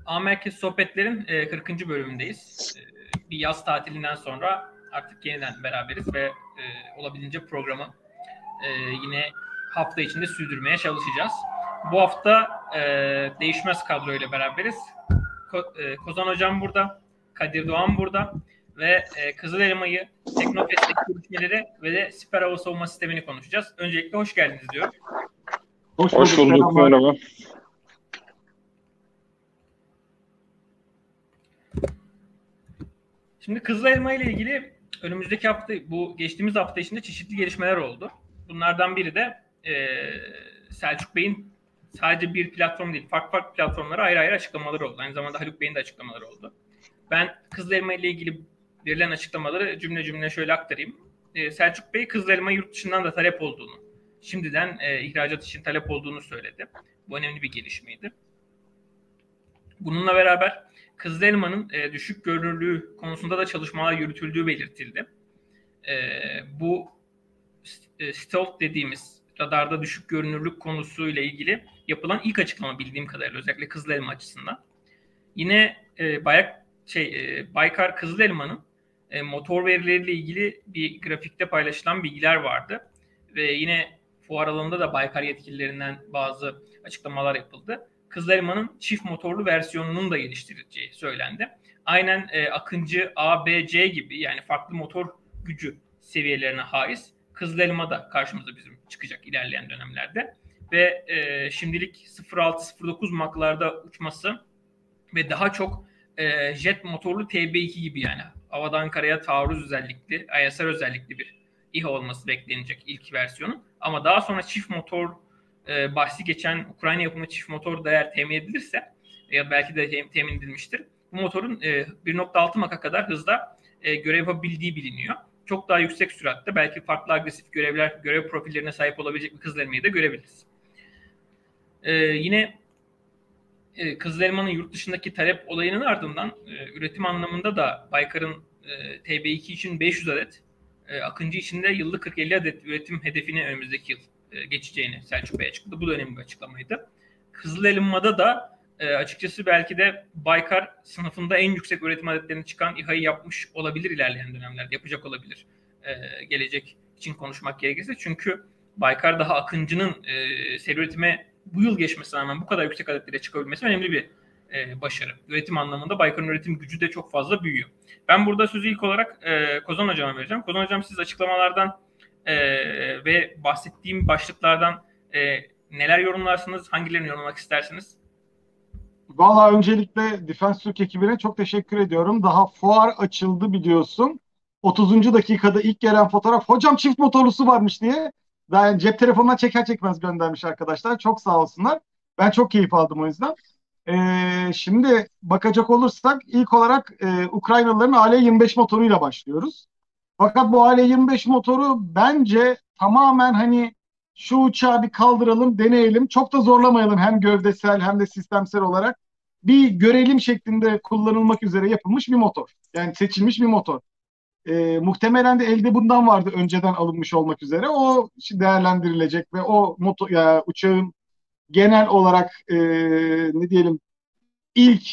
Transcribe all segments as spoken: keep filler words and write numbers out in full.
A Merkez Sohbetler'in e, kırkıncı bölümündeyiz. E, bir yaz tatilinden sonra artık yeniden beraberiz ve e, olabildiğince programı e, yine hafta içinde sürdürmeye çalışacağız. Bu hafta e, değişmez kadroyla beraberiz. Ko- e, Kozan Hocam burada, Kadir Doğan burada ve e, Kızıl Elma'yı, Teknofest'teki görüşmeleri ve de siper hava savunma sistemini konuşacağız. Öncelikle hoş geldiniz diyorum. Hoş bulduk, hoş bulduk merhaba. Şimdi Kızıl Elma ile ilgili önümüzdeki hafta, bu geçtiğimiz hafta içinde çeşitli gelişmeler oldu. Bunlardan biri de e, Selçuk Bey'in sadece bir platform değil, farklı farklı platformlara ayrı ayrı açıklamaları oldu. Aynı zamanda Haluk Bey'in de açıklamaları oldu. Ben Kızıl Elma ile ilgili verilen açıklamaları cümle cümle şöyle aktarayım. E, Selçuk Bey Kızıl Elma yurt dışından da talep olduğunu, şimdiden e, ihracat için talep olduğunu söyledi. Bu önemli bir gelişmeydi. Bununla beraber Kızıl Elma'nın e, düşük görünürlüğü konusunda da çalışmalar yürütüldüğü belirtildi. E, bu e, stealth dediğimiz radarda düşük görünürlük konusuyla ilgili yapılan ilk açıklama bildiğim kadarıyla, özellikle Kızıl Elma açısından. Yine e, Bayak, şey, e, Baykar Kızıl Elma'nın e, motor verileriyle ilgili bir grafikte paylaşılan bilgiler vardı. Ve yine fuar alanında da Baykar yetkililerinden bazı açıklamalar yapıldı. Kızıl Elma'nın çift motorlu versiyonunun da geliştirileceği söylendi. Aynen e, Akıncı A, B, C gibi, yani farklı motor gücü seviyelerine haiz Kızıl Elma da karşımıza bizim çıkacak ilerleyen dönemlerde. Ve e, şimdilik sıfır altı sıfır dokuz Mach'larda uçması ve daha çok e, jet motorlu T B iki gibi, yani havadan karaya taarruz özellikli, I S R özellikli bir İHA olması beklenecek ilk versiyonun. Ama daha sonra çift motor e, bahsi geçen Ukrayna yapımı çift motor da eğer temin edilirse, ya belki de temin edilmiştir, bu motorun e, bir nokta altı Mach'a kadar hızda e, görev yapabildiği biliniyor. Çok daha yüksek süratte belki farklı agresif görevler, görev profillerine sahip olabilecek bir Kızıl Elma'yı da görebiliriz. E, yine e, Kızıl Elma'nın yurt dışındaki talep olayının ardından e, üretim anlamında da Baykar'ın e, T B iki için beş yüz adet, e, Akıncı için de yıllık kırk elli adet üretim hedefini önümüzdeki yıl e, geçeceğini Selçuk Bey açıkladı. Bu da önemli bir açıklamaydı. Kızıl Elma'da da e, açıkçası belki de Baykar sınıfında en yüksek üretim adetlerini çıkan İHA'yı yapmış olabilir ilerleyen dönemlerde. Yapacak olabilir. E, gelecek için konuşmak gerekirse. Çünkü Baykar daha Akıncı'nın e, seri üretime bu yıl geçmesine rağmen bu kadar yüksek adetlere çıkabilmesi önemli bir e, başarı. Üretim anlamında Baykar'ın üretim gücü de çok fazla büyüyor. Ben burada sözü ilk olarak e, Kozan Hocam'a vereceğim. Kozan Hocam, siz açıklamalardan e, ve bahsettiğim başlıklardan e, neler yorumlarsınız? Hangilerini yorumlamak istersiniz? Valla öncelikle Defense Türk ekibine çok teşekkür ediyorum. Daha fuar açıldı biliyorsun. otuzuncu dakikada ilk gelen fotoğraf, hocam çift motorlusu varmış diye. Daha yani cep telefonundan çeker çekmez göndermiş arkadaşlar. Çok sağ olsunlar. Ben çok keyif aldım o yüzden. Ee, şimdi bakacak olursak ilk olarak e, Ukraynalıların A L yirmi beş motoruyla başlıyoruz. Fakat bu A L yirmi beş motoru bence tamamen hani şu uçağı bir kaldıralım, deneyelim. Çok da zorlamayalım hem gövdesel hem de sistemsel olarak. Bir görelim şeklinde kullanılmak üzere yapılmış bir motor. Yani seçilmiş bir motor. Ee, muhtemelen de elde bundan vardı önceden alınmış olmak üzere. O değerlendirilecek ve o motor, ya, uçağın genel olarak e, ne diyelim ilk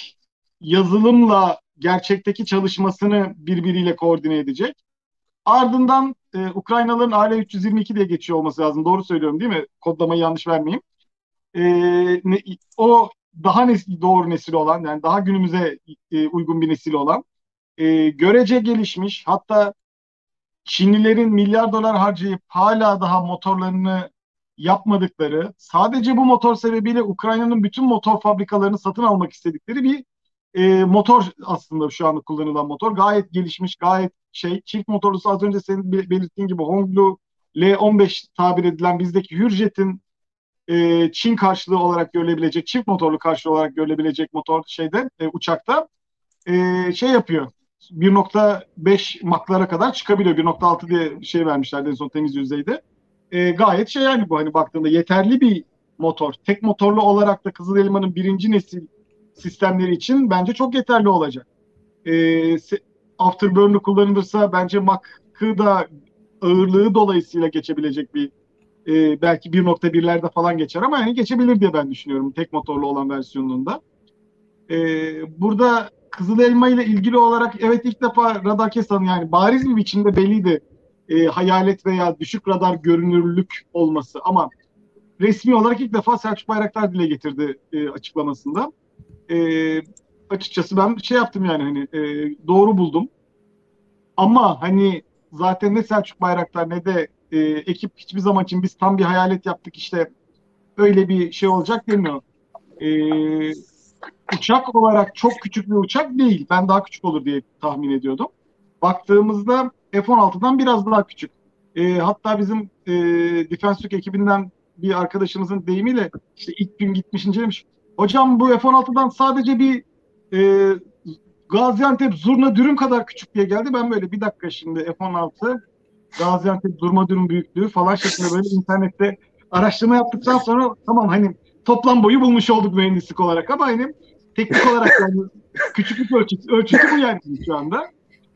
yazılımla gerçekteki çalışmasını birbiriyle koordine edecek. Ardından e, Ukraynalıların A L üç yüz yirmi iki diye geçiyor olması lazım. Doğru söylüyorum değil mi? Kodlamayı yanlış vermeyeyim. E, ne, o daha nesil, doğru nesil olan, yani daha günümüze e, uygun bir nesil olan, e, görece gelişmiş, hatta Çinlilerin milyar dolar harcayıp hala daha motorlarını yapmadıkları, sadece bu motor sebebiyle Ukrayna'nın bütün motor fabrikalarını satın almak istedikleri bir e, motor aslında şu anda kullanılan motor. Gayet gelişmiş, gayet şey, çift motorlusu, az önce senin belirttiğin gibi Honglu L on beş tabir edilen bizdeki Hürjet'in e, Çin karşılığı olarak görülebilecek, çift motorlu karşılığı olarak görülebilecek motor şeyde, e, uçakta e, şey yapıyor. bir nokta beş Mach'lara kadar çıkabiliyor. bir nokta altı diye şey vermişlerdi en son temiz yüzeyde. E, gayet şey, yani bu hani baktığında yeterli bir motor. Tek motorlu olarak da Kızıl Elma'nın birinci nesil sistemleri için bence çok yeterli olacak. E, Afterburner kullanılırsa bence Mach'ı da ağırlığı dolayısıyla geçebilecek bir e, belki bir nokta birlerde falan geçer ama yani geçebilir diye ben düşünüyorum tek motorlu olan versiyonunda. Ee, burada Kızıl Elma ile ilgili olarak evet ilk defa radar kesan yani bariz bir biçimde belliydi e, hayalet veya düşük radar görünürlük olması ama resmi olarak ilk defa Selçuk Bayraktar dile getirdi e, açıklamasında. E, Açıkçası ben şey yaptım yani hani e, doğru buldum. Ama hani zaten ne Selçuk Bayraktar ne de e, ekip hiçbir zaman için biz tam bir hayalet yaptık işte öyle bir şey olacak demiyor. E, Uçak olarak çok küçük bir uçak değil. Ben daha küçük olur diye tahmin ediyordum. Baktığımızda F on altıdan biraz daha küçük. E, hatta bizim e, Defense Türk ekibinden bir arkadaşımızın deyimiyle işte ilk gün gitmiş incelemiş. Hocam bu F on altıdan sadece bir e, Gaziantep zurna dürüm kadar küçük diye geldi. Ben böyle bir dakika şimdi F on altı Gaziantep zurna dürüm büyüklüğü falan şeklinde böyle internette araştırma yaptıktan sonra tamam hani toplam boyu bulmuş olduk mühendislik olarak ama hani teknik olarak yani küçüklük ölçüsü, ölçüsü bu yani şu anda.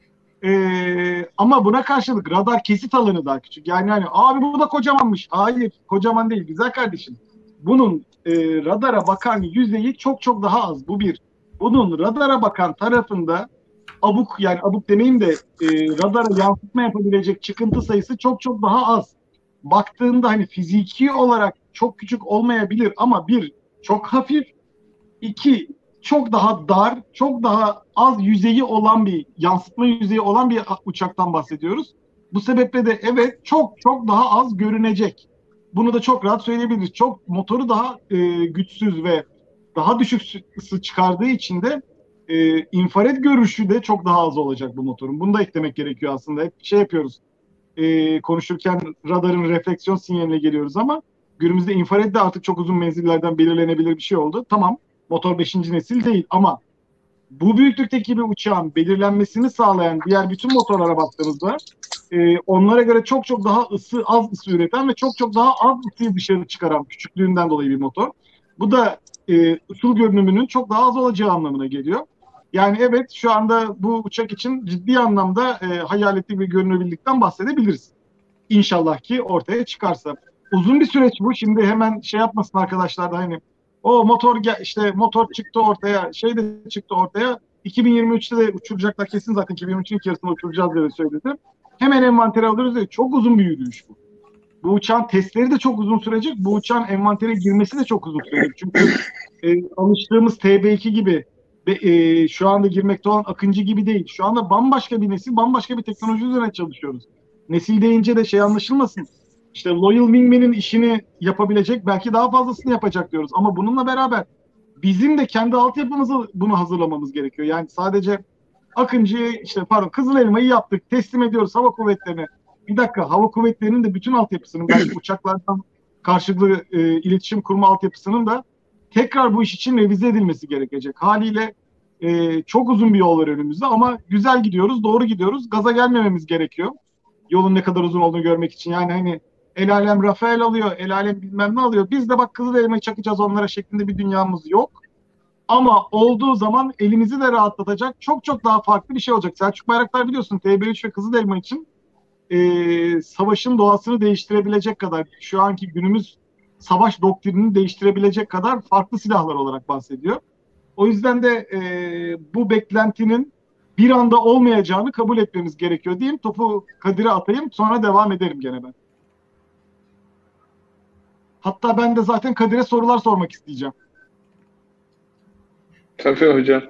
Ee, ama buna karşılık radar kesit alanı daha küçük. Yani hani abi bu da kocamanmış. Hayır kocaman değil güzel kardeşim. Bunun e, radara bakan yüzeyi çok çok daha az. Bu bir. Bunun radara bakan tarafında abuk yani abuk demeyeyim de e, radara yansıtma yapabilecek çıkıntı sayısı çok çok daha az. Baktığında hani fiziki olarak çok küçük olmayabilir ama bir çok hafif, iki çok daha dar, çok daha az yüzeyi olan bir yansıtma yüzeyi olan bir uçaktan bahsediyoruz. Bu sebeple de evet çok çok daha az görünecek. Bunu da çok rahat söyleyebiliriz. Çok motoru daha e, güçsüz ve daha düşük ısı çıkardığı için de e, infrared görüşü de çok daha az olacak bu motorun. Bunu da eklemek gerekiyor aslında. Hep şey yapıyoruz. E, konuşurken radarın refleksiyon sinyaline geliyoruz ama günümüzde infrared de artık çok uzun menzillerden belirlenebilir bir şey oldu. Tamam, motor beşinci nesil değil ama bu büyüklükteki bir uçağın belirlenmesini sağlayan diğer bütün motorlara baktığımızda e, onlara göre çok çok daha ısı, az ısı üreten ve çok çok daha az ısıyı dışarı çıkaran küçüklüğünden dolayı bir motor. Bu da e, ısıl görünümünün çok daha az olacağı anlamına geliyor. Yani evet şu anda bu uçak için ciddi anlamda e, hayaletli bir görünürlükten bahsedebiliriz. İnşallah ki ortaya çıkarsa. Uzun bir süreç bu. Şimdi hemen şey yapmasın arkadaşlar da hani o motor işte motor çıktı ortaya, şey de çıktı ortaya. iki bin yirmi üçte de uçuracaklar kesin zaten iki bin yirmi üçün ilk yarısında uçuracağız diye söyledi. Hemen envantere alırız diye çok uzun bir yürüyüş bu. Bu uçağın testleri de çok uzun sürecek. Bu uçağın envantere girmesi de çok uzun sürecek. Çünkü e, alıştığımız T B iki gibi ve e, şu anda girmekte olan Akıncı gibi değil. Şu anda bambaşka bir nesil, bambaşka bir teknoloji üzerine çalışıyoruz. Nesil deyince de şey anlaşılmasın. İşte Loyal Wingman'in işini yapabilecek, belki daha fazlasını yapacak diyoruz. Ama bununla beraber bizim de kendi altyapımızı bunu hazırlamamız gerekiyor. Yani sadece Akıncı'yı işte pardon Kızıl Elma'yı yaptık, teslim ediyoruz hava kuvvetlerine. Bir dakika hava kuvvetlerinin de bütün altyapısının belki uçaklardan karşılıklı e, iletişim kurma altyapısının da tekrar bu iş için revize edilmesi gerekecek. Haliyle e, çok uzun bir yol var önümüzde ama güzel gidiyoruz, doğru gidiyoruz. Gaza gelmememiz gerekiyor. Yolun ne kadar uzun olduğunu görmek için. Yani hani el alem Rafael alıyor, el alem bilmem ne alıyor. Biz de bak Kızıl Elma'yı çakacağız onlara şeklinde bir dünyamız yok. Ama olduğu zaman elimizi de rahatlatacak çok çok daha farklı bir şey olacak. Selçuk Bayraktar biliyorsun T B üç ve Kızıl Elma için e, savaşın doğasını değiştirebilecek kadar şu anki günümüz savaş doktrinini değiştirebilecek kadar farklı silahlar olarak bahsediyor. O yüzden de e, bu beklentinin bir anda olmayacağını kabul etmemiz gerekiyor diyeyim. Topu Kadir'e atayım sonra devam ederim gene ben. Hatta ben de zaten Kadir'e sorular sormak isteyeceğim. Tabii hocam.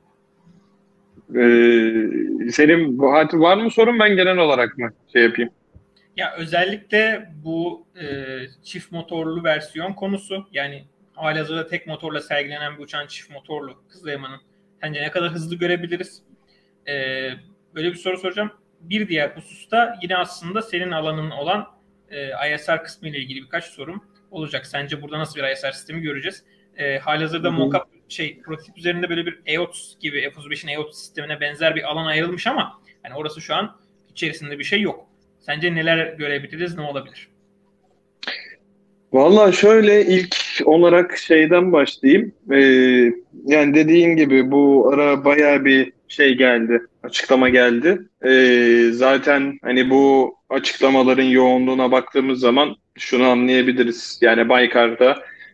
Ee, senin var mı sorun ben genel olarak mı şey yapayım? Ya özellikle bu e, çift motorlu versiyon konusu yani halihazırda tek motorla sergilenen bir uçağın çift motorlu Kızıl Elma'nın sence ne kadar hızlı görebiliriz? E, böyle bir soru soracağım. Bir diğer hususta yine aslında senin alanın olan e, I S R kısmı ile ilgili birkaç sorum olacak. Sence burada nasıl bir I S R sistemi göreceğiz? E, halihazırda mock-up şey prototip üzerinde böyle bir E otuz gibi F otuz beşin E otuz sistemine benzer bir alan ayrılmış ama yani orası şu an içerisinde bir şey yok. Sence neler görebiliriz, ne olabilir? Vallahi şöyle ilk olarak şeyden başlayayım. Ee, yani dediğin gibi bu ara bayağı bir şey geldi, açıklama geldi. Ee, zaten hani bu açıklamaların yoğunluğuna baktığımız zaman şunu anlayabiliriz. Yani Baykar'da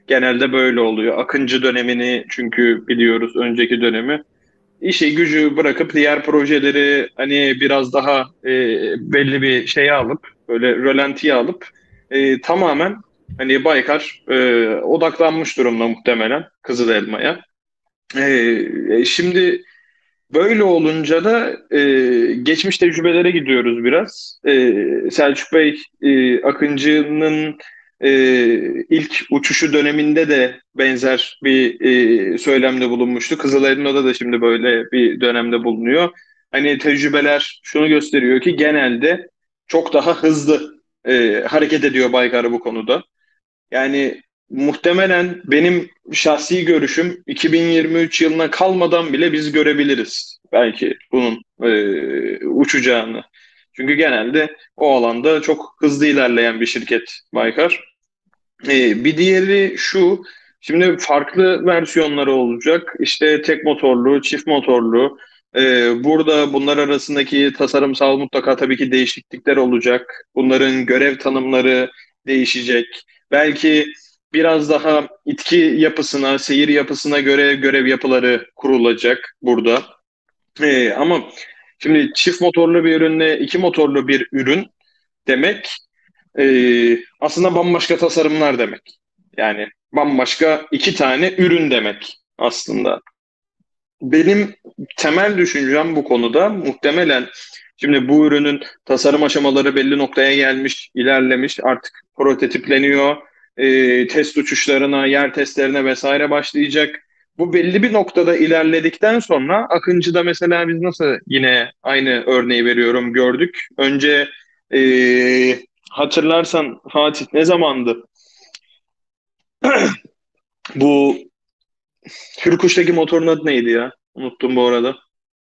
genelde böyle oluyor. Akıncı dönemini çünkü biliyoruz, önceki dönemi. İşi gücü bırakıp diğer projeleri hani biraz daha e, belli bir şeye alıp böyle rölantiye alıp e, tamamen hani Baykar e, odaklanmış durumda muhtemelen Kızılelma'ya. E, e, şimdi böyle olunca da e, geçmiş tecrübelere gidiyoruz biraz. E, Selçuk Bey e, Akıncı'nın e, ilk uçuşu döneminde de benzer bir e, söylemde bulunmuştu. Kızılelma'da da şimdi böyle bir dönemde bulunuyor. Hani tecrübeler şunu gösteriyor ki genelde çok daha hızlı e, hareket ediyor Baykar bu konuda. Yani muhtemelen benim şahsi görüşüm iki bin yirmi üç yılına kalmadan bile biz görebiliriz belki bunun e, uçacağını. Çünkü genelde o alanda çok hızlı ilerleyen bir şirket Baykar. E, bir diğeri şu, şimdi farklı versiyonları olacak. İşte tek motorlu, çift motorlu. E, burada bunlar arasındaki tasarımsal mutlaka tabii ki değişiklikler olacak. Bunların görev tanımları değişecek. Belki biraz daha itki yapısına, seyir yapısına göre görev yapıları kurulacak burada. E, ama şimdi çift motorlu bir ürünle iki motorlu bir ürün demek ee, aslında bambaşka tasarımlar demek. Yani bambaşka iki tane ürün demek aslında. Benim temel düşüncem bu konuda muhtemelen şimdi bu ürünün tasarım aşamaları belli noktaya gelmiş, ilerlemiş, artık prototipleniyor, e, test uçuşlarına, yer testlerine vesaire başlayacak. Bu belli bir noktada ilerledikten sonra Akıncı'da mesela biz nasıl yine aynı örneği veriyorum gördük. Önce e, hatırlarsan Fatih ne zamandı? Bu Hürkuş'taki motorun adı neydi ya? Unuttum bu arada.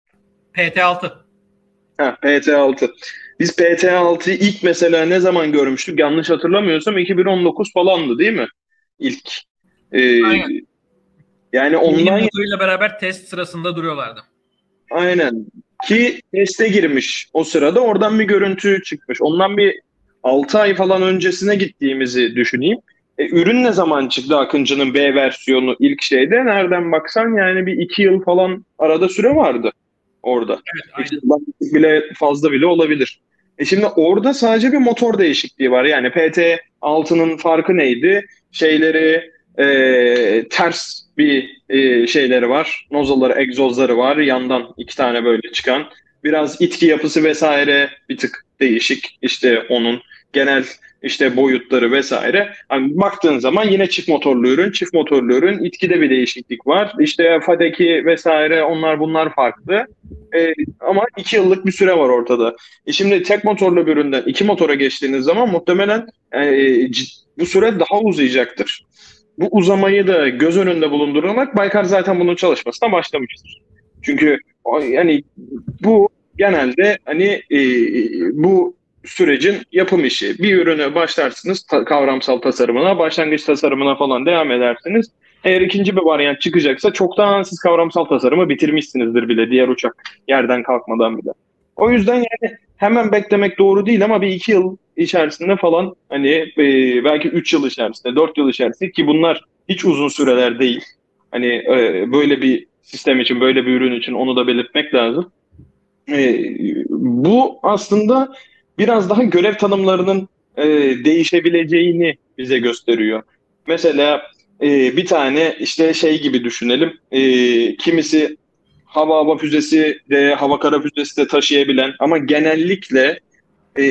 P T altı. Ha, P T altı. Biz P T altıyı ilk mesela ne zaman görmüştük? Yanlış hatırlamıyorsam iki bin on dokuz falandı değil mi? İlk. Ee, Aynen. Yani Yeni ondan motoruyla beraber test sırasında duruyorlardı. aynen ki teste girmiş o sırada, oradan bir görüntü çıkmış. Ondan bir altı ay falan öncesine gittiğimizi düşüneyim. E, ürün ne zaman çıktı Akıncı'nın B versiyonu ilk şeyde? Nereden baksan yani bir iki yıl falan arada süre vardı orada. Evet, aynen. İşte bile fazla bile olabilir. E şimdi orada sadece bir motor değişikliği var. Yani P T altının farkı neydi? Şeyleri e, ters bir e, şeyleri var. Nozaları, egzozları var. Yandan iki tane böyle çıkan. Biraz itki yapısı vesaire bir tık değişik. İşte onun genel işte boyutları vesaire. Hani baktığın zaman yine çift motorlu ürün, çift motorlu ürün. İtkide bir değişiklik var. İşte fadeki vesaire, onlar bunlar farklı. E, ama iki yıllık bir süre var ortada. E şimdi tek motorlu bir üründen iki motora geçtiğiniz zaman muhtemelen e, cid- bu süre daha uzayacaktır. Bu uzamayı da göz önünde bulundurarak Baykar zaten bunun çalışmasına başlamıştır. Çünkü o- yani bu genelde hani e, bu sürecin yapım işi. Bir ürünü başlarsınız ta- kavramsal tasarımına, başlangıç tasarımına falan devam edersiniz. Eğer ikinci bir varyant çıkacaksa çoktan siz kavramsal tasarımı bitirmişsinizdir bile, diğer uçak yerden kalkmadan bile. O yüzden yani hemen beklemek doğru değil ama bir iki yıl içerisinde falan hani e, belki üç yıl içerisinde, dört yıl içerisinde, ki bunlar hiç uzun süreler değil. Hani e, böyle bir sistem için, böyle bir ürün için onu da belirtmek lazım. E, Bu aslında biraz daha görev tanımlarının e, değişebileceğini bize gösteriyor. Mesela e, bir tane işte şey gibi düşünelim. E, kimisi hava hava füzesi de, hava kara füzesi de taşıyabilen ama genellikle e,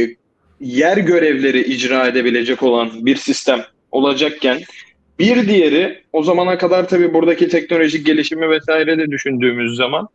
yer görevleri icra edebilecek olan bir sistem olacakken, bir diğeri o zamana kadar tabii buradaki teknolojik gelişimi vesaire de düşündüğümüz zaman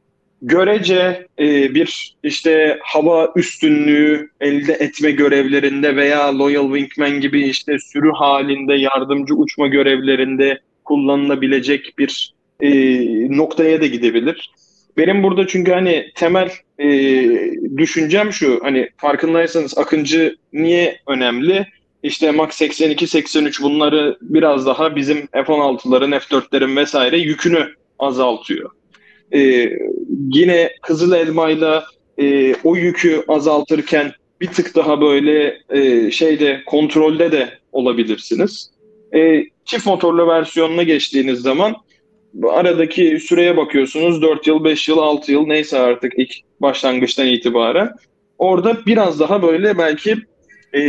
görece e, bir işte hava üstünlüğü elde etme görevlerinde veya Loyal Wingman gibi işte sürü halinde yardımcı uçma görevlerinde kullanılabilecek bir e, noktaya da gidebilir. Benim burada çünkü hani temel e, düşüncem şu, hani farkındaysanız Akıncı niye önemli? İşte Mach seksen iki seksen üç bunları biraz daha bizim F on altıların, F dörtlerin vesaire yükünü azaltıyor. Ee, Yine Kızıl Elma'yla e, o yükü azaltırken bir tık daha böyle e, şeyde kontrolde de olabilirsiniz. E, çift motorlu versiyonuna geçtiğiniz zaman bu aradaki süreye bakıyorsunuz. dört yıl, beş yıl, altı yıl neyse artık ilk başlangıçtan itibaren. Orada biraz daha böyle belki e,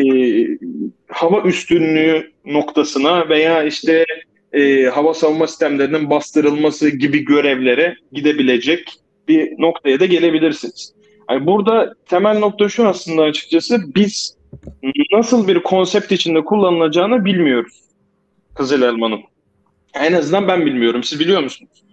hava üstünlüğü noktasına veya işte e, hava savunma sistemlerinin bastırılması gibi görevlere gidebilecek bir noktaya da gelebilirsiniz. Yani burada temel nokta şu aslında, açıkçası biz nasıl bir konsept içinde kullanılacağını bilmiyoruz Kızıl Elma'nın. En azından ben bilmiyorum. Siz biliyor musunuz?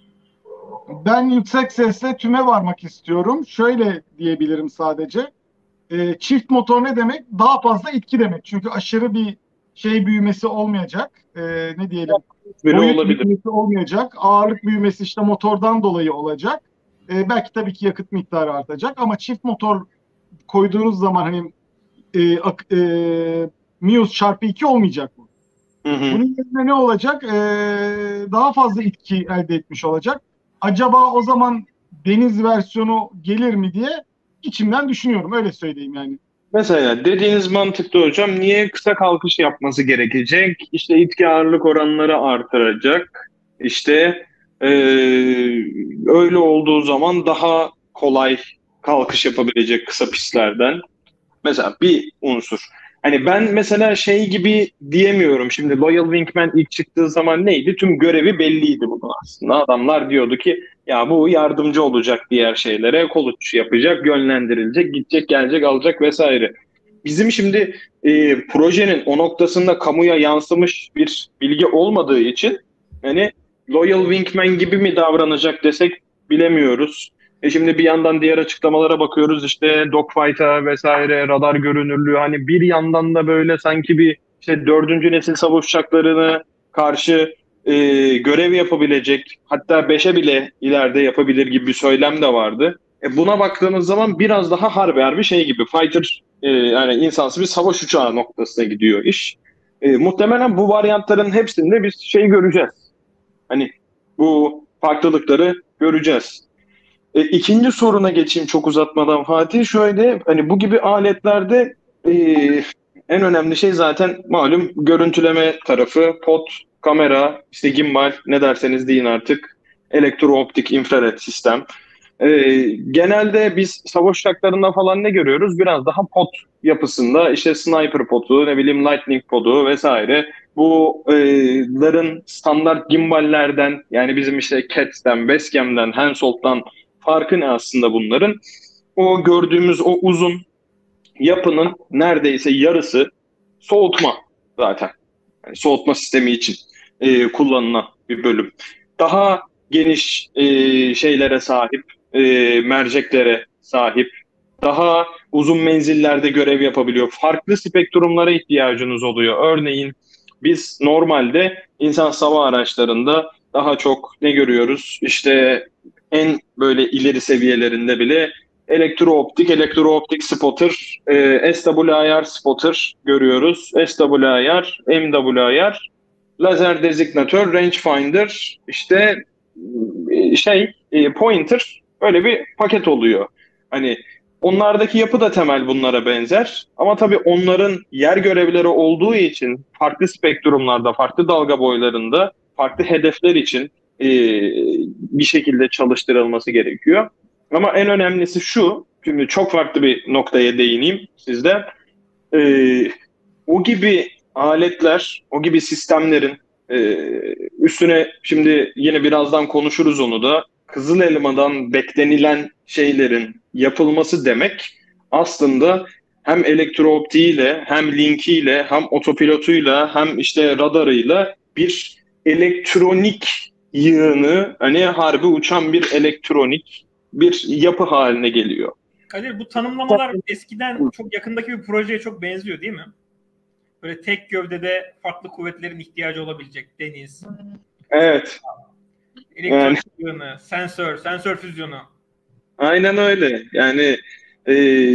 Ben yüksek sesle tüme varmak istiyorum. Şöyle diyebilirim sadece. E, çift motor ne demek? Daha fazla itki demek. Çünkü aşırı bir şey büyümesi olmayacak. E, ne diyelim? Biri Boyut olabilir. büyümesi olmayacak. Ağırlık büyümesi işte motordan dolayı olacak. E, belki tabii ki yakıt miktarı artacak ama çift motor koyduğunuz zaman hani e, ak- e, Mius çarpı iki olmayacak bu. Hı hı. Bunun yerine ne olacak? E, daha fazla itki elde etmiş olacak. Acaba o zaman deniz versiyonu gelir mi diye içimden düşünüyorum. Öyle söyleyeyim yani. Mesela dediğiniz mantıklı hocam. Niye kısa kalkış yapması gerekecek? İşte itki ağırlık oranları artıracak. İşte eee, öyle olduğu zaman daha kolay kalkış yapabilecek kısa pistlerden. Mesela bir unsur. Hani ben mesela şey gibi diyemiyorum. Şimdi Loyal Wingman ilk çıktığı zaman neydi? Tüm görevi belliydi bunun aslında. Adamlar diyordu ki ya bu yardımcı olacak diğer şeylere, kol uçuşu yapacak, yönlendirilecek, gidecek, gelecek, alacak vesaire. Bizim şimdi e, projenin o noktasında kamuya yansımış bir bilgi olmadığı için hani Loyal Wingman gibi mi davranacak desek bilemiyoruz. E şimdi bir yandan diğer açıklamalara bakıyoruz, işte dogfight'a vesaire, radar görünürlüğü, hani bir yandan da böyle sanki bir işte dördüncü nesil savaş uçaklarına karşı e, görev yapabilecek, hatta beşe bile ileride yapabilir gibi bir söylem de vardı. E buna baktığınız zaman biraz daha harbi harbi şey gibi, fighter e, yani insansız bir savaş uçağı noktasına gidiyor iş. E, muhtemelen bu varyantların hepsinde biz şey göreceğiz. Hani bu farklılıkları göreceğiz. E, ikinci soruna geçeyim çok uzatmadan Fatih. Şöyle, hani bu gibi aletlerde e, en önemli şey zaten malum görüntüleme tarafı, pot, kamera, işte gimbal, ne derseniz deyin artık, elektrooptik, infrared sistem. E, Genelde biz savaş uçaklarında falan ne görüyoruz? Biraz daha pot yapısında, işte sniper potu, ne bileyim lightning podu vesaire. Buların standart gimballerden, yani bizim işte Cats'ten, Basecam'den, Hensoldt'tan farkı ne aslında bunların? O gördüğümüz o uzun yapının neredeyse yarısı soğutma zaten. Yani soğutma sistemi için e, kullanılan bir bölüm. Daha geniş e, şeylere sahip, e, merceklere sahip, daha uzun menzillerde görev yapabiliyor. Farklı spektrumlara ihtiyacınız oluyor. Örneğin biz normalde insan hava araçlarında daha çok ne görüyoruz? İşte en böyle ileri seviyelerinde bile elektrooptik, elektrooptik spotter, e, S W I R spotter görüyoruz. S W I R, M W I R, lazer dezignatör, rangefinder, işte e, şey e, pointer, öyle bir paket oluyor. Hani onlardaki yapı da temel bunlara benzer. Ama tabii onların yer görevleri olduğu için farklı spektrumlarda, farklı dalga boylarında, farklı hedefler için e, bir şekilde çalıştırılması gerekiyor. Ama en önemlisi şu, şimdi çok farklı bir noktaya değineyim sizde. Ee, O gibi aletler, o gibi sistemlerin e, üstüne şimdi yine birazdan konuşuruz onu da. Kızıl Elma'dan beklenilen şeylerin yapılması demek aslında hem elektrooptiğiyle, hem linkiyle, hem otopilotuyla, hem işte radarıyla bir elektronik yığını, hani harbi uçan bir elektronik bir yapı haline geliyor. Kadir, bu tanımlamalar eskiden çok yakındaki bir projeye çok benziyor değil mi? Böyle tek gövdede farklı kuvvetlerin ihtiyacı olabilecek deniz, Evet. elektrik yığını, sensör, sensör füzyonu. Aynen öyle. Yani e,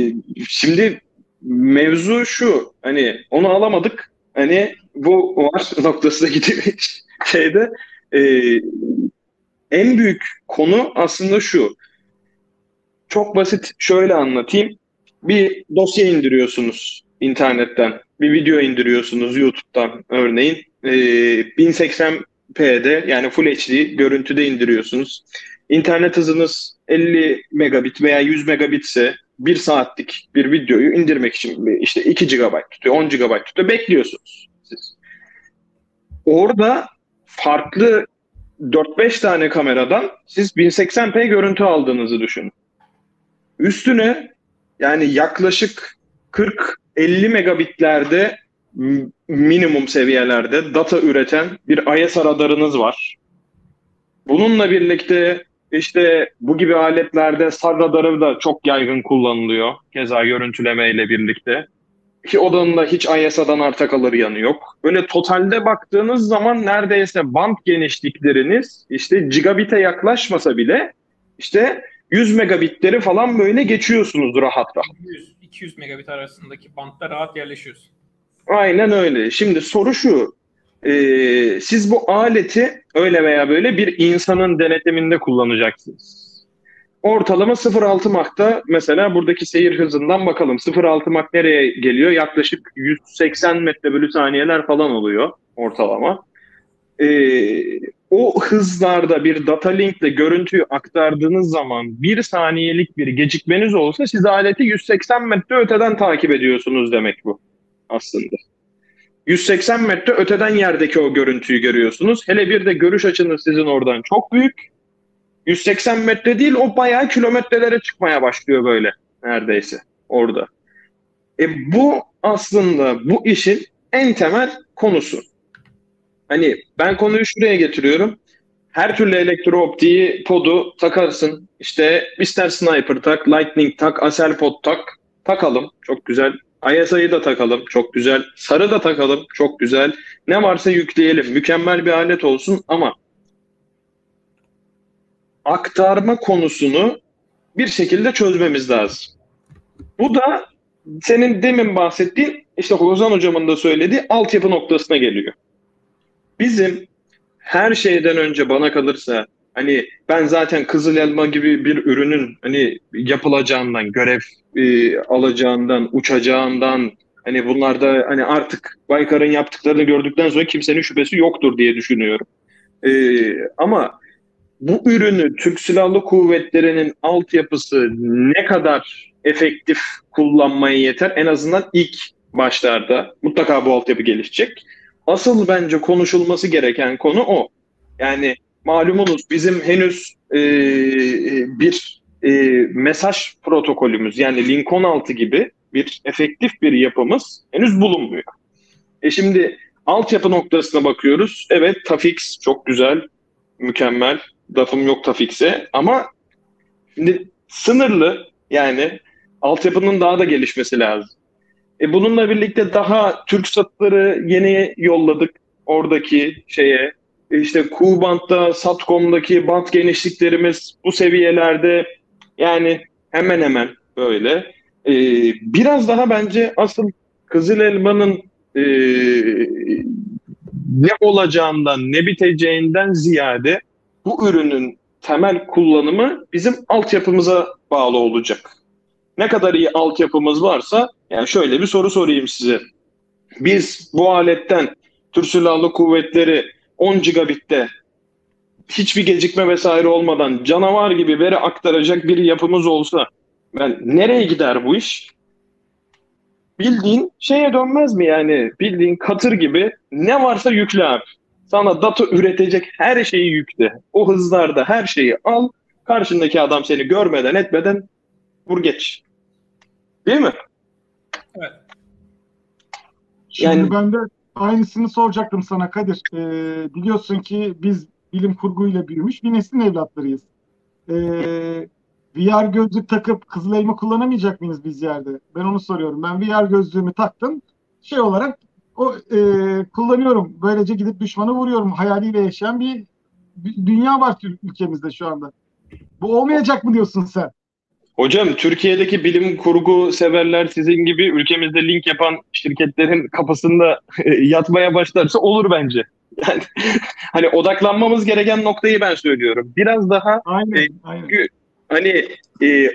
şimdi mevzu şu, hani onu alamadık, hani bu var noktasına gidiyor şeyde. E, En büyük konu aslında şu. Çok basit şöyle anlatayım. Bir dosya indiriyorsunuz internetten. Bir video indiriyorsunuz YouTube'dan örneğin. e, bin seksen p'de yani Full H D görüntüde indiriyorsunuz. İnternet hızınız elli megabit veya yüz megabitse bir saatlik bir videoyu indirmek için işte iki gigabayt tutuyor, on gigabayt tutuyor. Bekliyorsunuz siz. Orada farklı dört beş tane kameradan siz bin seksen p görüntü aldığınızı düşünün. Üstüne yani yaklaşık kırk elli megabitlerde minimum seviyelerde data üreten bir I S R radarınız var. Bununla birlikte işte bu gibi aletlerde S A R radarı da çok yaygın kullanılıyor. Keza görüntüleme ile birlikte. Ki odanın da hiç I S A'dan arta kalır yanı yok. Böyle totalde baktığınız zaman neredeyse band genişlikleriniz işte gigabit'e yaklaşmasa bile işte yüz megabitleri falan böyle geçiyorsunuz rahat rahat. yüz iki yüz megabit arasındaki bantta rahat yerleşiyorsun. Aynen öyle. Şimdi soru şu. Ee, siz bu aleti öyle veya böyle bir insanın denetiminde kullanacaksınız. Ortalama sıfır virgül altı Mach'ta mesela buradaki seyir hızından bakalım. sıfır virgül altı Mach nereye geliyor? Yaklaşık yüz seksen metre bölü saniyeler falan oluyor ortalama. Ee, o hızlarda bir data linkle görüntüyü aktardığınız zaman bir saniyelik bir gecikmeniz olsa siz aleti yüz seksen metre öteden takip ediyorsunuz demek bu aslında. yüz seksen metre öteden yerdeki o görüntüyü görüyorsunuz. Hele bir de görüş açınız sizin oradan çok büyük. yüz seksen metre değil, o bayağı kilometrelere çıkmaya başlıyor böyle neredeyse orada. E bu aslında bu işin en temel konusu. Hani ben konuyu şuraya getiriyorum. Her türlü elektro-optiği podu takarsın. İşte ister sniper tak, lightning tak, Aselpod tak. Takalım. Çok güzel. I S A'yı da takalım. Çok güzel. Sarı da takalım. Çok güzel. Ne varsa yükleyelim. Mükemmel bir alet olsun ama aktarma konusunu bir şekilde çözmemiz lazım. Bu da senin demin bahsettiğin işte Ozan hocamın da söylediği altyapı noktasına geliyor. Bizim her şeyden önce bana kalırsa hani ben zaten Kızıl Elma gibi bir ürünün hani yapılacağından, görev e, alacağından, uçacağından hani bunlarda hani artık Baykar'ın yaptıklarını gördükten sonra kimsenin şüphesi yoktur diye düşünüyorum. E, ama bu ürünü Türk Silahlı Kuvvetleri'nin altyapısı ne kadar efektif kullanmaya yeter? En azından ilk başlarda mutlaka bu altyapı gelişecek. Asıl bence konuşulması gereken konu o. Yani malumunuz bizim henüz e, bir e, mesaj protokolümüz yani Lincoln altı gibi bir efektif bir yapımız henüz bulunmuyor. E şimdi altyapı noktasına bakıyoruz. Evet, Tafix çok güzel, mükemmel. Lafım yok Tafix'e ama şimdi sınırlı yani altyapının daha da gelişmesi lazım. E bununla birlikte daha TürkSat'ları yeni yolladık oradaki şeye. E işte Q-Band'da, Satcom'daki band genişliklerimiz bu seviyelerde yani hemen hemen böyle. E, biraz daha bence asıl Kızıl Elma'nın e, ne olacağından, ne biteceğinden ziyade bu ürünün temel kullanımı bizim altyapımıza bağlı olacak. Ne kadar iyi altyapımız varsa, yani şöyle bir soru sorayım size. Biz bu aletten Türk Silahlı Kuvvetleri on gigabitte hiçbir gecikme vesaire olmadan canavar gibi veri aktaracak bir yapımız olsa ben nereye gider bu iş? Bildiğin şeye dönmez mi yani? Bildiğin katır gibi ne varsa yükle abi. Sana data üretecek her şeyi yükle. O hızlarda her şeyi al. Karşındaki adam seni görmeden etmeden vur geç. Değil mi? Evet. Şimdi Yani- ben de aynısını soracaktım sana Kadir. Ee, biliyorsun ki biz bilim kurguyla büyümüş bir neslin evlatlarıyız. Ee, V R gözlük takıp Kızıl Elma kullanamayacak mıyız biz yerde? Ben onu soruyorum. Ben V R gözlüğümü taktım. Şey olarak o e, kullanıyorum. Böylece gidip düşmanı vuruyorum. Hayaliyle yaşayan bir, bir dünya var ülkemizde şu anda. Bu olmayacak mı diyorsun sen? Hocam Türkiye'deki bilim kurgu severler sizin gibi ülkemizde link yapan şirketlerin kapısında yatmaya başlarsa olur bence. Yani hani odaklanmamız gereken noktayı ben söylüyorum. Biraz daha Aynen, e, aynen. çünkü hani e,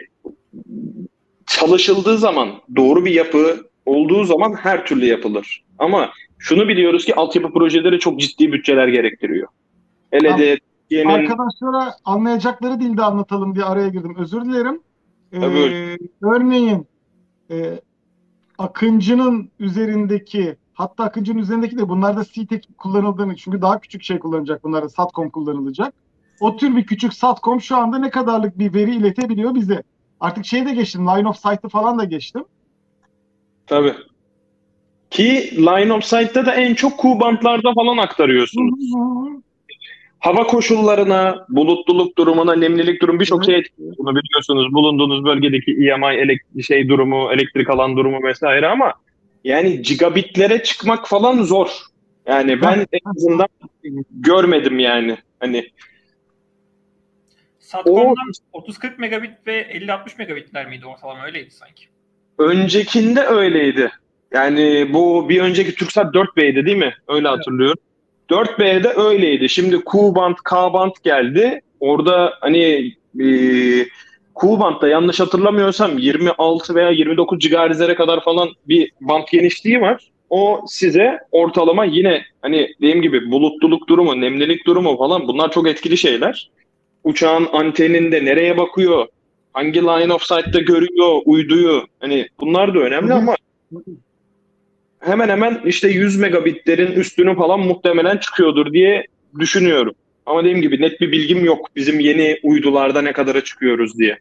çalışıldığı zaman doğru bir yapı olduğu zaman her türlü yapılır. Ama şunu biliyoruz ki altyapı projeleri çok ciddi bütçeler gerektiriyor. Hele Tamam. de Türkiye'nin... Arkadaşlara anlayacakları dilde anlatalım diye araya girdim. Özür dilerim. Tabii. Ee, örneğin e, Akıncı'nın üzerindeki, hatta Akıncı'nın üzerindeki de bunlarda C-Tek kullanıldığını, çünkü daha küçük şey kullanacak, bunlarda SATCOM kullanılacak. O tür bir küçük SATCOM şu anda ne kadarlık bir veri iletebiliyor bize? Artık şeyi de geçtim, line of sight'ı falan da geçtim. Tabii. Ki line of sight'ta da en çok Q-bantlarda falan aktarıyorsunuz. Hava koşullarına, bulutluluk durumuna, nemlilik durumu birçok şey etkiliyor. Bunu biliyorsunuz. Bulunduğunuz bölgedeki E M I elek- şey durumu, elektrik alan durumu vesaire ama yani gigabitlere çıkmak falan zor. Yani ben en azından görmedim yani. Hani Satcom'dan otuz kırk megabit ve elli altmış megabitler miydi ortalama, öyleydi sanki. öncekinde öyleydi. Yani bu bir önceki TürkSat dört B'ydi değil mi? Öyle Evet. hatırlıyorum. dört B'de öyleydi. Şimdi Q-band, K-band geldi. Orada hani e, Q-band'da yanlış hatırlamıyorsam yirmi altı veya yirmi dokuz gigahertz'lere kadar falan bir band genişliği var. O size ortalama yine hani dediğim gibi bulutluluk durumu, nemlilik durumu falan bunlar çok etkili şeyler. Uçağın anteninde nereye bakıyor, hangi line of sight'ta görüyor, uyduyu, hani bunlar da önemli ama hemen hemen işte yüz megabitlerin üstünü falan muhtemelen çıkıyordur diye düşünüyorum. Ama dediğim gibi net bir bilgim yok bizim yeni uydularda ne kadara çıkıyoruz diye.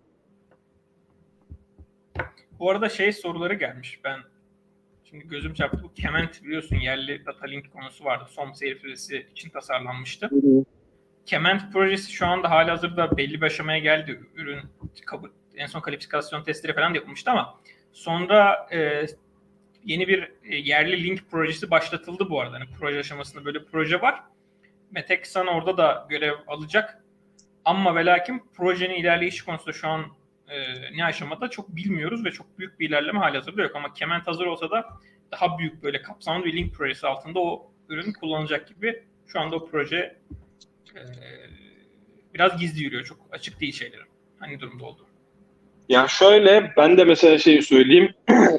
Bu arada şey soruları gelmiş. Ben şimdi gözüm çarptı. Bu Kement biliyorsun, yerli data link konusu vardı. Som seyir süresi için tasarlanmıştı. Kement projesi şu anda halihazırda belli bir aşamaya geldi. Ürün kabul, en son kalifikasyon testleri falan da yapılmıştı ama sonra e, yeni bir e, yerli link projesi başlatıldı bu arada. Yani proje aşamasında böyle bir proje var. Meteksan orada da görev alacak. Ama ve lakin projenin ilerleyişi konusunda şu an e, ne aşamada çok bilmiyoruz ve çok büyük bir ilerleme halihazırda yok. Ama Kement hazır olsa da daha büyük böyle kapsamlı bir link projesi altında o ürün kullanılacak gibi. Şu anda o proje e, biraz gizli yürüyor. Çok açık değil şeylerin. Hangi durumda olduğu. Ya şöyle ben de mesela şeyi söyleyeyim.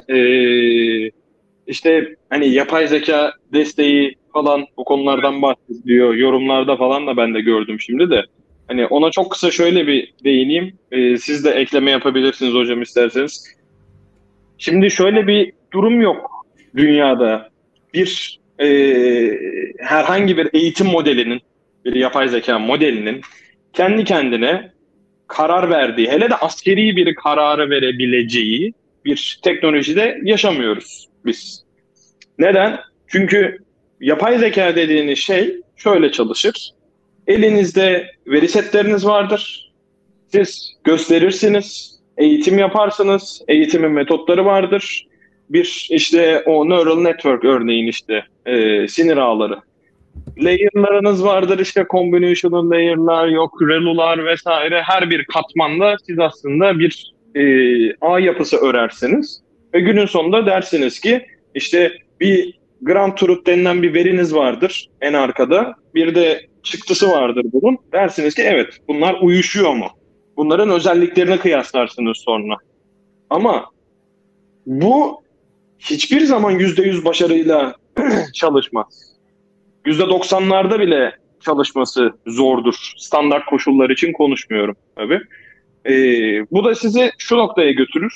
Ee, işte hani yapay zeka desteği falan bu konulardan bahsediliyor. Yorumlarda falan da ben de gördüm şimdi de. Hani ona çok kısa şöyle bir değineyim. Ee, siz de ekleme yapabilirsiniz hocam isterseniz. Şimdi şöyle bir durum yok dünyada. Bir e, herhangi bir eğitim modelinin, bir yapay zeka modelinin kendi kendine karar verdiği, hele de askeri bir kararı verebileceği bir teknolojide yaşamıyoruz biz. Neden? Çünkü yapay zeka dediğiniz şey şöyle çalışır. Elinizde veri setleriniz vardır. Siz gösterirsiniz, eğitim yaparsınız, eğitimin metotları vardır. Bir işte o neural network örneğin işte e, sinir ağları. Layer'larınız vardır işte combinational layer'lar, yok relular vesaire. Her bir katmanda siz aslında bir e, ağ yapısı örersiniz. Ve günün sonunda dersiniz ki işte bir ground truth denilen bir veriniz vardır en arkada. Bir de çıktısı vardır bunun. Dersiniz ki evet bunlar uyuşuyor mu? Bunların özelliklerini kıyaslarsınız sonra. Ama bu hiçbir zaman yüzde yüz başarıyla çalışmaz. yüzde doksanlarda bile çalışması zordur. Standart koşullar için konuşmuyorum tabii. Ee, bu da sizi şu noktaya götürür.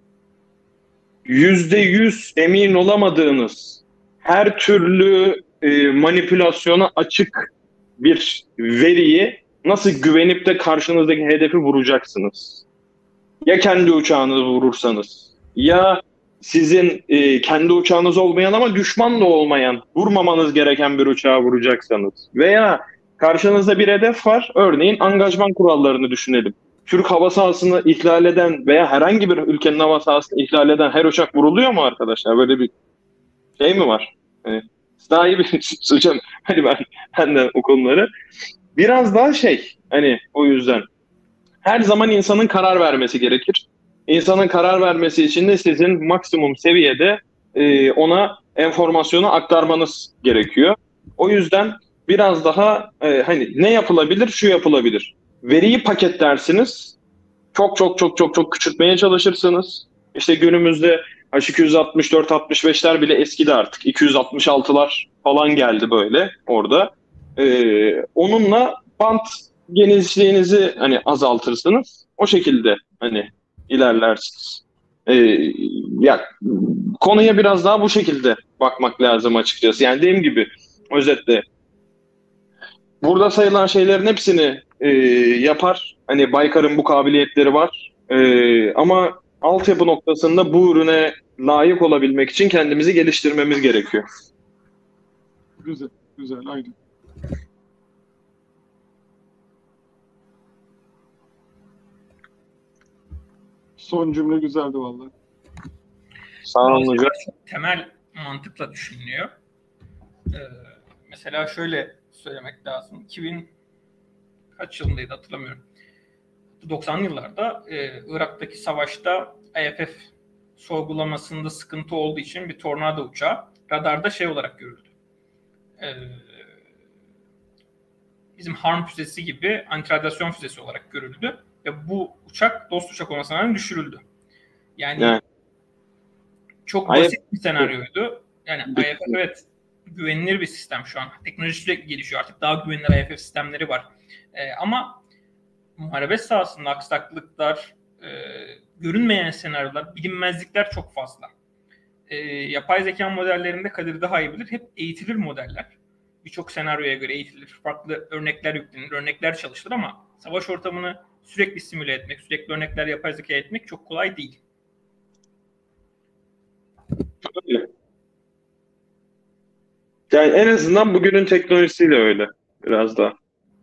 yüzde yüz emin olamadığınız her türlü e, manipülasyona açık bir veriyi nasıl güvenip de karşınızdaki hedefi vuracaksınız? Ya kendi uçağınızı vurursanız, ya sizin e, kendi uçağınız olmayan ama düşman da olmayan, vurmamanız gereken bir uçağı vuracaksanız veya karşınızda bir hedef var, örneğin angajman kurallarını düşünelim. Türk hava sahasını ihlal eden veya herhangi bir ülkenin hava sahasını ihlal eden her uçak vuruluyor mu arkadaşlar? Böyle bir şey mi var? Yani, daha iyi bir hocam. Hani ben benden o konuları. Biraz daha şey, hani o yüzden her zaman insanın karar vermesi gerekir. İnsanın karar vermesi için de sizin maksimum seviyede e, ona enformasyonu aktarmanız gerekiyor. O yüzden biraz daha e, hani ne yapılabilir? Şu yapılabilir. Veriyi paketlersiniz. Çok çok çok çok çok küçültmeye çalışırsınız. İşte günümüzde H iki yüz altmış dört altmış beşler bile eskidi artık. iki yüz altmış altılar falan geldi böyle orada. Ee, onunla bant genişliğinizi hani azaltırsınız. O şekilde hani ilerlersiniz. Ee, ya konuya biraz daha bu şekilde bakmak lazım açıkçası. Yani dediğim gibi özetle burada sayılan şeylerin hepsini e, yapar. Hani Baykar'ın bu kabiliyetleri var. E, ama altyapı noktasında bu ürüne layık olabilmek için kendimizi geliştirmemiz gerekiyor. Güzel, güzel, aynen. Son cümle güzeldi vallahi. Sağ olun hocam. Çok temel mantıkla düşünülüyor. Ee, mesela şöyle söylemek lazım. iki bin kaç yılındaydı hatırlamıyorum. doksanlı yıllarda e, Irak'taki savaşta I F F sorgulamasında sıkıntı olduğu için bir tornado uçağı radarda şey olarak görüldü. Ee, bizim HARM füzesi gibi antiradyasyon füzesi olarak görüldü. Ve bu uçak dost uçak olmasına rağmen düşürüldü. Yani evet. Çok basit bir senaryoydu. Yani I F F evet güvenilir bir sistem şu an. Teknoloji sürekli gelişiyor. Artık daha güvenilir I F F sistemleri var. Ee, ama muharebe sahasında aksaklıklar, e, görünmeyen senaryolar, bilinmezlikler çok fazla. E, yapay zeka modellerinde Kadir daha iyi bilir. Hep eğitilir modeller. Birçok senaryoya göre eğitilir. Farklı örnekler yüklenir, örnekler çalışılır ama savaş ortamını sürekli simüle etmek, sürekli örnekler yapay zeka etmek çok kolay değil. Yani en azından bugünün teknolojisiyle öyle biraz daha.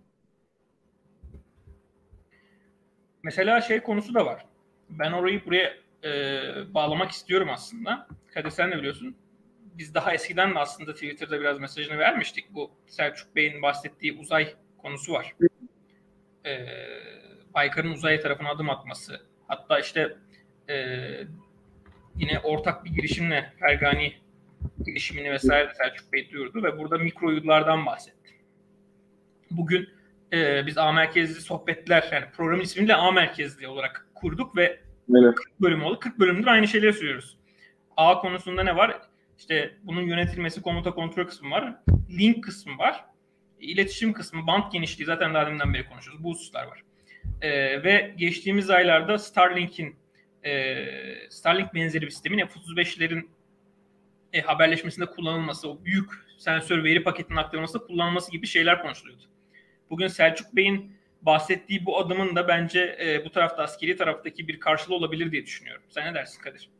Mesela şey konusu da var. Ben orayı buraya e, bağlamak istiyorum aslında. Kadir sen de biliyorsun. Biz daha eskiden de aslında Twitter'da biraz mesajını vermiştik. Bu Selçuk Bey'in bahsettiği uzay konusu var. E, Baykar'ın uzay tarafına adım atması. Hatta işte e, yine ortak bir girişimle Fergani girişimini vesaire de Selçuk Bey duyurdu ve burada mikro uydulardan bahsetti. Bugün e, biz A merkezli sohbetler, yani programın ismini de A merkezli olarak kurduk ve evet. kırk bölüm oldu. kırk bölümdür aynı şeyleri söylüyoruz. A konusunda ne var? İşte bunun yönetilmesi, komuta kontrol kısmı var. Link kısmı var. İletişim kısmı, band genişliği zaten daha deminden beri konuşuyoruz. Bu hususlar var. E, ve geçtiğimiz aylarda Starlink'in e, Starlink benzeri bir sistemin F otuz beşlerin e, haberleşmesinde kullanılması, o büyük sensör veri paketinin aktarılmasında kullanılması gibi şeyler konuşuluyordu. Bugün Selçuk Bey'in bahsettiği bu adımın da bence e, bu tarafta askeri taraftaki bir karşılığı olabilir diye düşünüyorum. Sen ne dersin Kadir?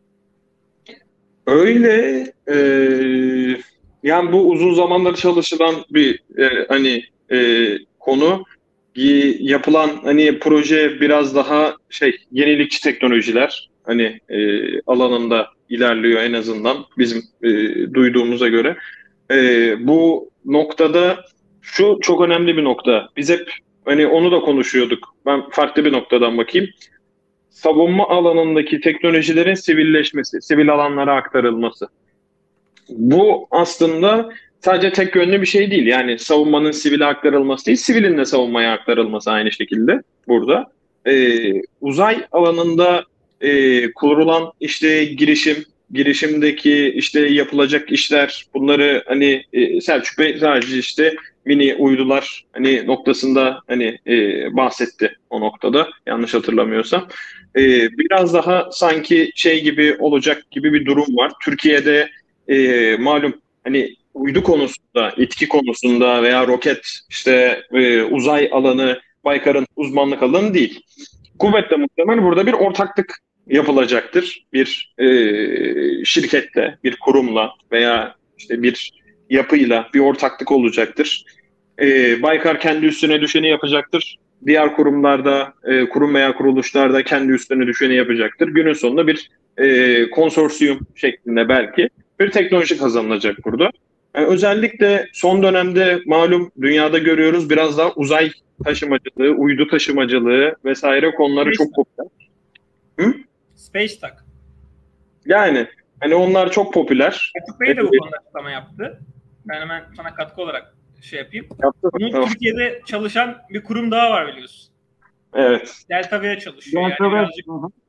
Öyle. E, yani bu uzun zamandır çalışılan bir e, hani e, konu. Yapılan hani proje biraz daha şey yenilikçi teknolojiler hani e, alanında ilerliyor en azından bizim e, duyduğumuza göre. E, bu noktada şu çok önemli bir nokta. Biz hep hani onu da konuşuyorduk. Ben farklı bir noktadan bakayım. Savunma alanındaki teknolojilerin sivilleşmesi, sivil alanlara aktarılması. Bu aslında sadece tek yönlü bir şey değil. Yani savunmanın sivile aktarılması değil, sivilin de savunmaya aktarılması aynı şekilde burada. Ee, uzay alanında e, kurulan işte girişim, girişimdeki işte yapılacak işler, bunları hani e, Selçuk Bey sadece işte mini uydular hani noktasında hani e, bahsetti o noktada yanlış hatırlamıyorsam. E, biraz daha sanki şey gibi olacak gibi bir durum var. Türkiye'de e, malum hani uydu konusunda, etki konusunda veya roket işte e, uzay alanı Baykar'ın uzmanlık alanı değil. Kuvvetle muhtemel burada bir ortaklık yapılacaktır. Bir e, şirketle, bir kurumla veya işte bir yapıyla bir ortaklık olacaktır. E, Baykar kendi üstüne düşeni yapacaktır. Diğer kurumlarda, e, kurum veya kuruluşlarda kendi üstüne düşeni yapacaktır. Günün sonunda bir e, konsorsiyum şeklinde belki bir teknoloji kazanılacak burada. Yani özellikle son dönemde malum dünyada görüyoruz biraz daha uzay taşımacılığı, uydu taşımacılığı vesaire konuları Space çok popüler. Hı? Space Tech. Yani hani onlar çok popüler. Selçuk Bey de bu konuda açıklama yaptı. Ben hemen sana katkı olarak şey yapayım. Yaptım. Bunun tamam. Türkiye'de çalışan bir kurum daha var biliyorsun. Evet. Delta V çalışıyor. Delta yani birazcık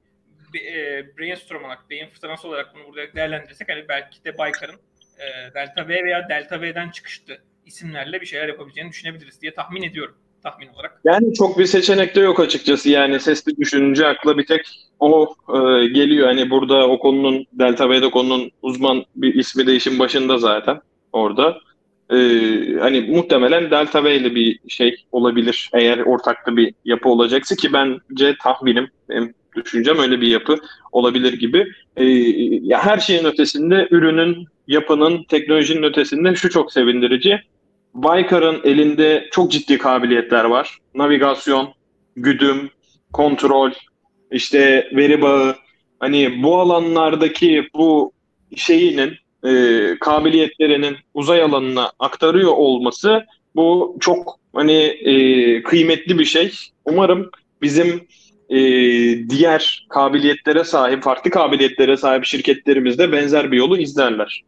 e, brainstorm olarak, beyin fırtınası olarak bunu burada değerlendirirsek hani belki de Baykar'ın e, Delta V veya Delta V'den çıkıştı isimlerle bir şeyler yapabileceğini düşünebiliriz diye tahmin ediyorum. Tahmin olarak. Yani çok bir seçenek de yok açıkçası. Yani sesli düşününce akla bir tek o e, geliyor. Hani burada o konunun, Delta V'de konunun uzman bir ismi de işin başında zaten orada. E, Hani muhtemelen Delta V ile bir şey olabilir. Eğer ortakta bir yapı olacaksa, ki bence tahminim, benim düşüncem öyle bir yapı olabilir gibi. E, ya her şeyin ötesinde, ürünün, yapının, teknolojinin ötesinde şu çok sevindirici. Baykar'ın elinde çok ciddi kabiliyetler var. Navigasyon, güdüm, kontrol, işte veri bağı. Hani bu alanlardaki bu şeyinin, e, kabiliyetlerinin uzay alanına aktarıyor olması, bu çok hani e, kıymetli bir şey. Umarım bizim e, diğer kabiliyetlere sahip, farklı kabiliyetlere sahip şirketlerimiz de benzer bir yolu izlerler.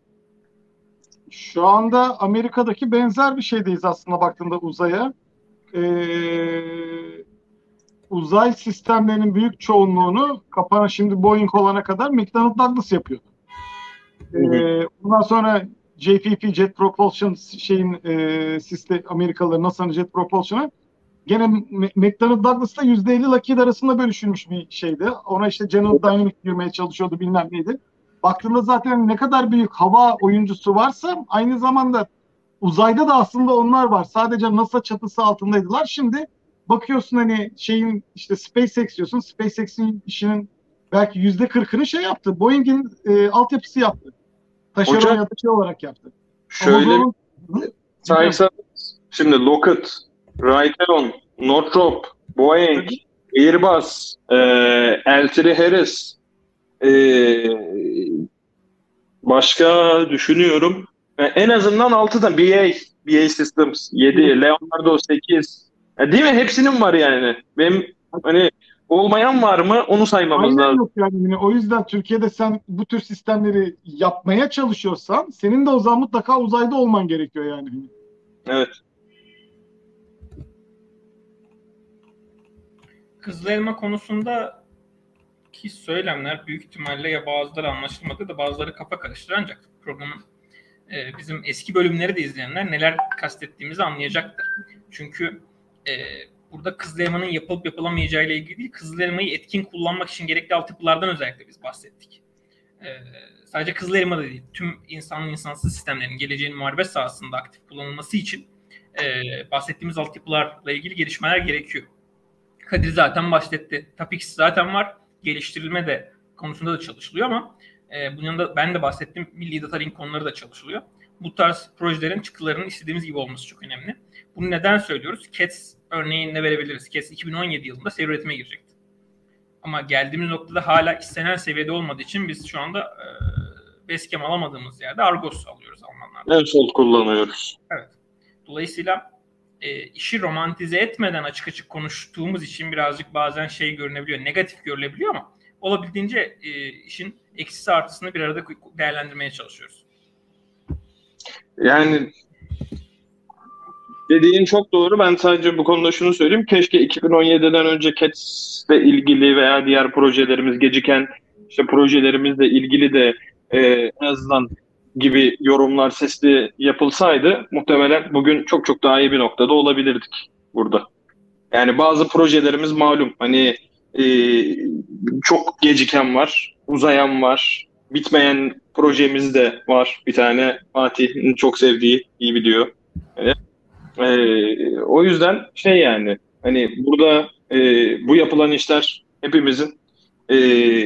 Şu anda Amerika'daki benzer bir şeydeyiz aslında baktığında uzaya. Ee, uzay sistemlerinin büyük çoğunluğunu kapanan şimdi Boeing olana kadar McDonnell Douglas yapıyordu. Ee, ondan sonra J P P Jet Propulsion şeyin e, sistem Amerikalıların NASA'nın Jet Propulsion'a gene McDonnell Douglas'la yüzde elli Lockheed arasında bölüşülmüş bir şeydi. Ona işte General Dynamics girmeye çalışıyordu, bilmem neydi. Baktığında zaten ne kadar büyük hava oyuncusu varsa aynı zamanda uzayda da aslında onlar var. Sadece NASA çatısı altındaydılar. Şimdi bakıyorsun hani şeyin işte SpaceX diyorsun. SpaceX'in işinin belki yüzde kırkını şey yaptı. Boeing'in e, altyapısı yaptı. Taşeron Hocam, ya da şey olarak yaptı. Şöyle bu, sayarsanız şimdi Lockheed, Raytheon, Northrop, Boeing, Airbus, e, L üç Harris, e, başka düşünüyorum. E, en azından altı tane B A, B A Systems yedi, Leonardo sekiz. E, değil mi? Hepsinin var yani. Benim hani olmayan var mı? Onu saymamız aynen lazım. yok yani. Yani o yüzden Türkiye'de sen bu tür sistemleri yapmaya çalışıyorsan senin de o zaman mutlaka uzayda olman gerekiyor yani. Evet. Kızıl Elma konusunda ki söylemler büyük ihtimalle ya bazıları anlaşılmadı da bazıları kafa karıştırır, ancak programın e, bizim eski bölümleri de izleyenler neler kastettiğimizi anlayacaktır. Çünkü e, burada Kızıl Elma'nın yapılıp yapılamayacağı ile ilgili değil, Kızıl Elma'yı etkin kullanmak için gerekli altyapılardan özellikle biz bahsettik. E, sadece Kızıl Elma da değil, tüm insanlı insansız sistemlerin geleceğin muharebe sahasında aktif kullanılması için e, bahsettiğimiz altyapılarla ilgili gelişmeler gerekiyor. Kadir zaten bahsetti. TAPIX zaten var. Geliştirilme de konusunda da çalışılıyor ama e, bunun yanında ben de bahsettim. Milli Data Link konuları da çalışılıyor. Bu tarz projelerin çıktılarının istediğimiz gibi olması çok önemli. Bunu neden söylüyoruz? C A T S örneğini verebiliriz. C A T S iki bin on yedi yılında seri üretime girecekti. Ama geldiğimiz noktada hala istenen seviyede olmadığı için biz şu anda e, Basecamp alamadığımız yerde Argos alıyoruz Almanlardan. En sol kullanıyoruz. Evet. Dolayısıyla E, işi romantize etmeden açık açık konuştuğumuz için birazcık bazen şey görünebiliyor, negatif görülebiliyor ama olabildiğince e, işin eksisi artısını bir arada değerlendirmeye çalışıyoruz. Yani dediğin çok doğru. Ben sadece bu konuda şunu söyleyeyim. Keşke iki bin on yediden önce C A T S'le ilgili veya diğer projelerimiz, geciken işte projelerimizle ilgili de e, en azından gibi yorumlar sesli yapılsaydı muhtemelen bugün çok çok daha iyi bir noktada olabilirdik burada. Yani bazı projelerimiz malum hani e, çok geciken var, uzayan var, bitmeyen projemiz de var. Bir tane Fatih'in çok sevdiği, iyi biliyor. Yani, e, o yüzden şey yani hani burada e, bu yapılan işler hepimizin e,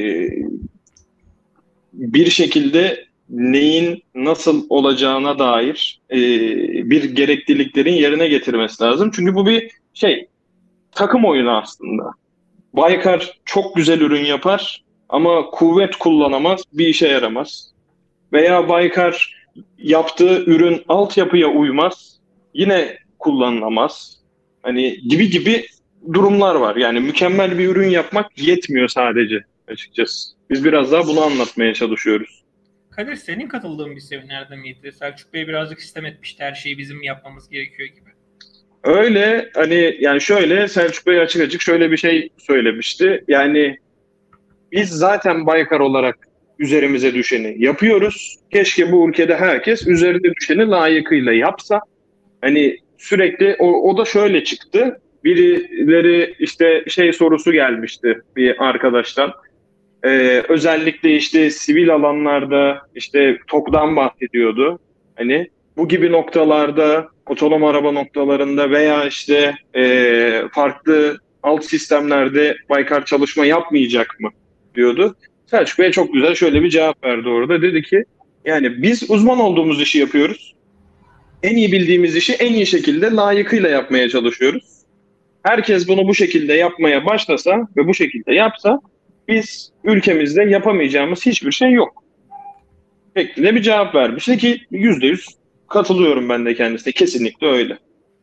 bir şekilde neyin nasıl olacağına dair e, bir gerekliliklerin yerine getirmesi lazım. Çünkü bu bir şey, takım oyunu aslında. Baykar çok güzel ürün yapar ama kuvvet kullanamaz, bir işe yaramaz. Veya Baykar yaptığı ürün altyapıya uymaz, yine kullanılamaz. Hani gibi gibi durumlar var. Yani mükemmel bir ürün yapmak yetmiyor sadece açıkçası. Biz biraz daha bunu anlatmaya çalışıyoruz. Kadir, senin katıldığın bir seminerde miydi? Selçuk Bey birazcık sistem etmişti, her şeyi bizim yapmamız gerekiyor gibi. Öyle hani yani şöyle Selçuk Bey açık açık şöyle bir şey söylemişti. Yani biz zaten Baykar olarak üzerimize düşeni yapıyoruz. Keşke bu ülkede herkes üzerine düşeni layıkıyla yapsa. Hani sürekli o, o da şöyle çıktı. Birileri işte şey sorusu gelmişti bir arkadaştan. Ee, özellikle işte sivil alanlarda işte TOG'dan bahsediyordu. Hani bu gibi noktalarda, otonom araba noktalarında veya işte e, farklı alt sistemlerde Baykar çalışma yapmayacak mı diyordu. Selçuk Bey çok güzel şöyle bir cevap verdi orada. Dedi ki yani biz uzman olduğumuz işi yapıyoruz. En iyi bildiğimiz işi en iyi şekilde layıkıyla yapmaya çalışıyoruz. Herkes bunu bu şekilde yapmaya başlasa ve bu şekilde yapsa biz ülkemizde yapamayacağımız hiçbir şey yok şeklinde bir cevap vermişti ki yüzde yüz katılıyorum ben de kendisine. Kesinlikle öyle.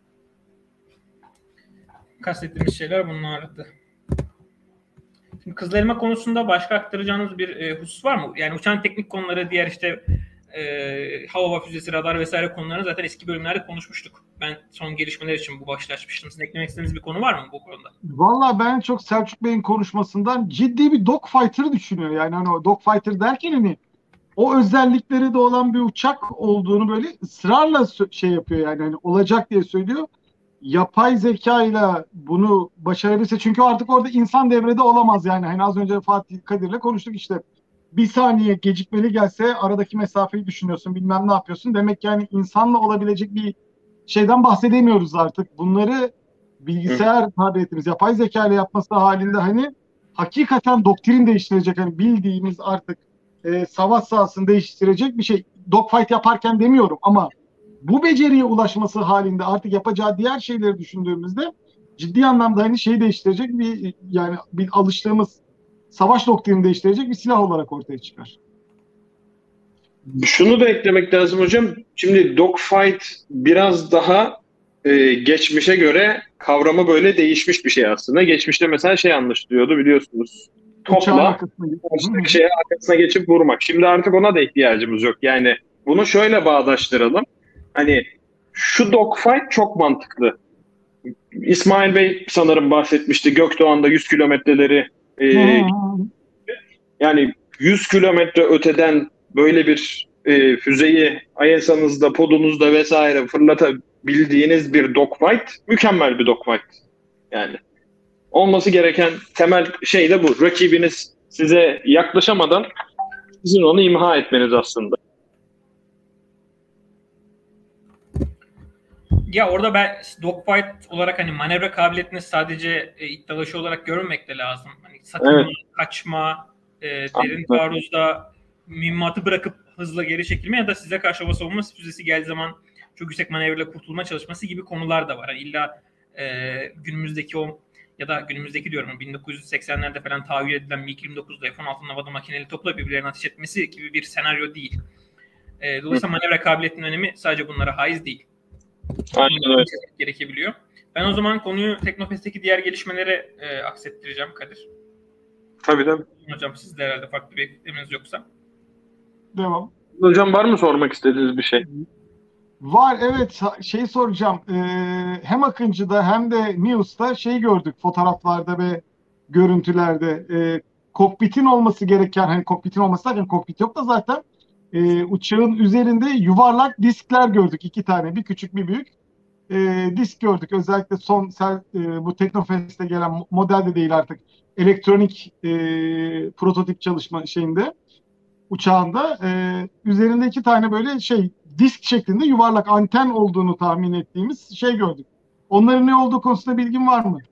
Kastettiğimiz şeyler bunlardı. Şimdi Kızıl Elma konusunda başka aktaracağınız bir e, husus var mı? Yani uçan teknik konuları, diğer işte e, hava füzesi, radar vesaire konularını zaten eski bölümlerde konuşmuştuk. Ben son gelişmeler için bu başlığı açmıştım. Sizin eklemek istediğiniz bir konu var mı bu konuda? Valla ben çok Selçuk Bey'in konuşmasından ciddi bir dogfighter düşünüyor. Yani hani o dogfighter derken hani o özellikleri de olan bir uçak olduğunu böyle ısrarla şey yapıyor, yani hani olacak diye söylüyor. Yapay zeka ile bunu başarabilirse, çünkü artık orada insan devrede olamaz yani. Hani az önce Fatih Kadir'le konuştuk işte. Bir saniye gecikmeli gelse aradaki mesafeyi düşünüyorsun, bilmem ne yapıyorsun. Demek yani insanla olabilecek bir şeyden bahsedemiyoruz artık. Bunları bilgisayar tabletimiz yapay zeka ile yapması halinde hani hakikaten doktrin değiştirecek, hani bildiğimiz artık e, savaş sahasını değiştirecek bir şey. Dogfight yaparken demiyorum ama bu beceriye ulaşması halinde artık yapacağı diğer şeyleri düşündüğümüzde ciddi anlamda hani şeyi değiştirecek bir, yani bir alıştığımız savaş doktrini değiştirecek bir silah olarak ortaya çıkar. Şunu da eklemek lazım hocam. Şimdi dogfight biraz daha e, geçmişe göre kavramı böyle değişmiş bir şey aslında. Geçmişte mesela şey anlaşılıyordu biliyorsunuz. Topla karşıdaki şeye arkasına geçip vurmak. Şimdi artık ona da ihtiyacımız yok. Yani bunu şöyle bağdaştıralım. Hani şu dogfight çok mantıklı. İsmail Bey sanırım bahsetmişti. Gökdoğan'da yüz kilometreleri e, yani yüz kilometre öteden böyle bir e, füzeyi I S A'nızda, podunuzda vesaire fırlatabildiğiniz bir dogfight mükemmel bir dogfight. Yani olması gereken temel şey de bu. Rakibiniz size yaklaşamadan sizin onu imha etmeniz aslında. Ya orada ben dogfight olarak hani manevra kabiliyetini sadece e, iddialaşı olarak görmemek de lazım. Hani sakınma, evet. kaçma, e, derin taarruzda mühimmatı bırakıp hızla geri çekilme ya da size karşı hava savunma füzesi geldiği zaman çok yüksek manevrayla kurtulma çalışması gibi konular da var. Yani illa e, günümüzdeki o ya da günümüzdeki diyorum bin dokuz yüz seksenlerde falan tahayyül edilen MiG yirmi dokuz'da F on altı havada makineli topla birbirlerine ateş etmesi gibi bir senaryo değil. E, dolayısıyla manevra kabiliyetinin önemi sadece bunlara haiz değil. Aynen öyle. Gerekebiliyor. Ben o zaman konuyu Teknofest'teki diğer gelişmelere e, aksettireceğim Kadir. Tabii tabii. Hocam siz de herhalde farklı bir eklemeniz yoksa. Devam. Hocam var mı sormak istediğiniz bir şey? Var, evet. Şey soracağım. Ee, hem Akıncı'da hem de News'ta şey gördük fotoğraflarda ve görüntülerde. Ee, kokpitin olması gereken, hani kokpitin olması derken kokpit yok da zaten e, uçağın üzerinde yuvarlak diskler gördük. İki tane. Bir küçük bir büyük. E, disk gördük. Özellikle son e, bu Teknofest'te gelen model de değil artık. Elektronik e, prototip çalışma şeyinde. Uçağında e, üzerinde iki tane böyle şey disk şeklinde yuvarlak anten olduğunu tahmin ettiğimiz şey gördük. Onların ne olduğu konusunda bilgin var mı?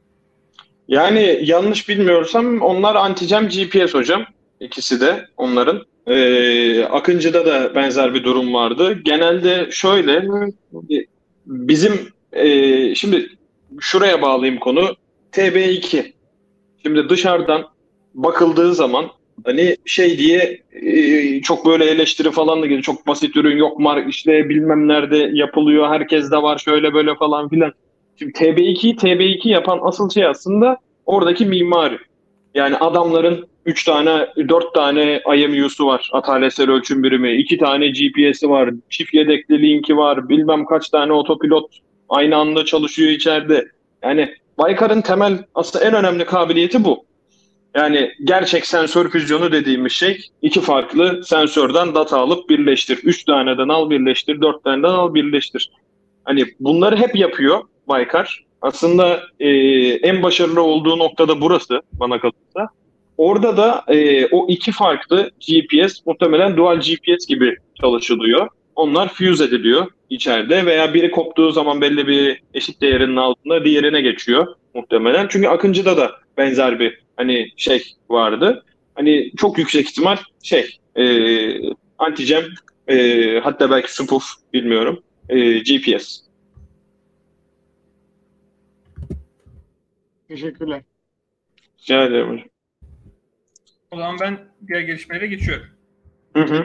Yani yanlış bilmiyorsam onlar Anticam G P S hocam. İkisi de onların. Ee, Akıncı'da da benzer bir durum vardı. Genelde şöyle bizim e, şimdi şuraya bağlayayım konu. T B iki. Şimdi dışarıdan bakıldığı zaman hani şey diye e, çok böyle eleştiri falan da geliyor. Çok basit ürün yok mar işte bilmem nerede yapılıyor. Herkes de var şöyle böyle falan filan. Şimdi T B iki'yi T B iki yapan asıl şey aslında oradaki mimari. Yani adamların üç tane dört tane I M U'su var. Ataletsel ölçüm birimi. iki tane G P S'i var. Çift yedekli linki var. Bilmem kaç tane otopilot aynı anda çalışıyor içeride. Yani Baykar'ın temel aslında en önemli kabiliyeti bu. Yani gerçek sensör füzyonu dediğimiz şey iki farklı sensörden data alıp birleştir. Üç taneden al birleştir, dört taneden al birleştir. Hani bunları hep yapıyor Baykar. Aslında e, en başarılı olduğu noktada burası bana kalırsa. Orada da e, o iki farklı G P S muhtemelen dual G P S gibi çalışılıyor. Onlar fuse ediliyor içeride veya biri koptuğu zaman belli bir eşik değerinin altında diğerine geçiyor muhtemelen. Çünkü Akıncı'da da benzer bir hani şey vardı. Hani çok yüksek ihtimal şey e, antijem e, hatta belki spoof bilmiyorum e, G P S. Teşekkürler. Rica ederim hocam. O zaman ben diğer gelişmelere geçiyorum. Hı hı.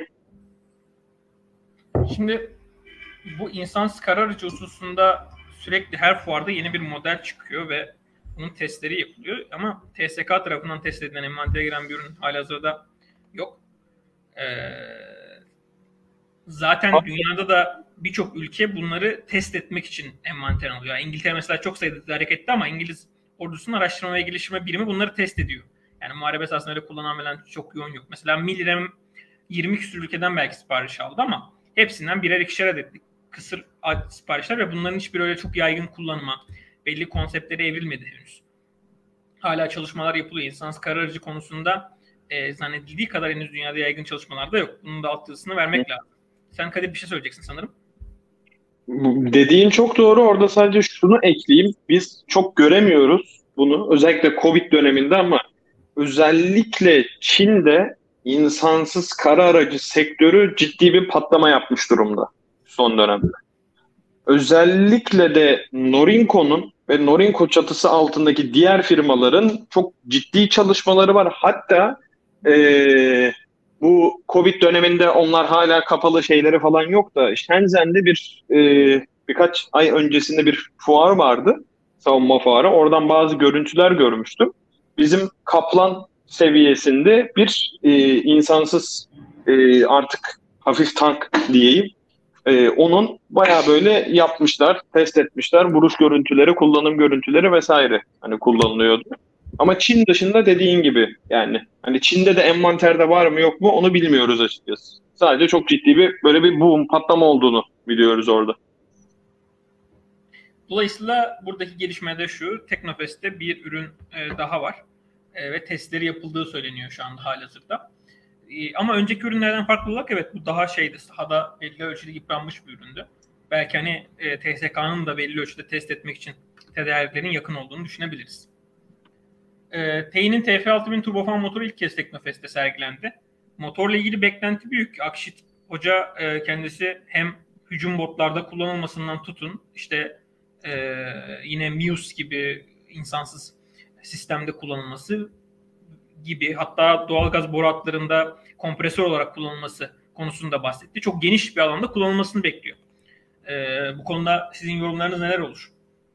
Şimdi bu insansız kara aracı hususunda sürekli her fuarda yeni bir model çıkıyor ve bunun testleri yapılıyor. Ama T S K tarafından test edilen, envantere giren bir ürün halihazırda yok. Ee, zaten dünyada da birçok ülke bunları test etmek için envanter alıyor. Yani İngiltere mesela çok sayıda hareketli ama İngiliz ordusunun araştırma ve geliştirme birimi bunları test ediyor. Yani muharebe esasında öyle kullanan falan çok yoğun yok. Mesela Milrem yirmi küsur ülkeden belki sipariş aldı ama hepsinden birer ikişer adetlik kısır siparişler ve bunların hiçbir öyle çok yaygın kullanıma, belli konseptlere evrilmedi henüz. Hala çalışmalar yapılıyor. İnsansız kara aracı konusunda e, zannedildiği kadar henüz dünyada yaygın çalışmalar da yok. Bunun da alt yazısını vermek lazım. Sen Kadir bir şey söyleyeceksin sanırım. Dediğin çok doğru. Orada sadece şunu ekleyeyim. Biz çok göremiyoruz bunu. Özellikle Covid döneminde ama özellikle Çin'de insansız kara aracı sektörü ciddi bir patlama yapmış durumda son dönemde. Özellikle de Norinco'nun ve Norinco çatısı altındaki diğer firmaların çok ciddi çalışmaları var. Hatta ee, bu Covid döneminde onlar hala kapalı şeyleri falan yok da Shenzhen'de bir e, birkaç ay öncesinde bir fuar vardı. Savunma fuarı. Oradan bazı görüntüler görmüştüm. Bizim Kaplan seviyesinde bir e, insansız e, artık hafif tank diyeyim. E, onun bayağı böyle yapmışlar, test etmişler. Vuruş görüntüleri, kullanım görüntüleri vesaire hani kullanılıyordu. Ama Çin dışında dediğin gibi yani hani Çin'de de envanterde var mı yok mu onu bilmiyoruz açıkçası. Sadece çok ciddi bir böyle bir boom patlama olduğunu biliyoruz orada. Dolayısıyla buradaki gelişme de şu, Teknofest'te bir ürün e, daha var e, ve testleri yapıldığı söyleniyor şu anda halihazırda. E, ama önceki ürünlerden farklı olarak evet bu daha şeydi, sahada belli ölçüde yıpranmış bir üründü. Belki hani e, T S K'nın da belli ölçüde test etmek için tedariklerin yakın olduğunu düşünebiliriz. E, T I'nin T F altı bin turbofan motoru ilk kez Teknofest'te sergilendi. Motorla ilgili beklenti büyük. Akşit Hoca e, kendisi hem hücum botlarda kullanılmasından tutun, işte e, yine Muse gibi insansız sistemde kullanılması gibi, hatta doğalgaz boru hatlarında kompresör olarak kullanılması konusunda bahsetti. Çok geniş bir alanda kullanılmasını bekliyor. E, bu konuda sizin yorumlarınız neler olur?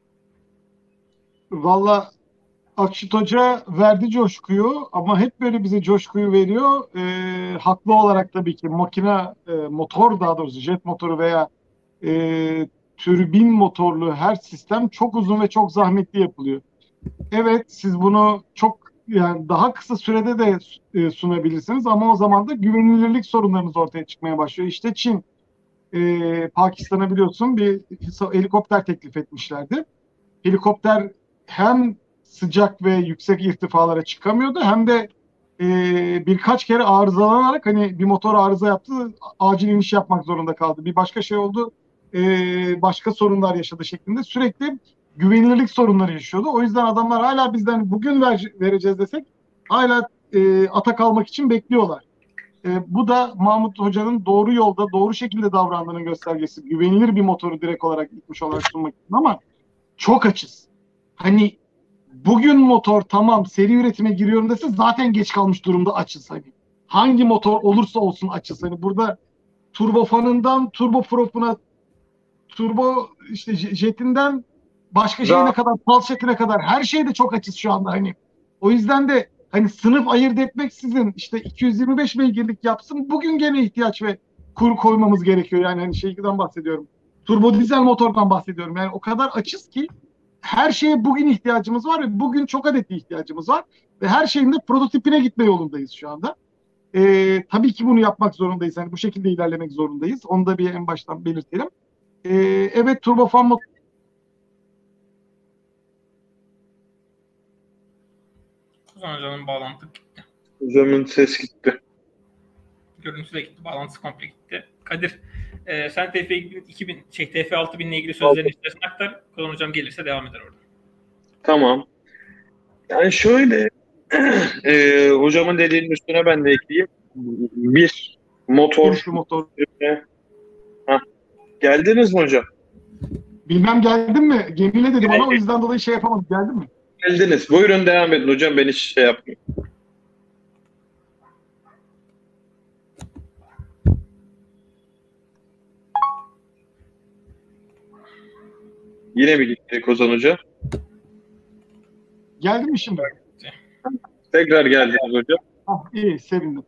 Valla Akşit Hoca verdi coşkuyu ama hep böyle bize coşkuyu veriyor. E, haklı olarak tabii ki makine, e, motor daha doğrusu jet motoru veya e, türbin motorlu her sistem çok uzun ve çok zahmetli yapılıyor. Evet, siz bunu çok yani daha kısa sürede de e, sunabilirsiniz ama o zaman da güvenilirlik sorunlarınız ortaya çıkmaya başlıyor. İşte Çin, e, Pakistan'a biliyorsun bir helikopter teklif etmişlerdi. Helikopter hem sıcak ve yüksek irtifalara çıkamıyordu hem de e, birkaç kere arızalanarak hani bir motor arıza yaptı, acil iniş yapmak zorunda kaldı. Bir başka şey oldu, e, başka sorunlar yaşadı şeklinde sürekli güvenilirlik sorunları yaşıyordu. O yüzden adamlar hala bizden bugün ver, vereceğiz desek hala e, atak almak için bekliyorlar. E, bu da Mahmut Hoca'nın doğru yolda, doğru şekilde davrandığının göstergesi. Güvenilir bir motoru direkt olarak gitmiş olarak sunmak için ama çok açız. Hani bugün motor tamam seri üretime giriyorum dese zaten geç kalmış durumda açız. Hani hangi motor olursa olsun açız. Hani burada turbofanından turbopropuna, turbo işte jetinden başka şeyine kadar, pulse jetine kadar her şeyde çok açız şu anda hani. O yüzden de hani sınıf ayırt etmeksizin işte iki yüz yirmi beş beygirlik yapsın bugün gene ihtiyaç ve kur koymamız gerekiyor. Yani hani şeyden bahsediyorum. Turbo dizel motordan bahsediyorum. Yani o kadar açız ki her şeye bugün ihtiyacımız var ve bugün çok adetli ihtiyacımız var. Ve her şeyin de prototipine gitme yolundayız şu anda. Ee, tabii ki bunu yapmak zorundayız. Yani bu şekilde ilerlemek zorundayız. Onu da bir en baştan belirtelim. Ee, evet, turbofan motor Ozan Hoca'nın bağlantı gitti. Hocamın ses gitti. Görüntü de gitti. Bağlantısı komple gitti. Kadir, e, sen T F iki bin, şey, T F altı bin ile ilgili sözlerini istersen aktar. Ozan Hocam gelirse devam eder orada. Tamam. Yani şöyle e, hocamın dediğinin üstüne ben de ekleyeyim. Bir motor. Üçlü motor. Hah. Geldiniz mi hocam? Bilmem geldin mi? Gemiyle dedim ama o yüzden dolayı şey yapamadım. Geldin mi? Geldiniz. Buyurun devam edin hocam. Ben hiç şey yapmayayım. Yine mi gittik Ozan Hoca? Geldin mi şimdi? Tekrar geldiniz hocam. Ah, iyi, sevindim.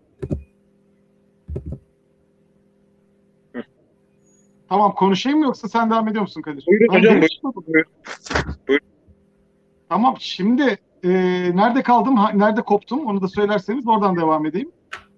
Hı. Tamam, konuşayım mı yoksa sen devam ediyor musun Kadir? Buyurun Ben hocam. görüşmedim. Buyurun. Buyurun. Tamam, şimdi e, nerede kaldım, ha, nerede koptum onu da söylerseniz oradan devam edeyim.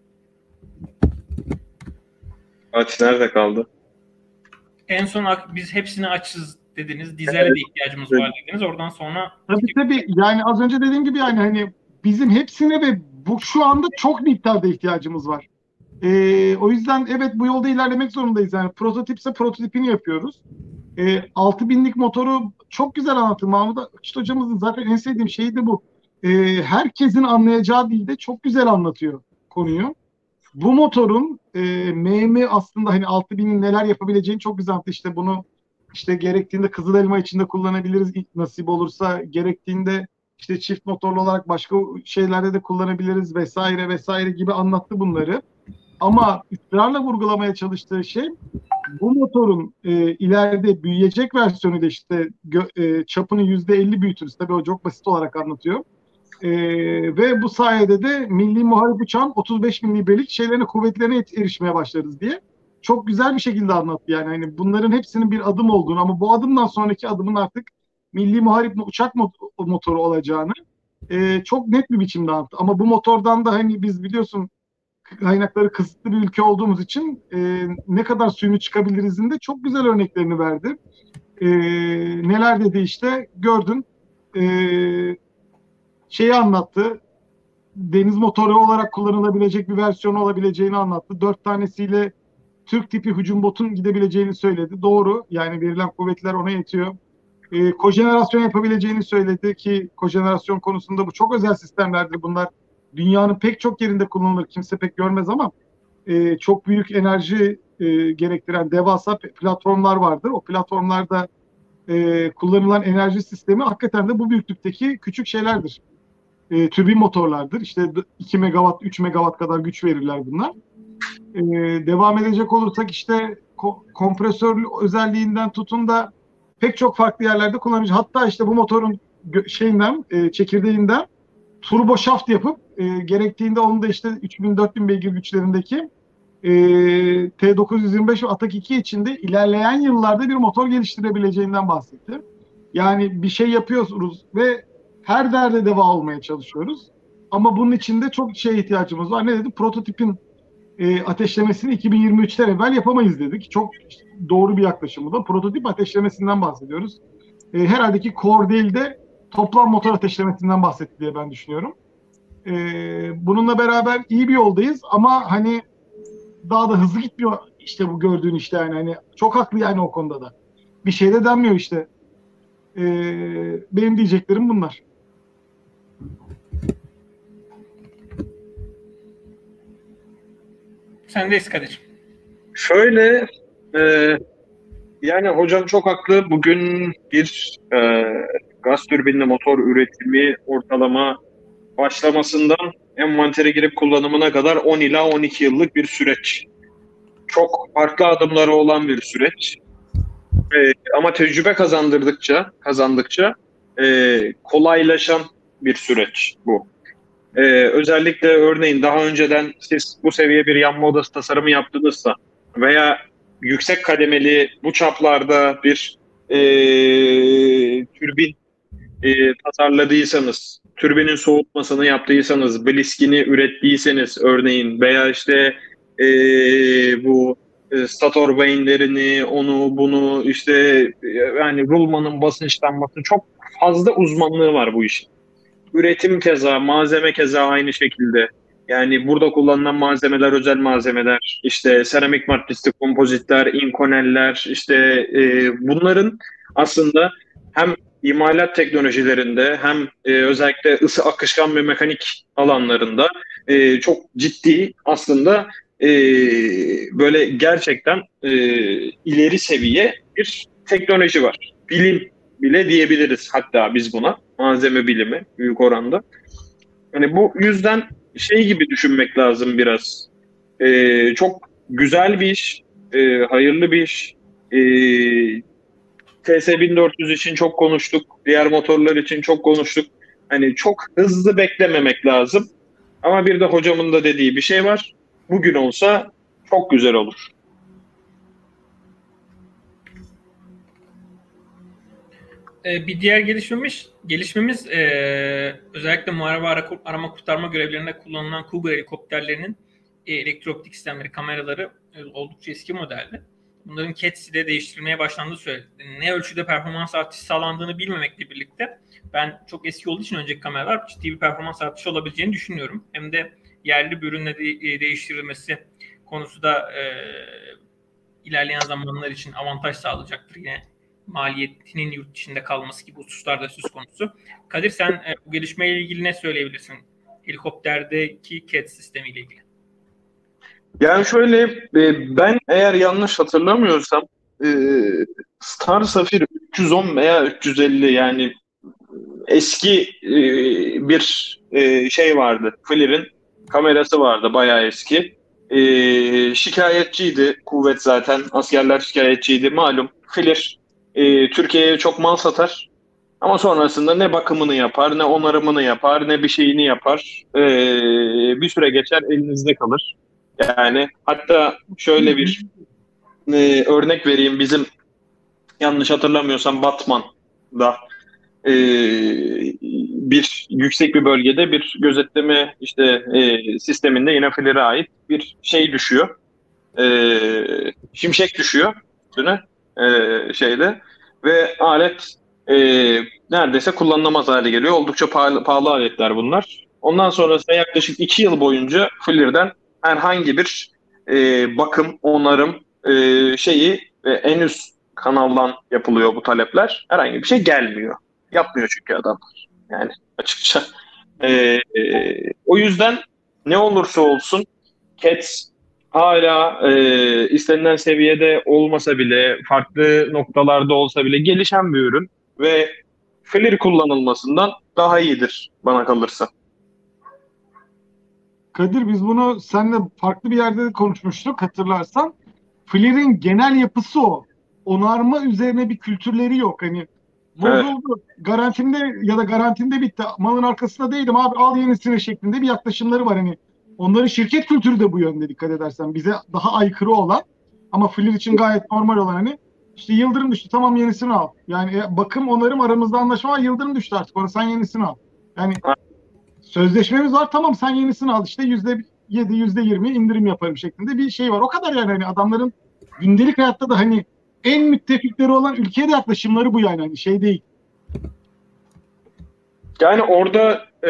Aç nerede kaldı? En son ak- biz hepsini açız dediniz. Dizele de ihtiyacımız var dediniz. Oradan sonra Tabii tabii, yani az önce dediğim gibi yani hani bizim hepsine ve bu şu anda çok miktarda ihtiyacımız var. E, o yüzden evet, bu yolda ilerlemek zorundayız. Yani prototipse prototipini yapıyoruz. E, altı binlik motoru çok güzel anlattı Mahmut Akçıl hocamızın, zaten en sevdiğim şey de bu. E, herkesin anlayacağı dilde çok güzel anlatıyor konuyu. Bu motorun e, M M aslında hani altı binin neler yapabileceğini çok güzel anlattı. İşte bunu işte gerektiğinde Kızıl Elma içinde kullanabiliriz nasip olursa, gerektiğinde işte çift motorlu olarak başka şeylerde de kullanabiliriz vesaire vesaire gibi anlattı bunları. Ama ısrarla vurgulamaya çalıştığı şey, bu motorun e, ileride büyüyecek versiyonu da işte gö- e, çapını yüzde elli büyütürüz. Tabii o çok basit olarak anlatıyor. E, ve bu sayede de milli muharip uçağın otuz beş bin librelik şeylerine, kuvvetlerine erişmeye başlarız diye. Çok güzel bir şekilde anlattı yani. Hani bunların hepsinin bir adım olduğunu ama bu adımdan sonraki adımın artık milli muharip uçak motoru olacağını e, çok net bir biçimde anlattı. Ama bu motordan da hani biz biliyorsun kaynakları kısıtlı bir ülke olduğumuz için e, ne kadar suyunu çıkabilirizin de çok güzel örneklerini verdi. E, neler dedi işte gördün. E, şeyi anlattı. Deniz motoru olarak kullanılabilecek bir versiyonu olabileceğini anlattı. Dört tanesiyle Türk tipi hücum botun gidebileceğini söyledi. Doğru. Yani verilen kuvvetler ona yetiyor. E, kojenerasyon yapabileceğini söyledi ki kojenerasyon konusunda bu çok özel sistemlerdir. Bunlar dünyanın pek çok yerinde kullanılır. Kimse pek görmez ama e, çok büyük enerji e, gerektiren devasa platformlar vardır. O platformlarda e, kullanılan enerji sistemi hakikaten de bu büyüklükteki küçük şeylerdir. E, türbin motorlardır. İşte iki megawatt, üç megawatt kadar güç verirler bunlar. E, devam edecek olursak işte ko- kompresör özelliğinden tutun da pek çok farklı yerlerde kullanılır. Hatta işte bu motorun şeyinden, e, çekirdeğinden turbo şaft yapıp e, gerektiğinde onu da işte üç bin dört bin beygir güçlerindeki e, T dokuz yüz yirmi beş ve Atak iki içinde ilerleyen yıllarda bir motor geliştirebileceğinden bahsetti. Yani bir şey yapıyoruz ve her derde deva olmaya çalışıyoruz. Ama bunun için de çok şeye ihtiyacımız var. Ne dedi? Prototipin e, ateşlemesini iki bin yirmi üçten evvel yapamayız dedik. Çok doğru bir yaklaşım bu da. Prototip ateşlemesinden bahsediyoruz. E, herhalde ki core değil de toplam motor ateşlemesinden bahsetti diye ben düşünüyorum. E, bununla beraber iyi bir yoldayız ama hani daha da hızlı gitmiyor işte bu gördüğün işte yani hani çok haklı yani o konuda da. Bir şey de denmiyor işte. E, benim diyeceklerim bunlar. sendeyiz Kadir. Şöyle e, yani hocam çok haklı. Bugün bir e, gaz türbinli motor üretimi ortalama başlamasından envantere girip kullanımına kadar on ila on iki yıllık bir süreç. Çok farklı adımları olan bir süreç. E, ama tecrübe kazandırdıkça, kazandıkça e, kolaylaşan bir süreç bu. E, özellikle örneğin daha önceden siz bu seviye bir yanma odası tasarımı yaptınızsa veya yüksek kademeli bu çaplarda bir e, türbin e, tasarladıysanız, türbinin soğutmasını yaptıysanız, bliskini ürettiyseniz örneğin veya işte e, bu e, stator beyinlerini, onu bunu işte e, yani rulmanın basınçlanması çok fazla uzmanlığı var bu işin. Üretim keza, malzeme keza aynı şekilde. Yani burada kullanılan malzemeler özel malzemeler, işte seramik matrisli kompozitler, inkoneller, işte e, bunların aslında hem imalat teknolojilerinde hem e, özellikle ısı akışkan ve mekanik alanlarında e, çok ciddi aslında e, böyle gerçekten e, ileri seviye bir teknoloji var. Bilim bile diyebiliriz hatta biz buna. Malzeme bilimi büyük oranda. Hani bu yüzden şey gibi düşünmek lazım biraz. Ee, çok güzel bir iş, e, hayırlı bir iş. Ee, T S bin dört yüz için çok konuştuk, diğer motorlar için çok konuştuk. Hani çok hızlı beklememek lazım. Ama bir de hocamın da dediği bir şey var. Bugün olsa çok güzel olur. Ee, bir diğer gelişmemiz, gelişmemiz e, özellikle muharebe ara- arama kurtarma görevlerinde kullanılan Cougar helikopterlerinin e, elektrooptik sistemleri, kameraları e, oldukça eski modeldi. Bunların C A T S ile değiştirilmeye başlandığı söyledi. Ne ölçüde performans artışı sağlandığını bilmemekle birlikte ben çok eski olduğu için önceki kameralar ciddi bir performans artışı olabileceğini düşünüyorum. Hem de yerli bir ürünle de, e, değiştirilmesi konusu da e, ilerleyen zamanlar için avantaj sağlayacaktır yine. Maliyetinin yurt dışında kalması gibi hususlarda söz konusu. Kadir, sen e, bu gelişmeyle ilgili ne söyleyebilirsin? Helikopterdeki C A T sistemiyle ilgili. Yani şöyle, e, ben eğer yanlış hatırlamıyorsam e, Star Sapphire üç yüz on veya üç yüz elli yani eski e, bir e, şey vardı. FLIR'in kamerası vardı, bayağı eski. E, şikayetçiydi kuvvet zaten. Askerler şikayetçiydi. Malum FLIR e, Türkiye'ye çok mal satar. Ama sonrasında ne bakımını yapar, ne onarımını yapar, ne bir şeyini yapar. E, bir süre geçer, elinizde kalır. Yani hatta şöyle bir e, örnek vereyim. Bizim yanlış hatırlamıyorsam Batman'da e, bir yüksek bir bölgede bir gözetleme işte e, sisteminde yine FLIR'e ait bir şey düşüyor. E, şimşek düşüyor üstüne e, şeyde ve alet e, neredeyse kullanılamaz hale geliyor. Oldukça pahalı, pahalı aletler bunlar. Ondan sonrasında yaklaşık iki yıl boyunca FLIR'den herhangi bir e, bakım, onarım e, şeyi e, en üst kanaldan yapılıyor bu talepler. Herhangi bir şey gelmiyor. Yapmıyor çünkü adamlar. Yani açıkça. E, e, o yüzden ne olursa olsun C A T S hala e, istenilen seviyede olmasa bile, farklı noktalarda olsa bile gelişen bir ürün ve FLIR kullanılmasından daha iyidir bana kalırsa. Kadir, biz bunu seninle farklı bir yerde de konuşmuştuk hatırlarsan. FLIR'in genel yapısı o. Onarma üzerine bir kültürleri yok. Hani Evet. bozuldu, garantinde ya da garantinde bitti, malın arkasında değilim abi, al yenisini şeklinde bir yaklaşımları var. Hani onların şirket kültürü de bu yönde, dikkat edersen. Bize daha aykırı olan ama FLIR için gayet normal olan, hani işte yıldırım düştü, tamam yenisini al. Yani e, bakım onarım aramızda anlaşma var, yıldırım düştü artık ona, sen yenisini al. Yani sözleşmemiz var, tamam sen yenisini al, işte yüzde yedi, yüzde yirmi indirim yaparım şeklinde bir şey var. O kadar yani. Hani adamların gündelik hayatta da hani en müttefikleri olan ülkeye de yaklaşımları bu yani. Hani şey değil. Yani orada e,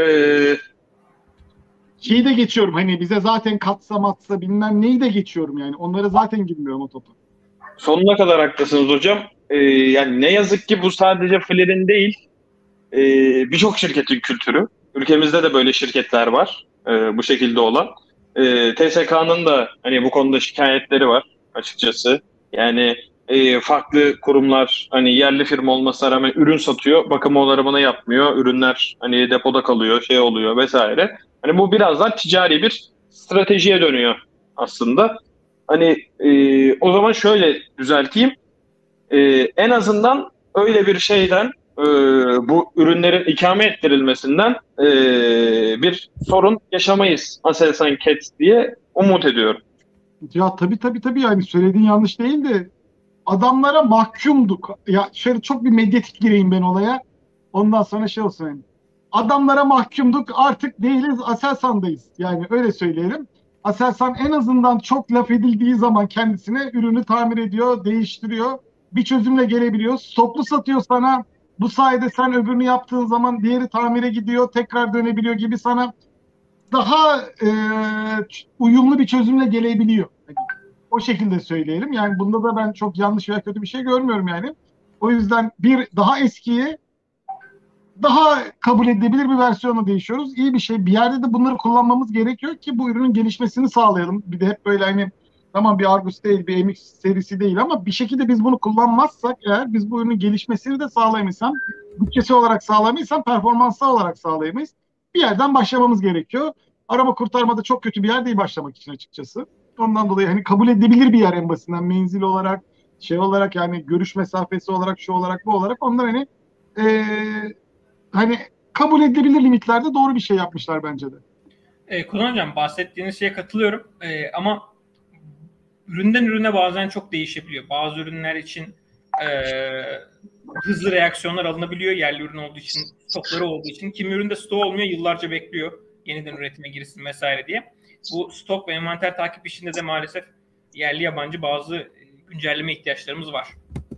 Şeyi de geçiyorum, hani bize zaten katsa matsa bilmem neyi de geçiyorum yani. Onlara zaten girmiyorum o topa. sonuna kadar haklısınız hocam. E, yani ne yazık ki bu sadece FLIR'in değil, e, birçok şirketin kültürü. Ülkemizde de böyle şirketler var, e, bu şekilde olan. E, T S K'nın da hani bu konuda şikayetleri var açıkçası. Yani e, farklı kurumlar hani yerli firma olmasına rağmen ürün satıyor, bakım onarımını yapmıyor. Ürünler hani depoda kalıyor, şey oluyor vesaire. Hani bu biraz daha ticari bir stratejiye dönüyor aslında. Hani e, o zaman şöyle düzelteyim. E, en azından öyle bir şeyden e, bu ürünlerin ikame ettirilmesinden e, bir sorun yaşamayız Aselsan C A T S diye umut ediyorum. Ya tabii tabii tabii, yani söylediğin yanlış değil de adamlara mahkumduk. Ya şöyle çok bir medyatik gireyim ben olaya. Ondan sonra şey olsun yani. Adamlara mahkumduk, artık değiliz, Aselsan'dayız. Yani öyle söyleyelim. Aselsan en azından çok laf edildiği zaman kendisine ürünü tamir ediyor, değiştiriyor. Bir çözümle gelebiliyor. Stoplu satıyor sana. Bu sayede sen öbürünü yaptığın zaman diğeri tamire gidiyor, tekrar dönebiliyor gibi sana daha e, uyumlu bir çözümle gelebiliyor. Hani o şekilde söyleyelim. Yani bunda da ben çok yanlış veya kötü bir şey görmüyorum yani. O yüzden bir daha eskiyi daha kabul edilebilir bir versiyona değişiyoruz. İyi bir şey. Bir yerde de bunları kullanmamız gerekiyor ki bu ürünün gelişmesini sağlayalım. Bir de hep böyle hani tamam bir Argus değil, bir M X serisi değil ama bir şekilde biz bunu kullanmazsak eğer biz bu ürünün gelişmesini de sağlayamayız. Hem bütçesi olarak sağlayamayız hem performansal olarak sağlayamayız. Bir yerden başlamamız gerekiyor. Arama kurtarmada çok kötü bir yer değil başlamak için açıkçası. Ondan dolayı hani kabul edilebilir bir yer en basitinden menzil olarak, şey olarak yani görüş mesafesi olarak, şu olarak, bu olarak onlar hani ee, hani kabul edilebilir limitlerde doğru bir şey yapmışlar bence de. E, Kunan Hocam bahsettiğiniz şeye katılıyorum. E, ama üründen ürüne bazen çok değişebiliyor. Bazı ürünler için e, hızlı reaksiyonlar alınabiliyor. Yerli ürün olduğu için, stokları olduğu için. Kimi üründe stok olmuyor, yıllarca bekliyor. Yeniden üretime girsin vesaire diye. Bu stok ve envanter takip işinde de maalesef yerli yabancı bazı güncelleme ihtiyaçlarımız var.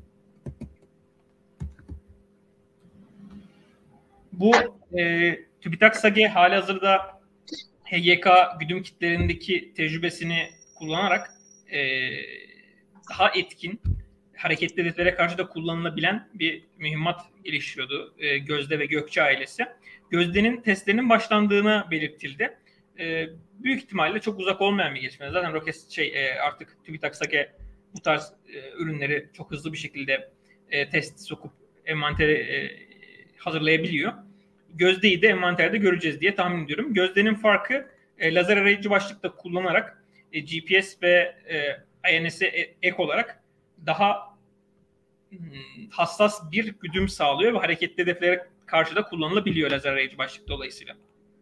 Bu e, TÜBİTAK SAGE halihazırda H G K güdüm kitlerindeki tecrübesini kullanarak e, daha etkin, hareketli hedeflere karşı da kullanılabilen bir mühimmat geliştiriyordu e, Gözde ve Gökçe ailesi. Gözde'nin testlerinin başlandığını belirtildi. E, büyük ihtimalle çok uzak olmayan bir gelişme. Zaten Roket şey e, artık TÜBİTAK SAGE bu tarz e, ürünleri çok hızlı bir şekilde e, test sokup envantere e, hazırlayabiliyor. Gözde'yi de envanterde göreceğiz diye tahmin ediyorum. Gözde'nin farkı e, lazer arayıcı başlıkta kullanarak e, G P S ve e, I N S'e ek olarak daha hmm, hassas bir güdüm sağlıyor ve hareketli hedeflere karşı da kullanılabiliyor lazer arayıcı başlık dolayısıyla.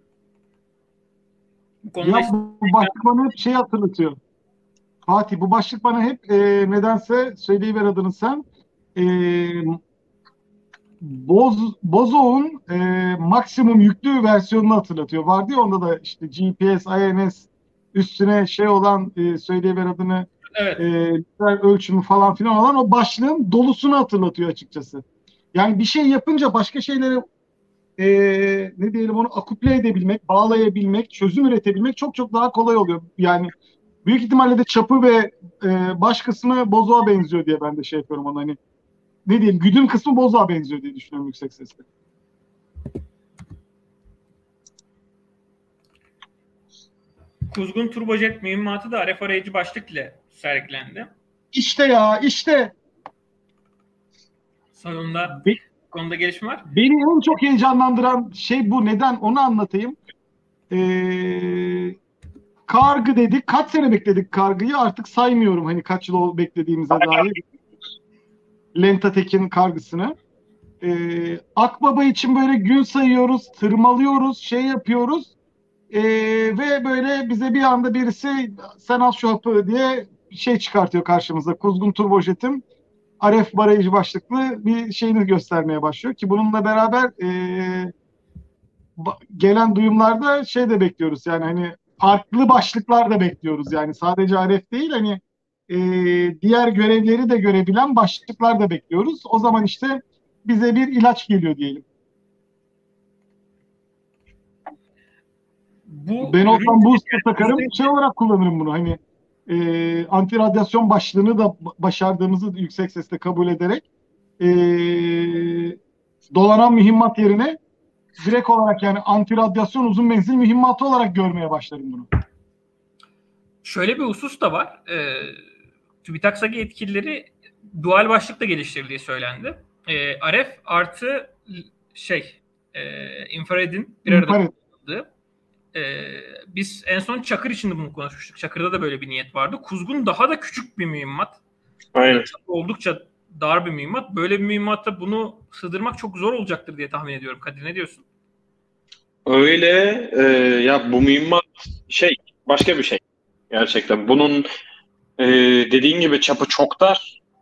Bu konuda ya işte, bu başlık bana hep şey hatırlatıyor. Fatih bu başlık bana hep e, nedense söyleyiver adını sen e, Boz, Bozok'un e, maksimum yüklü versiyonunu hatırlatıyor. Vardı ya onda da işte G P S, I N S üstüne şey olan e, söyleyiver adını evet. e, ölçümü falan filan olan o başlığın dolusunu hatırlatıyor açıkçası. Yani bir şey yapınca başka şeylere e, ne diyelim onu akuple edebilmek, bağlayabilmek, çözüm üretebilmek çok çok daha kolay oluyor. Yani büyük ihtimalle de çapı ve e, baş kısmı Bozok'a benziyor diye ben de şey yapıyorum ona hani ne diyeyim güdüm kısmı Bozok'a benziyor diye düşünüyorum yüksek sesle. Kuzgun turbojet mühimmatı da R F arayıcı başlık ile sergilendi. İşte ya işte. Sonunda Be- konuda gelişme var. Beni en çok heyecanlandıran şey bu. Neden? Onu anlatayım. Ee, kargı dedik. Kaç sene bekledik kargıyı? Artık saymıyorum hani kaç yıl beklediğimize dair. Lentatek'in kargısını. Ee, Akbaba için böyle gün sayıyoruz, tırmalıyoruz, şey yapıyoruz. Ee, ve böyle bize bir anda birisi sen al şu hapı diye şey çıkartıyor karşımıza. Kuzgun turbojetin R F barayıcı başlıklı bir şeyini göstermeye başlıyor ki bununla beraber e, gelen duyumlarda şey de bekliyoruz yani hani farklı başlıklar da bekliyoruz yani sadece R F değil hani e, diğer görevleri de görebilen başlıklar da bekliyoruz. O zaman işte bize bir ilaç geliyor diyelim. Bu ben olsam booster takarım şey olarak kullanırım bunu hani e, anti radyasyon başlığını da başardığımızı yüksek sesle kabul ederek e, dolanan mühimmat yerine direkt olarak yani anti radyasyon uzun menzil mühimmatı olarak görmeye başlarım bunu. Şöyle bir husus da var. E, TÜBİTAK SAGE yetkilileri dual başlıkla geliştirildiği söylendi. E, R F artı şey e, infrared'in bir arada kullanıldığı. Ee, biz en son Çakır için de bunu konuşmuştuk. Çakır'da da böyle bir niyet vardı. Kuzgun daha da küçük bir mühimmat. Aynen. Oldukça dar bir mühimmat. Böyle bir mühimmatta bunu sığdırmak çok zor olacaktır diye tahmin ediyorum. Kadir ne diyorsun? Öyle e, ya bu mühimmat şey başka bir şey. Gerçekten bunun e, dediğin gibi çapı çok dar.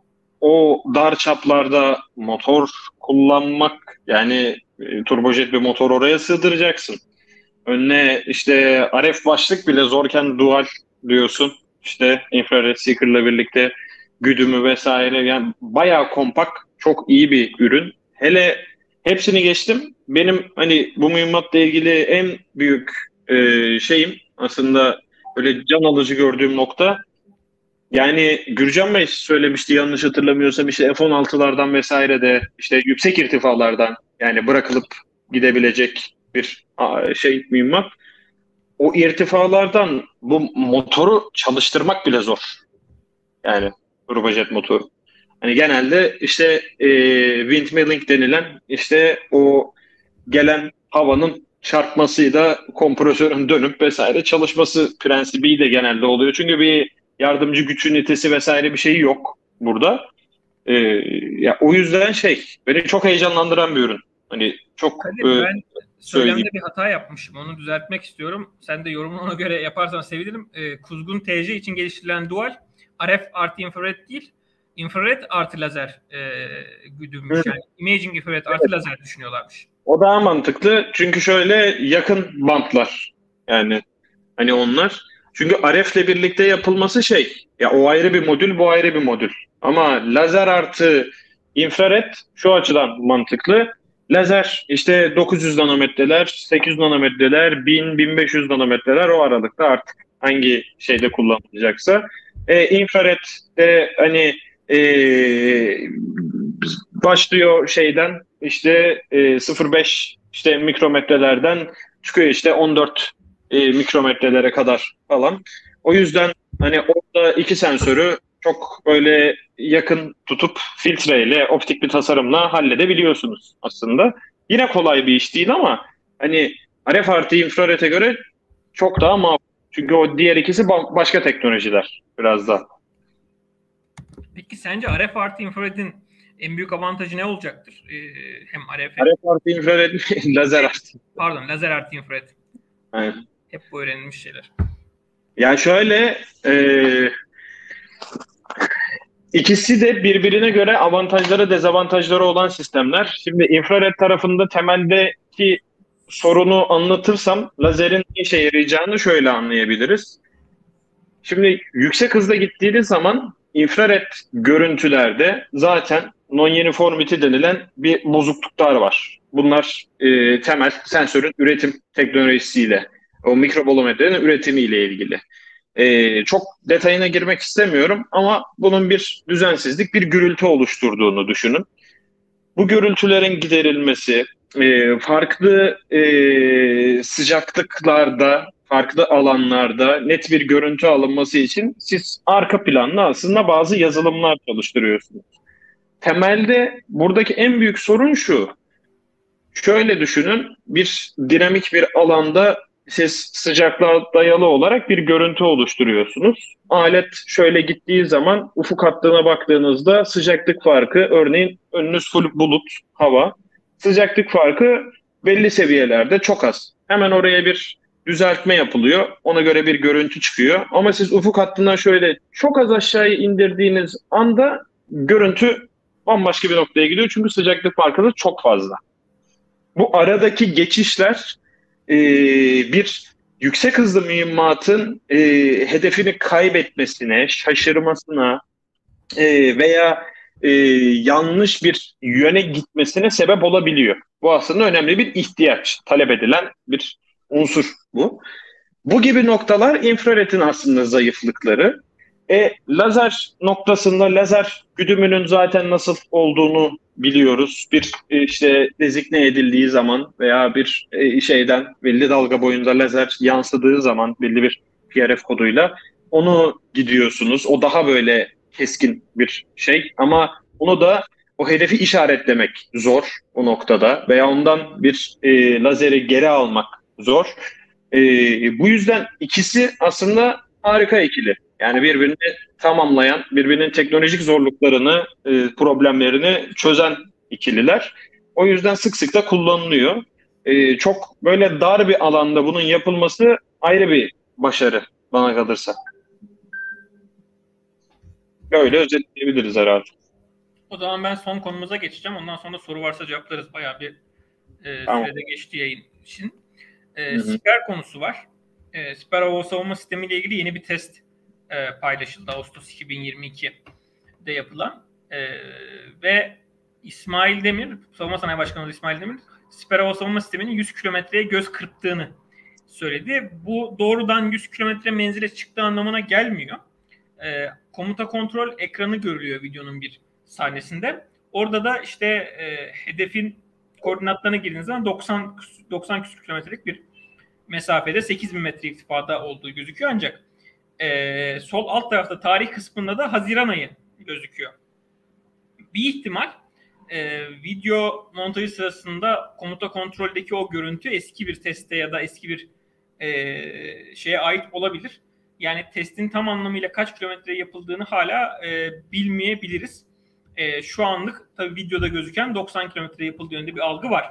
o dar çaplarda motor kullanmak, yani e, turbojet bir motor oraya sığdıracaksın. Önüne işte R F başlık bile zorken dual diyorsun. İşte infrared seeker'la birlikte güdümü vesaire, yani bayağı kompakt, çok iyi bir ürün. Hele hepsini geçtim. Benim hani bu mühimmatla ilgili en büyük e, şeyim aslında, öyle can alıcı gördüğüm nokta, yani Gürcan Bey söylemişti yanlış hatırlamıyorsam, işte F on altılardan vesaire de işte yüksek irtifalardan yani bırakılıp gidebilecek bir a, şey mühimmat. O irtifalardan bu motoru çalıştırmak bile zor. Yani turbojet motoru. Hani genelde işte e, windmilling denilen, işte o gelen havanın çarpmasıyla kompresörün dönüp vesaire çalışması prensibiyle genelde oluyor. Çünkü bir yardımcı güç ünitesi vesaire bir şey yok burada. Ee, ya o yüzden şey, beni çok heyecanlandıran bir ürün. Hani çok Kadir, e, ben söyleyeyim. söylemde bir hata yapmışım. Onu düzeltmek istiyorum. Sen de yorumunu ona göre yaparsan sevinirim. Ee, Kuzgun T J için geliştirilen dual R F artı infrared değil, infrared artı lazer e, güdümmüş. Evet. Yani imaging infrared artı lazer düşünüyorlarmış. O daha mantıklı. Çünkü şöyle yakın bantlar. Yani hani onlar. Çünkü R F ile birlikte yapılması şey. Ya o ayrı bir modül, bu ayrı bir modül. Ama lazer artı infrared şu açıdan mantıklı. Lazer işte dokuz yüz nanometreler, sekiz yüz nanometreler, bin bin beş yüz nanometreler, o aralıkta artık hangi şeyde kullanılacaksa. E, infrared de hani e, başlıyor şeyden işte e, sıfır virgül beş işte mikrometrelerden çıkıyor işte on dört e, mikrometrelere kadar falan. O yüzden hani orada iki sensörü çok böyle yakın tutup filtreyle, optik bir tasarımla halledebiliyorsunuz aslında. Yine kolay bir iş değil ama hani R F artı infrarete göre çok daha makul. Çünkü o diğer ikisi ba- başka teknolojiler biraz da. Peki sence R F artı infrared'in en büyük avantajı ne olacaktır? Ee, hem R F, R F artı infrared, lazer artı. pardon lazer artı infrared. Aynen. Hep bu öğrenilmiş şeyler. Yani şöyle e, ikisi de birbirine göre avantajları dezavantajları olan sistemler. Şimdi infrared tarafında temeldeki sorunu anlatırsam lazerin ne işe yarayacağını şöyle anlayabiliriz. Şimdi yüksek hızda gittiğiniz zaman infrared görüntülerde zaten non-uniformity denilen bir bozukluklar var. Bunlar e, temel sensörün üretim teknolojisiyle, o mikrobolometrenin üretimiyle ilgili. Ee, çok detayına girmek istemiyorum ama bunun bir düzensizlik, bir gürültü oluşturduğunu düşünün. Bu gürültülerin giderilmesi, e, farklı e, sıcaklıklarda, farklı alanlarda net bir görüntü alınması için siz arka planda aslında bazı yazılımlar çalıştırıyorsunuz. Temelde buradaki en büyük sorun şu. Şöyle düşünün, bir dinamik bir alanda siz sıcaklığa dayalı olarak bir görüntü oluşturuyorsunuz. Alet şöyle gittiği zaman ufuk hattına baktığınızda sıcaklık farkı, örneğin önünüz full bulut, hava. Sıcaklık farkı belli seviyelerde çok az. Hemen oraya bir düzeltme yapılıyor. Ona göre bir görüntü çıkıyor. Ama siz ufuk hattından şöyle çok az aşağıya indirdiğiniz anda görüntü bambaşka bir noktaya gidiyor. Çünkü sıcaklık farkı da çok fazla. Bu aradaki geçişler e, bir yüksek hızlı mühimmatın e, hedefini kaybetmesine, şaşırmasına e, veya e, yanlış bir yöne gitmesine sebep olabiliyor. Bu aslında önemli bir ihtiyaç, talep edilen bir unsur bu. Bu gibi noktalar infrared'in aslında zayıflıkları. E, lazer noktasında lazer güdümünün zaten nasıl olduğunu biliyoruz. Bir e, işte dezikne edildiği zaman veya bir e, şeyden belli dalga boyunda lazer yansıdığı zaman belli bir P R F koduyla onu gidiyorsunuz. O daha böyle keskin bir şey ama onu da o hedefi işaretlemek zor o noktada veya ondan bir e, lazeri geri almak zor. E, bu yüzden ikisi aslında harika ikili. Yani birbirini tamamlayan, birbirinin teknolojik zorluklarını, e, problemlerini çözen ikililer. O yüzden sık sık da kullanılıyor. E, çok böyle dar bir alanda bunun yapılması ayrı bir başarı bana kalırsa. Böyle özetleyebiliriz herhalde. O zaman ben son konumuza geçeceğim. Ondan sonra soru varsa cevaplarız. Bayağı bir e, Tamam. sürede geçti yayın için. E, Hı hı. siper konusu var. E, siper hava savunma sistemiyle ilgili yeni bir test e, paylaşıldı. Ağustos iki bin yirmi iki'de yapılan. E, ve İsmail Demir, Savunma Sanayi Başkanı İsmail Demir, siper hava savunma sisteminin yüz kilometreye göz kırptığını söyledi. Bu doğrudan yüz kilometre menzile çıktığı anlamına gelmiyor. E, komuta kontrol ekranı görülüyor videonun bir sahnesinde. Orada da işte e, hedefin koordinatlarına girdiğiniz zaman doksan doksan küsur kilometrelik bir mesafede sekiz bin metre irtifada olduğu gözüküyor, ancak e, sol alt tarafta tarih kısmında da Haziran ayı gözüküyor. Bir ihtimal e, video montajı sırasında komuta kontroldeki o görüntü eski bir teste ya da eski bir e, şeye ait olabilir. Yani testin tam anlamıyla kaç kilometre yapıldığını hala e, bilmeyebiliriz. E, şu anlık tabii videoda gözüken doksan kilometre yapıldığı yönünde bir algı var.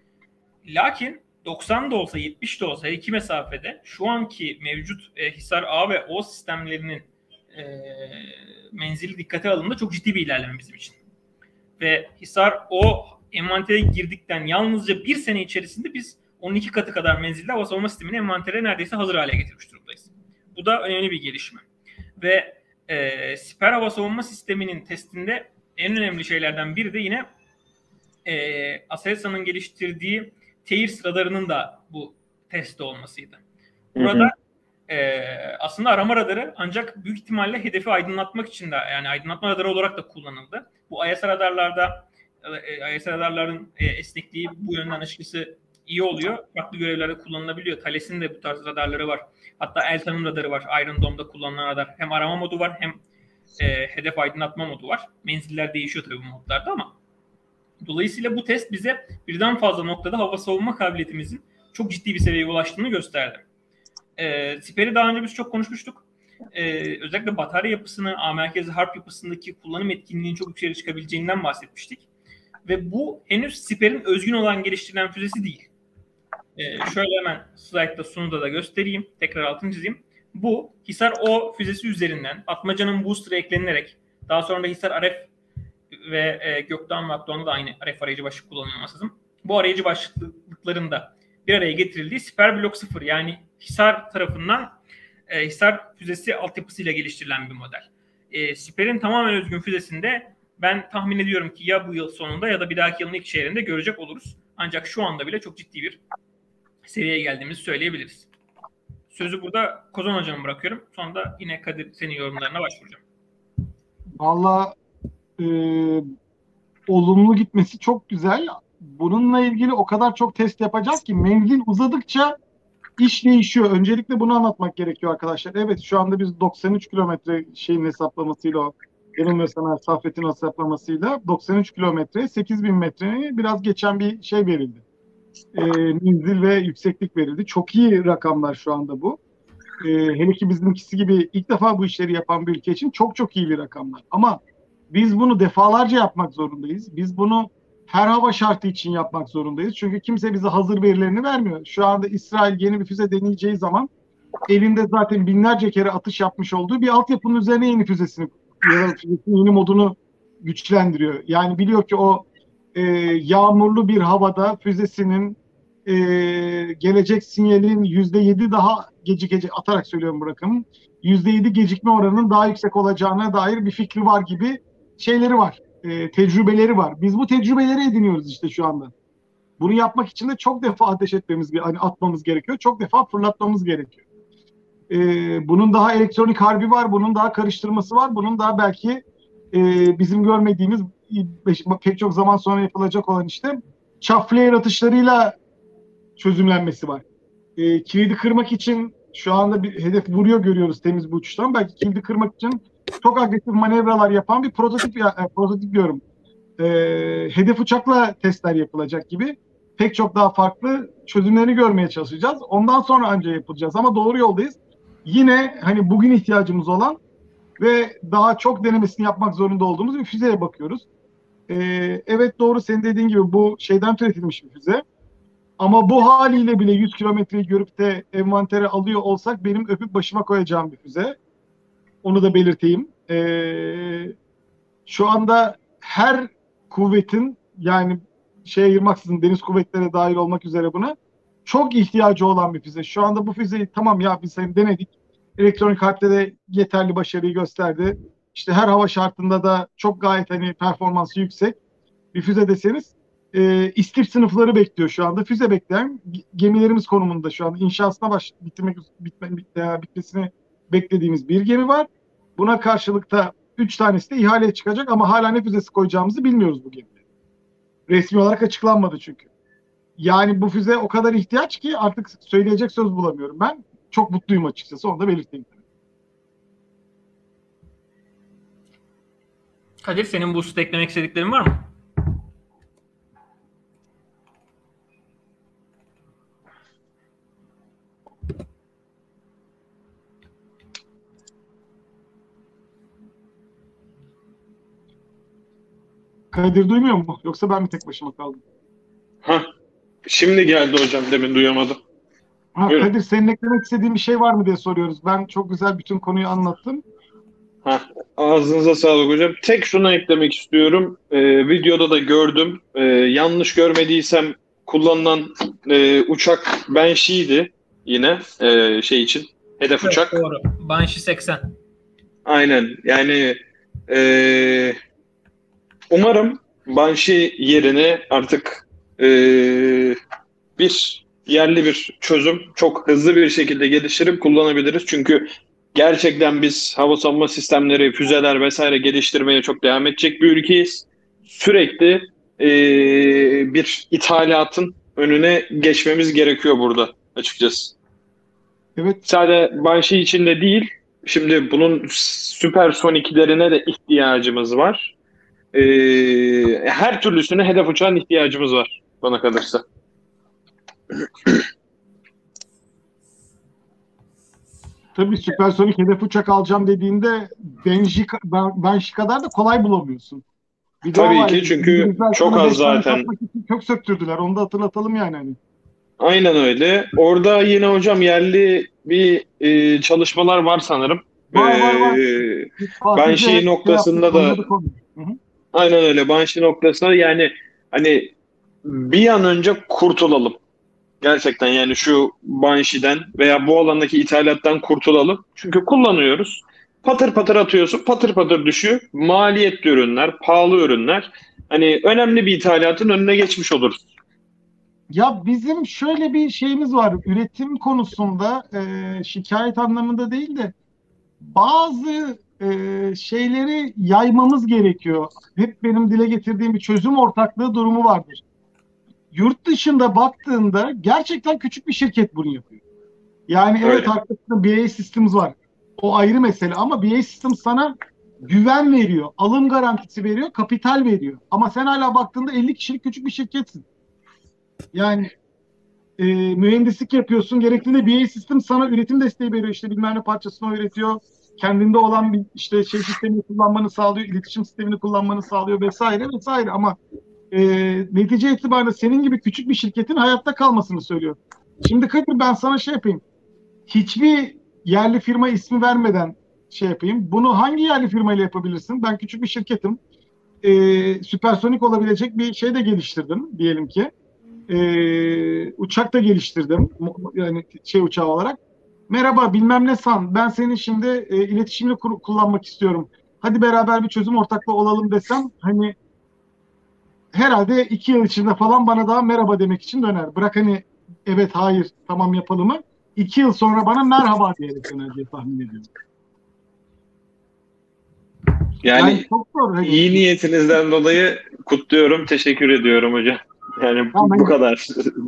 Lakin doksan da olsa yetmiş de olsa iki mesafede şu anki mevcut e, Hisar A ve O sistemlerinin e, menzili dikkate alındığında çok ciddi bir ilerleme bizim için. Ve Hisar O envantere girdikten yalnızca bir sene içerisinde biz on iki katı kadar menzilde hava savunma sistemini envantere neredeyse hazır hale getirmiş durumdayız. Bu da önemli bir gelişme. Ve e, siper hava savunma sisteminin testinde en önemli şeylerden biri de yine e, Aselsan'ın geliştirdiği Teirs radarının da bu testte olmasıydı. Burada hı hı. E, aslında arama radarı ancak büyük ihtimalle hedefi aydınlatmak için de, yani aydınlatma radarı olarak da kullanıldı. Bu I S R radarlarda e, I S R radarların e, esnekliği bu yönden açıkçası iyi oluyor. Farklı görevlerde kullanılabiliyor. Thales'in de bu tarz radarları var. Hatta Eltan'ın radarı var. Iron Dome'da kullanılan radar. Hem arama modu var hem e, hedef aydınlatma modu var. Menziller değişiyor tabii bu modlarda ama dolayısıyla bu test bize birden fazla noktada hava savunma kabiliyetimizin çok ciddi bir seviyeye ulaştığını gösterdi. E, Siper'i daha önce biz çok konuşmuştuk. E, özellikle batarya yapısını, A merkezi harp yapısındaki kullanım etkinliğinin çok yükseğe çıkabileceğinden bahsetmiştik. Ve bu henüz Siper'in özgün olan geliştirilen füzesi değil. Ee, şöyle hemen slaytta sunuda da göstereyim. Tekrar altını çizeyim. Bu Hisar O füzesi üzerinden Atmaca'nın booster'ı eklenilerek daha sonra da Hisar Aref ve e, Gökdoğan ve Akdoğan'da da aynı Aref arayıcı başlık kullanılıyor lazım. Bu arayıcı başlıklarında bir araya getirildiği Siper Blok sıfır, yani Hisar tarafından e, Hisar füzesi altyapısıyla geliştirilen bir model. E, Siper'in tamamen özgün füzesinde ben tahmin ediyorum ki ya bu yıl sonunda ya da bir dahaki yılın ilk çeyreğinde görecek oluruz. Ancak şu anda bile çok ciddi bir seviyeye geldiğimizi söyleyebiliriz. Sözü burada Kozan Hocam'a bırakıyorum. Sonra da yine Kadir senin yorumlarına başvuracağım. Vallahi e, olumlu gitmesi çok güzel. Bununla ilgili o kadar çok test yapacağız ki menzil uzadıkça iş değişiyor. Öncelikle bunu anlatmak gerekiyor arkadaşlar. Evet, şu anda biz doksan üç kilometre şeyin hesaplamasıyla, o yanılmıyorsam Saffet'in hesaplamasıyla doksan üç kilometre, sekiz bin metreye biraz geçen bir şey verildi. E, menzil ve yükseklik verildi. Çok iyi rakamlar şu anda bu. E, hele ki bizimkisi gibi ilk defa bu işleri yapan bir ülke için çok çok iyi bir rakamlar. Ama biz bunu defalarca yapmak zorundayız. Biz bunu her hava şartı için yapmak zorundayız. Çünkü kimse bize hazır verilerini vermiyor. Şu anda İsrail yeni bir füze deneyeceği zaman elinde zaten binlerce kere atış yapmış olduğu bir altyapının üzerine yeni füzesini ya da füzesinin yeni modunu güçlendiriyor. Yani biliyor ki o e, yağmurlu bir havada füzesinin e, gelecek sinyalin yüzde yedi daha gecikecek, atarak söylüyorum bu rakamı, yüzde yedi gecikme oranının daha yüksek olacağına dair bir fikri var gibi şeyleri var. E, tecrübeleri var. Biz bu tecrübeleri ediniyoruz işte şu anda. Bunu yapmak için de çok defa ateş etmemiz, hani atmamız gerekiyor. Çok defa fırlatmamız gerekiyor. E, bunun daha elektronik harbi var. Bunun daha karıştırması var. Bunun daha belki e, bizim görmediğimiz pek çok zaman sonra yapılacak olan işte chaff flare atışlarıyla çözümlenmesi var. E, kilidi kırmak için şu anda bir hedef vuruyor görüyoruz temiz bir uçuştan. Belki kilidi kırmak için çok agresif manevralar yapan bir prototip, e, prototip diyorum. E, hedef uçakla testler yapılacak gibi pek çok daha farklı çözümlerini görmeye çalışacağız. Ondan sonra ancak yapılacağız ama doğru yoldayız. Yine hani bugün ihtiyacımız olan ve daha çok denemesini yapmak zorunda olduğumuz bir füzeye bakıyoruz. E, evet, doğru, senin dediğin gibi bu şeyden türetilmiş bir füze. Ama bu haliyle bile yüz kilometreyi görüp de envantere alıyor olsak benim öpüp başıma koyacağım bir füze. Onu da belirteyim. Ee, şu anda her kuvvetin, yani şey ayırmaksızın deniz kuvvetleri dahil olmak üzere buna çok ihtiyacı olan bir füze. Şu anda bu füzeyi tamam ya biz hani denedik. Elektronik harpte de yeterli başarıyı gösterdi. İşte her hava şartında da çok gayet hani performansı yüksek bir füze deseniz e, istif sınıfları bekliyor şu anda. Füze bekleyen gemilerimiz konumunda şu anda inşasına baş, bitirmek, bitme, bitme, bitmesini beklediğimiz bir gemi var. Buna karşılık da üç tanesi de ihaleye çıkacak ama hala ne füzesi koyacağımızı bilmiyoruz bu gemide. Resmi olarak açıklanmadı çünkü. Yani bu füze o kadar ihtiyaç ki artık söyleyecek söz bulamıyorum ben. Çok mutluyum açıkçası, onu da belirteyim. Kadir, senin bu hususta eklemek istediklerin var mı? Kadir duymuyor mu? Yoksa ben mi tek başıma kaldım? Ha, şimdi geldi hocam, demin duyamadım. Ha, Buyurun. Kadir, senin eklemek istediğin bir şey var mı diye soruyoruz. Ben çok güzel bütün konuyu anlattım. Ha, ağzınıza sağlık hocam. Tek şunu eklemek istiyorum. Ee, videoda da gördüm. Ee, yanlış görmediysem kullanılan e, uçak Banshee'ydi yine e, şey için. Hedef Evet, uçak. doğru. Banshee seksen. Aynen. Yani e, umarım Banshee yerine artık e, bir yerli bir çözüm çok hızlı bir şekilde geliştirip kullanabiliriz. Çünkü gerçekten biz hava savunma sistemleri, füzeler vesaire geliştirmeye çok devam edecek bir ülkeyiz. Sürekli e, bir ithalatın önüne geçmemiz gerekiyor burada açıkçası. Evet. Sadece Banshee için de değil, şimdi bunun süpersoniklerine de ihtiyacımız var. E, her türlüsüne hedef uçağın ihtiyacımız var bana kalırsa. Tabii süpersonik hedef uçak alacağım dediğinde Banshee, Banshee kadar da kolay bulamıyorsun. Bir Tabii var, ki, çünkü İngilizler çok sana az beş tane zaten. satmak için kök söktürdüler. Onu da hatırlatalım yani. Hani. Aynen öyle. Orada yine hocam yerli bir e, çalışmalar var sanırım. Var var var. E, Fatih'le Banshee şey noktasında yaptık, da oynadık onu. Hı hı. aynen öyle. Banshee noktasında yani hani bir an önce kurtulalım. Gerçekten yani şu Banshee'den veya bu alandaki ithalattan kurtulalım. Çünkü kullanıyoruz. Patır patır atıyorsun, patır patır düşüyor. Maliyetli ürünler, pahalı ürünler. Hani önemli bir ithalatın önüne geçmiş oluruz. Ya bizim şöyle bir şeyimiz var. Üretim konusunda e, şikayet anlamında değil de bazı e, şeyleri yaymamız gerekiyor. Hep benim dile getirdiğim bir çözüm ortaklığı durumu vardır. Yurt dışında baktığında gerçekten küçük bir şirket bunu yapıyor. Yani evet Öyle. haklısın, B A Systems var. O ayrı mesele ama B A Systems sana güven veriyor, alım garantisi veriyor, kapital veriyor. Ama sen hala baktığında elli kişilik küçük bir şirketsin. Yani e, mühendislik yapıyorsun. Gerektiğinde B A System sana üretim desteği veriyor. İşte bilmem ne parçasını üretiyor. Kendinde olan bir işte şey sistemini kullanmanı sağlıyor. İletişim sistemini kullanmanı sağlıyor vesaire vesaire. Ama e, netice itibariyle senin gibi küçük bir şirketin hayatta kalmasını söylüyor. Şimdi Kadir, ben sana şey yapayım. Hiçbir yerli firma ismi vermeden şey yapayım. Bunu hangi yerli firmayla yapabilirsin? Ben küçük bir şirketim. E, süpersonik olabilecek bir şey de geliştirdim diyelim ki. Ee, uçak da geliştirdim. Yani şey uçağı olarak. Merhaba bilmem ne san. Ben senin şimdi e, iletişimini kur- kullanmak istiyorum. Hadi beraber bir çözüm ortaklığı olalım desem hani herhalde iki yıl içinde falan bana daha merhaba demek için döner. Bırak hani evet hayır tamam yapalımı. İki yıl sonra bana merhaba diyerek döner diye tahmin ediyorum. Yani, Yani çok zor. Hani. iyi niyetinizden dolayı kutluyorum, teşekkür ediyorum hocam. Yani Tamam, bu hani- kadar.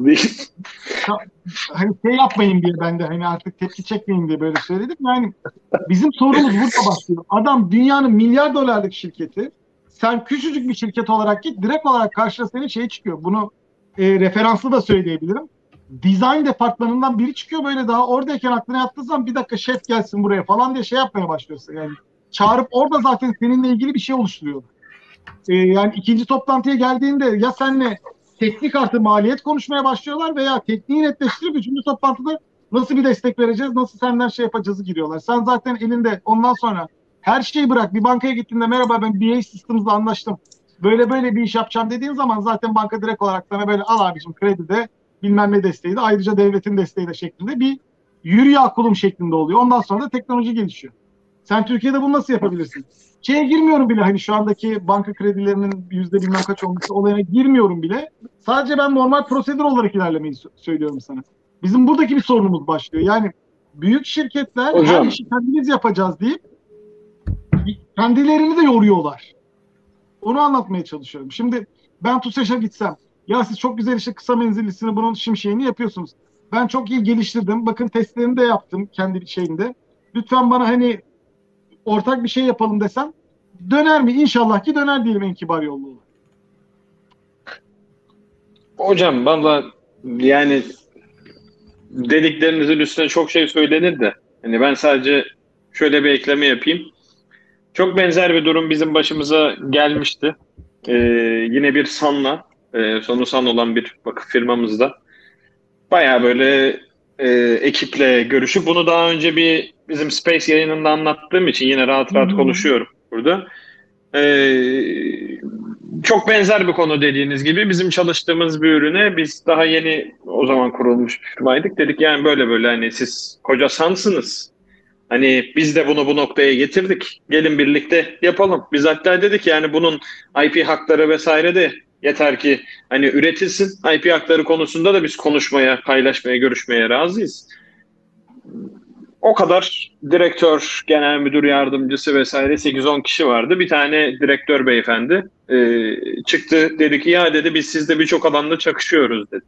Hani şey yapmayın diye ben de hani artık tepki çekmeyin diye böyle söyledim. Yani bizim sorunumuz burada başlıyor. Adam dünyanın milyar dolarlık şirketi. Sen küçücük bir şirket olarak git. Direkt olarak karşına senin şey çıkıyor. Bunu e, referanslı da söyleyebilirim. Design departmanından biri çıkıyor böyle daha oradayken aklına yattığı zaman bir dakika şef gelsin buraya falan diye şey yapmaya başlıyorsun. Yani çağırıp orada zaten seninle ilgili bir şey oluşturuyor. E, yani ikinci toplantıya geldiğinde ya seninle teknik artı maliyet konuşmaya başlıyorlar veya tekniği netleştirip üçüncü toplantıda nasıl bir destek vereceğiz, nasıl senden şey yapacağızı giriyorlar. Sen zaten elinde ondan sonra her şeyi bırak. Bir bankaya gittiğinde merhaba ben B A Systems'la anlaştım. böyle böyle bir iş yapacağım dediğin zaman zaten banka direkt olarak sana böyle al abicim kredi de bilmem ne desteği de ayrıca devletin desteği de şeklinde bir yürü ya kulum şeklinde oluyor. Ondan sonra da teknoloji gelişiyor. Sen Türkiye'de bunu nasıl yapabilirsin? Şeye girmiyorum bile hani şu andaki banka kredilerinin yüzde bilmem kaç olması olayına girmiyorum bile. Sadece ben normal prosedür olarak ilerlemeyi söylüyorum sana. Bizim buradaki bir sorunumuz başlıyor. Yani büyük şirketler Hocam. her işi kendimiz yapacağız deyip kendilerini de yoruyorlar. Onu anlatmaya çalışıyorum. Şimdi ben TUSAŞ'a gitsem ya siz çok güzel işte kısa menzillisini bunun şimşeğini yapıyorsunuz. Ben çok iyi geliştirdim. Bakın testlerini de yaptım kendi şeyinde. Lütfen bana hani ortak bir şey yapalım desem döner mi? İnşallah ki döner diyelim en kibar yolla. Hocam valla yani dediklerinizin üstüne çok şey söylenir de hani ben sadece şöyle bir ekleme yapayım. Çok benzer bir durum bizim başımıza gelmişti. Ee, yine bir San'la e, sonu San olan bir vakıf firmamızda bayağı böyle e, ekiple görüşüp bunu daha önce bir bizim Space yayınında anlattığım için yine rahat rahat konuşuyorum burada. Ee, çok benzer bir konu dediğiniz gibi bizim çalıştığımız bir ürüne biz daha yeni o zaman kurulmuş bir firmaydık. Dedik yani böyle böyle hani siz koca Sansınız. Hani biz de bunu bu noktaya getirdik. Gelin birlikte yapalım. Biz hatta dedik yani bunun I P hakları vesaire de yeter ki hani üretilsin. I P hakları konusunda da biz konuşmaya, paylaşmaya, görüşmeye razıyız. O kadar direktör, genel müdür yardımcısı vesaire sekiz on kişi vardı. Bir tane direktör beyefendi e, çıktı dedi ki ya dedi biz sizde birçok alanda çakışıyoruz dedi.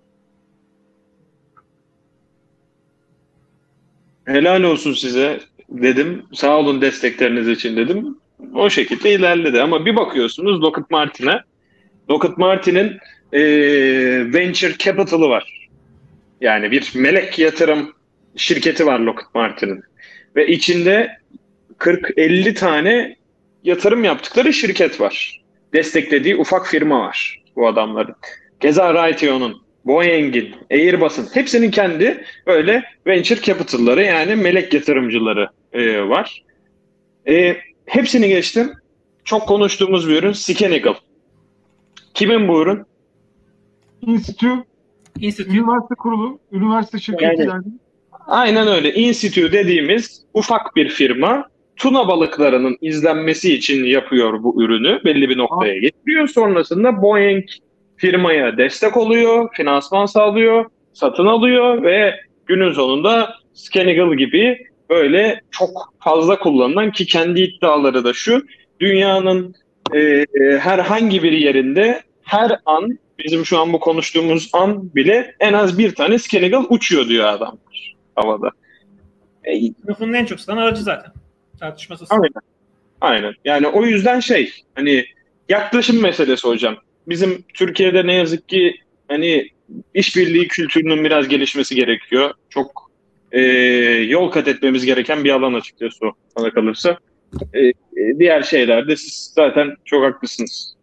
Helal olsun size dedim. Sağ olun destekleriniz için dedim. O şekilde ilerledi. Ama bir bakıyorsunuz Lockheed Martin'e. Lockheed Martin'in e, venture capital'ı var. Yani bir melek yatırım şirketi var Lockheed Martin'in. Ve içinde kırk elli tane yatırım yaptıkları şirket var. Desteklediği ufak firma var bu adamların. Keza Raytheon'un, Boeing'in, Airbus'un hepsinin kendi öyle venture capital'ları yani melek yatırımcıları e, var. E, hepsini geçtim. Çok konuştuğumuz bir ürün Scanical. Kimin bu ürün? İnstitü, Institute. üniversite kurulu, üniversite şirketi yani. yani. Aynen öyle. Institute dediğimiz ufak bir firma tuna balıklarının izlenmesi için yapıyor bu ürünü. Belli bir noktaya getiriyor. Sonrasında Boeing firmaya destek oluyor, finansman sağlıyor, satın alıyor ve günün sonunda Scanical gibi böyle çok fazla kullanılan ki kendi iddiaları da şu, dünyanın e, e, herhangi bir yerinde her an bizim şu an bu konuştuğumuz an bile en az bir tane Scanical uçuyor diyor adamlar havada. E, Sınıfının en çok satan aracı zaten. Tartışmasız. Aynen. Aynen. Yani o yüzden şey hani yaklaşım meselesi hocam. Bizim Türkiye'de ne yazık ki hani işbirliği kültürünün biraz gelişmesi gerekiyor. Çok e, yol kat etmemiz gereken bir alan açıkçası o bana kalırsa. E, e, diğer şeylerde siz zaten çok haklısınız.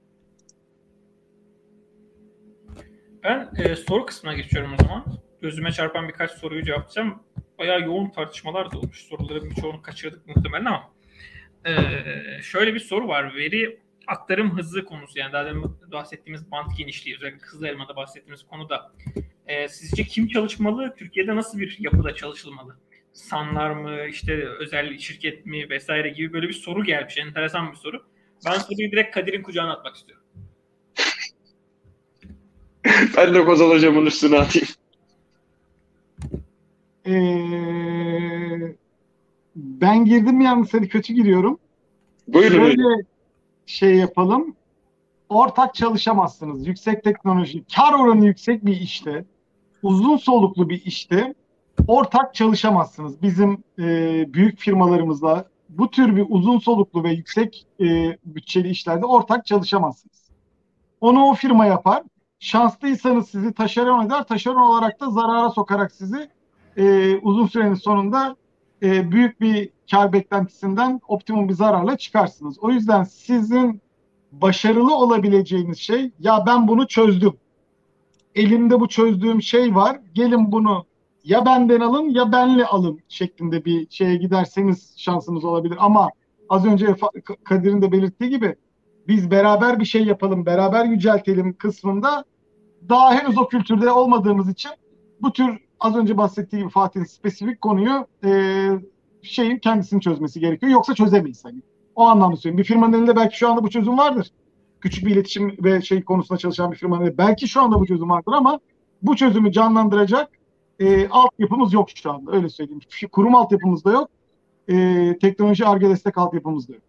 Ben e, soru kısmına geçiyorum o zaman. Gözüme çarpan birkaç soruyu cevaplayacağım. Bayağı yoğun tartışmalar da olmuş. Soruların birçoğunu kaçırdık muhtemelen ama. E, şöyle bir soru var. Veri aktarım hızı konusu. Yani daha demin bahsettiğimiz bant genişliği. Özellikle Kızılelma'da bahsettiğimiz konuda. E, sizce kim çalışmalı? Türkiye'de nasıl bir yapıda çalışılmalı? Sanlar mı? İşte özel şirket mi? Vesaire gibi böyle bir soru gelmiş. Enteresan bir soru. Ben soruyu direkt Kadir'in kucağına atmak istiyorum. Ben de Kozal hocamın üstüne atayım. Ee, ben girdim yalnız hadi kötü giriyorum. Buyurun. Şöyle şey yapalım. Ortak çalışamazsınız. Yüksek teknoloji, kar oranı yüksek bir işte, uzun soluklu bir işte ortak çalışamazsınız. Bizim e, büyük firmalarımızla bu tür bir uzun soluklu ve yüksek e, bütçeli işlerde ortak çalışamazsınız. Onu o firma yapar. Şanslıysanız sizi taşeron eder. Taşeron olarak da zarara sokarak sizi e, uzun sürenin sonunda e, büyük bir kar beklentisinden optimum bir zararla çıkarsınız. O yüzden sizin başarılı olabileceğiniz şey ya ben bunu çözdüm. Elimde bu çözdüğüm şey var. Gelin bunu ya benden alın ya benle alın şeklinde bir şeye giderseniz şansınız olabilir. Ama az önce Kadir'in de belirttiği gibi biz beraber bir şey yapalım, beraber yüceltelim kısmında daha henüz o kültürde olmadığımız için bu tür az önce bahsettiğim Fatih'in spesifik konuyu e, şeyin kendisini çözmesi gerekiyor. Yoksa çözemeyiz. Hani. O anlamda söylüyorum. Bir firmanın elinde belki şu anda bu çözüm vardır. Küçük bir iletişim ve şey konusunda çalışan bir firmanın elinde belki şu anda bu çözüm vardır ama bu çözümü canlandıracak e, altyapımız yok şu anda. Öyle söyleyeyim. Kurum altyapımız da yok. E, teknoloji Ar-Ge destek altyapımız da yok.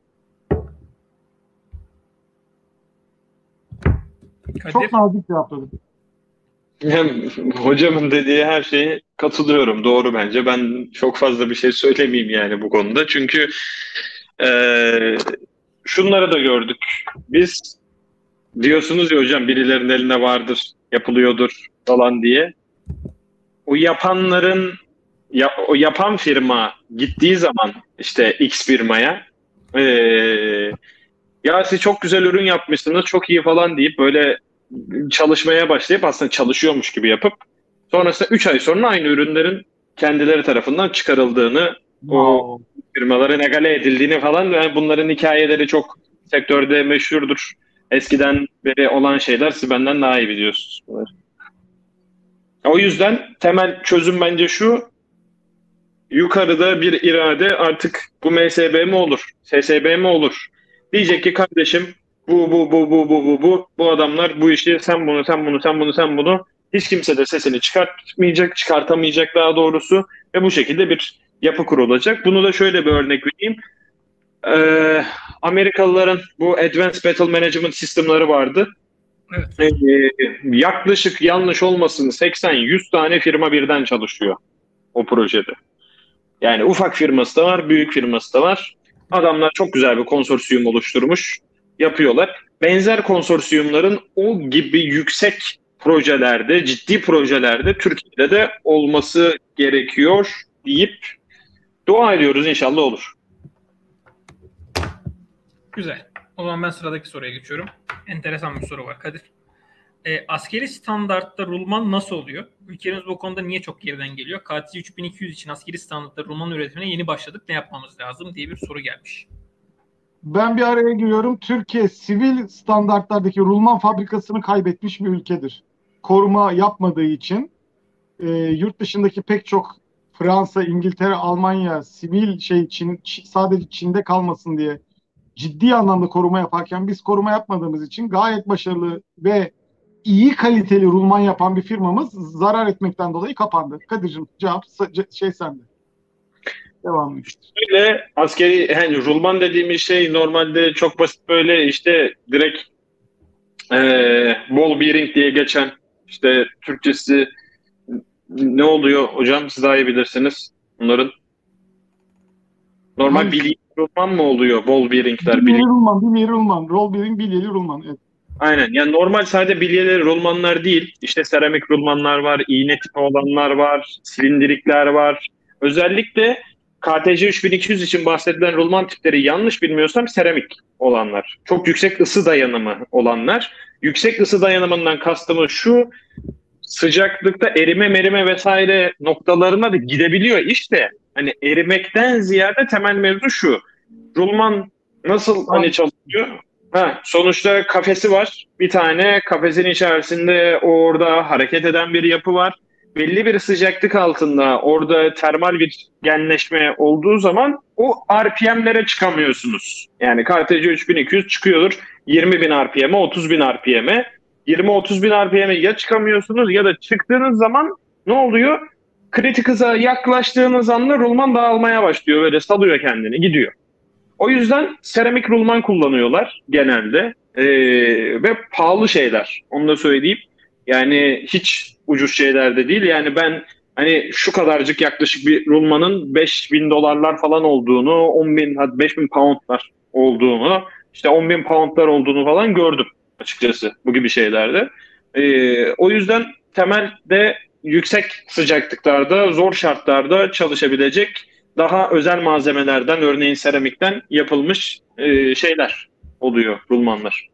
Kadir? Çok nazik cevapladım. Hem hocamın dediği her şeye katılıyorum. Doğru bence. Ben çok fazla bir şey söylemeyeyim yani bu konuda. Çünkü eee şunları da gördük. Biz diyorsunuz ya hocam birilerinin elinde vardır, yapılıyordur falan diye. O yapanların ya, o yapan firma gittiği zaman işte X firmaya eee ya siz çok güzel ürün yapmışsınız, çok iyi falan deyip böyle çalışmaya başlayıp aslında çalışıyormuş gibi yapıp sonrasında üç ay sonra aynı ürünlerin kendileri tarafından çıkarıldığını, o Wow. firmaların egale edildiğini falan ve bunların hikayeleri çok sektörde meşhurdur. Eskiden beri olan şeyler siz benden daha iyi biliyorsunuz. O yüzden temel çözüm bence şu: yukarıda bir irade artık bu M S B mi olur, S S B mi olur? Diyecek ki kardeşim bu bu bu bu bu bu bu bu adamlar bu işi sen bunu sen bunu sen bunu sen bunu hiç kimse de sesini çıkartmayacak, çıkartamayacak daha doğrusu ve bu şekilde bir yapı kurulacak. Bunu da şöyle bir örnek vereyim. Ee, Amerikalıların bu Advanced Battle Management sistemleri vardı. Evet. Ee, yaklaşık yanlış olmasın seksen yüz tane firma birden çalışıyor o projede. Yani ufak firması da var, büyük firması da var. Adamlar çok güzel bir konsorsiyum oluşturmuş, yapıyorlar. Benzer konsorsiyumların o gibi yüksek projelerde, ciddi projelerde Türkiye'de de olması gerekiyor deyip dua ediyoruz, inşallah olur. Güzel. O zaman ben sıradaki soruya geçiyorum. Enteresan bir soru var Kadir. E, askeri standartta rulman nasıl oluyor? Ülkemiz bu konuda niye çok geriden geliyor? K T C üç bin iki yüz için askeri standartta rulman üretimine yeni başladık. Ne yapmamız lazım diye bir soru gelmiş. Ben bir araya giriyorum. Türkiye sivil standartlardaki rulman fabrikasını kaybetmiş bir ülkedir. Koruma yapmadığı için e, yurt dışındaki pek çok Fransa, İngiltere, Almanya sivil şey Çin, sadece Çin'de kalmasın diye ciddi anlamda koruma yaparken biz koruma yapmadığımız için gayet başarılı ve iyi kaliteli rulman yapan bir firmamız zarar etmekten dolayı kapandı. Kadir'cim cevap şey sende. Devam et. Böyle askeri yani rulman dediğimiz şey normalde çok basit böyle işte direkt e, ball bearing diye geçen işte Türkçesi ne oluyor hocam siz daha iyi bilirsiniz bunların. Normal bilyeli rulman mı oluyor ball bearingler? Bilyeli rulman, bilyeli rulman. Roll bearing, bilyeli rulman. Evet. Aynen. Yani normal sadece bilyeli rulmanlar değil. İşte seramik rulmanlar var, iğne tipi olanlar var, silindirikler var. Özellikle K T C üç bin iki yüz için bahsedilen rulman tipleri yanlış bilmiyorsam seramik olanlar. Çok yüksek ısı dayanımı olanlar. Yüksek ısı dayanımından kastımız şu: sıcaklıkta erime merime vesaire noktalarına da gidebiliyor işte. Hani erimekten ziyade temel mevzu şu: rulman nasıl hani çalışıyor? Ha, sonuçta kafesi var. Bir tane kafesin içerisinde orada hareket eden bir yapı var. Belli bir sıcaklık altında orada termal bir genleşme olduğu zaman o R P M'lere çıkamıyorsunuz. Yani K T C üç bin iki yüz çıkıyordur yirmi bin R P M'e, otuz bin R P M'e. yirmi otuz bin R P M'e ya çıkamıyorsunuz ya da çıktığınız zaman ne oluyor? Kritik hıza yaklaştığınız anda rulman dağılmaya başlıyor. Böyle salıyor kendini, gidiyor. O yüzden seramik rulman kullanıyorlar genelde ee, ve pahalı şeyler. Onu da söyleyeyim. Yani hiç ucuz şeyler de değil. Yani ben hani şu kadarcık yaklaşık bir rulmanın beş bin dolarlar falan olduğunu, on bin, hadi beş bin poundlar olduğunu, işte on bin poundlar olduğunu falan gördüm açıkçası bu gibi şeylerde. Ee, o yüzden temelde yüksek sıcaklıklarda, zor şartlarda çalışabilecek daha özel malzemelerden, örneğin seramikten yapılmış e, şeyler oluyor rulmanlar.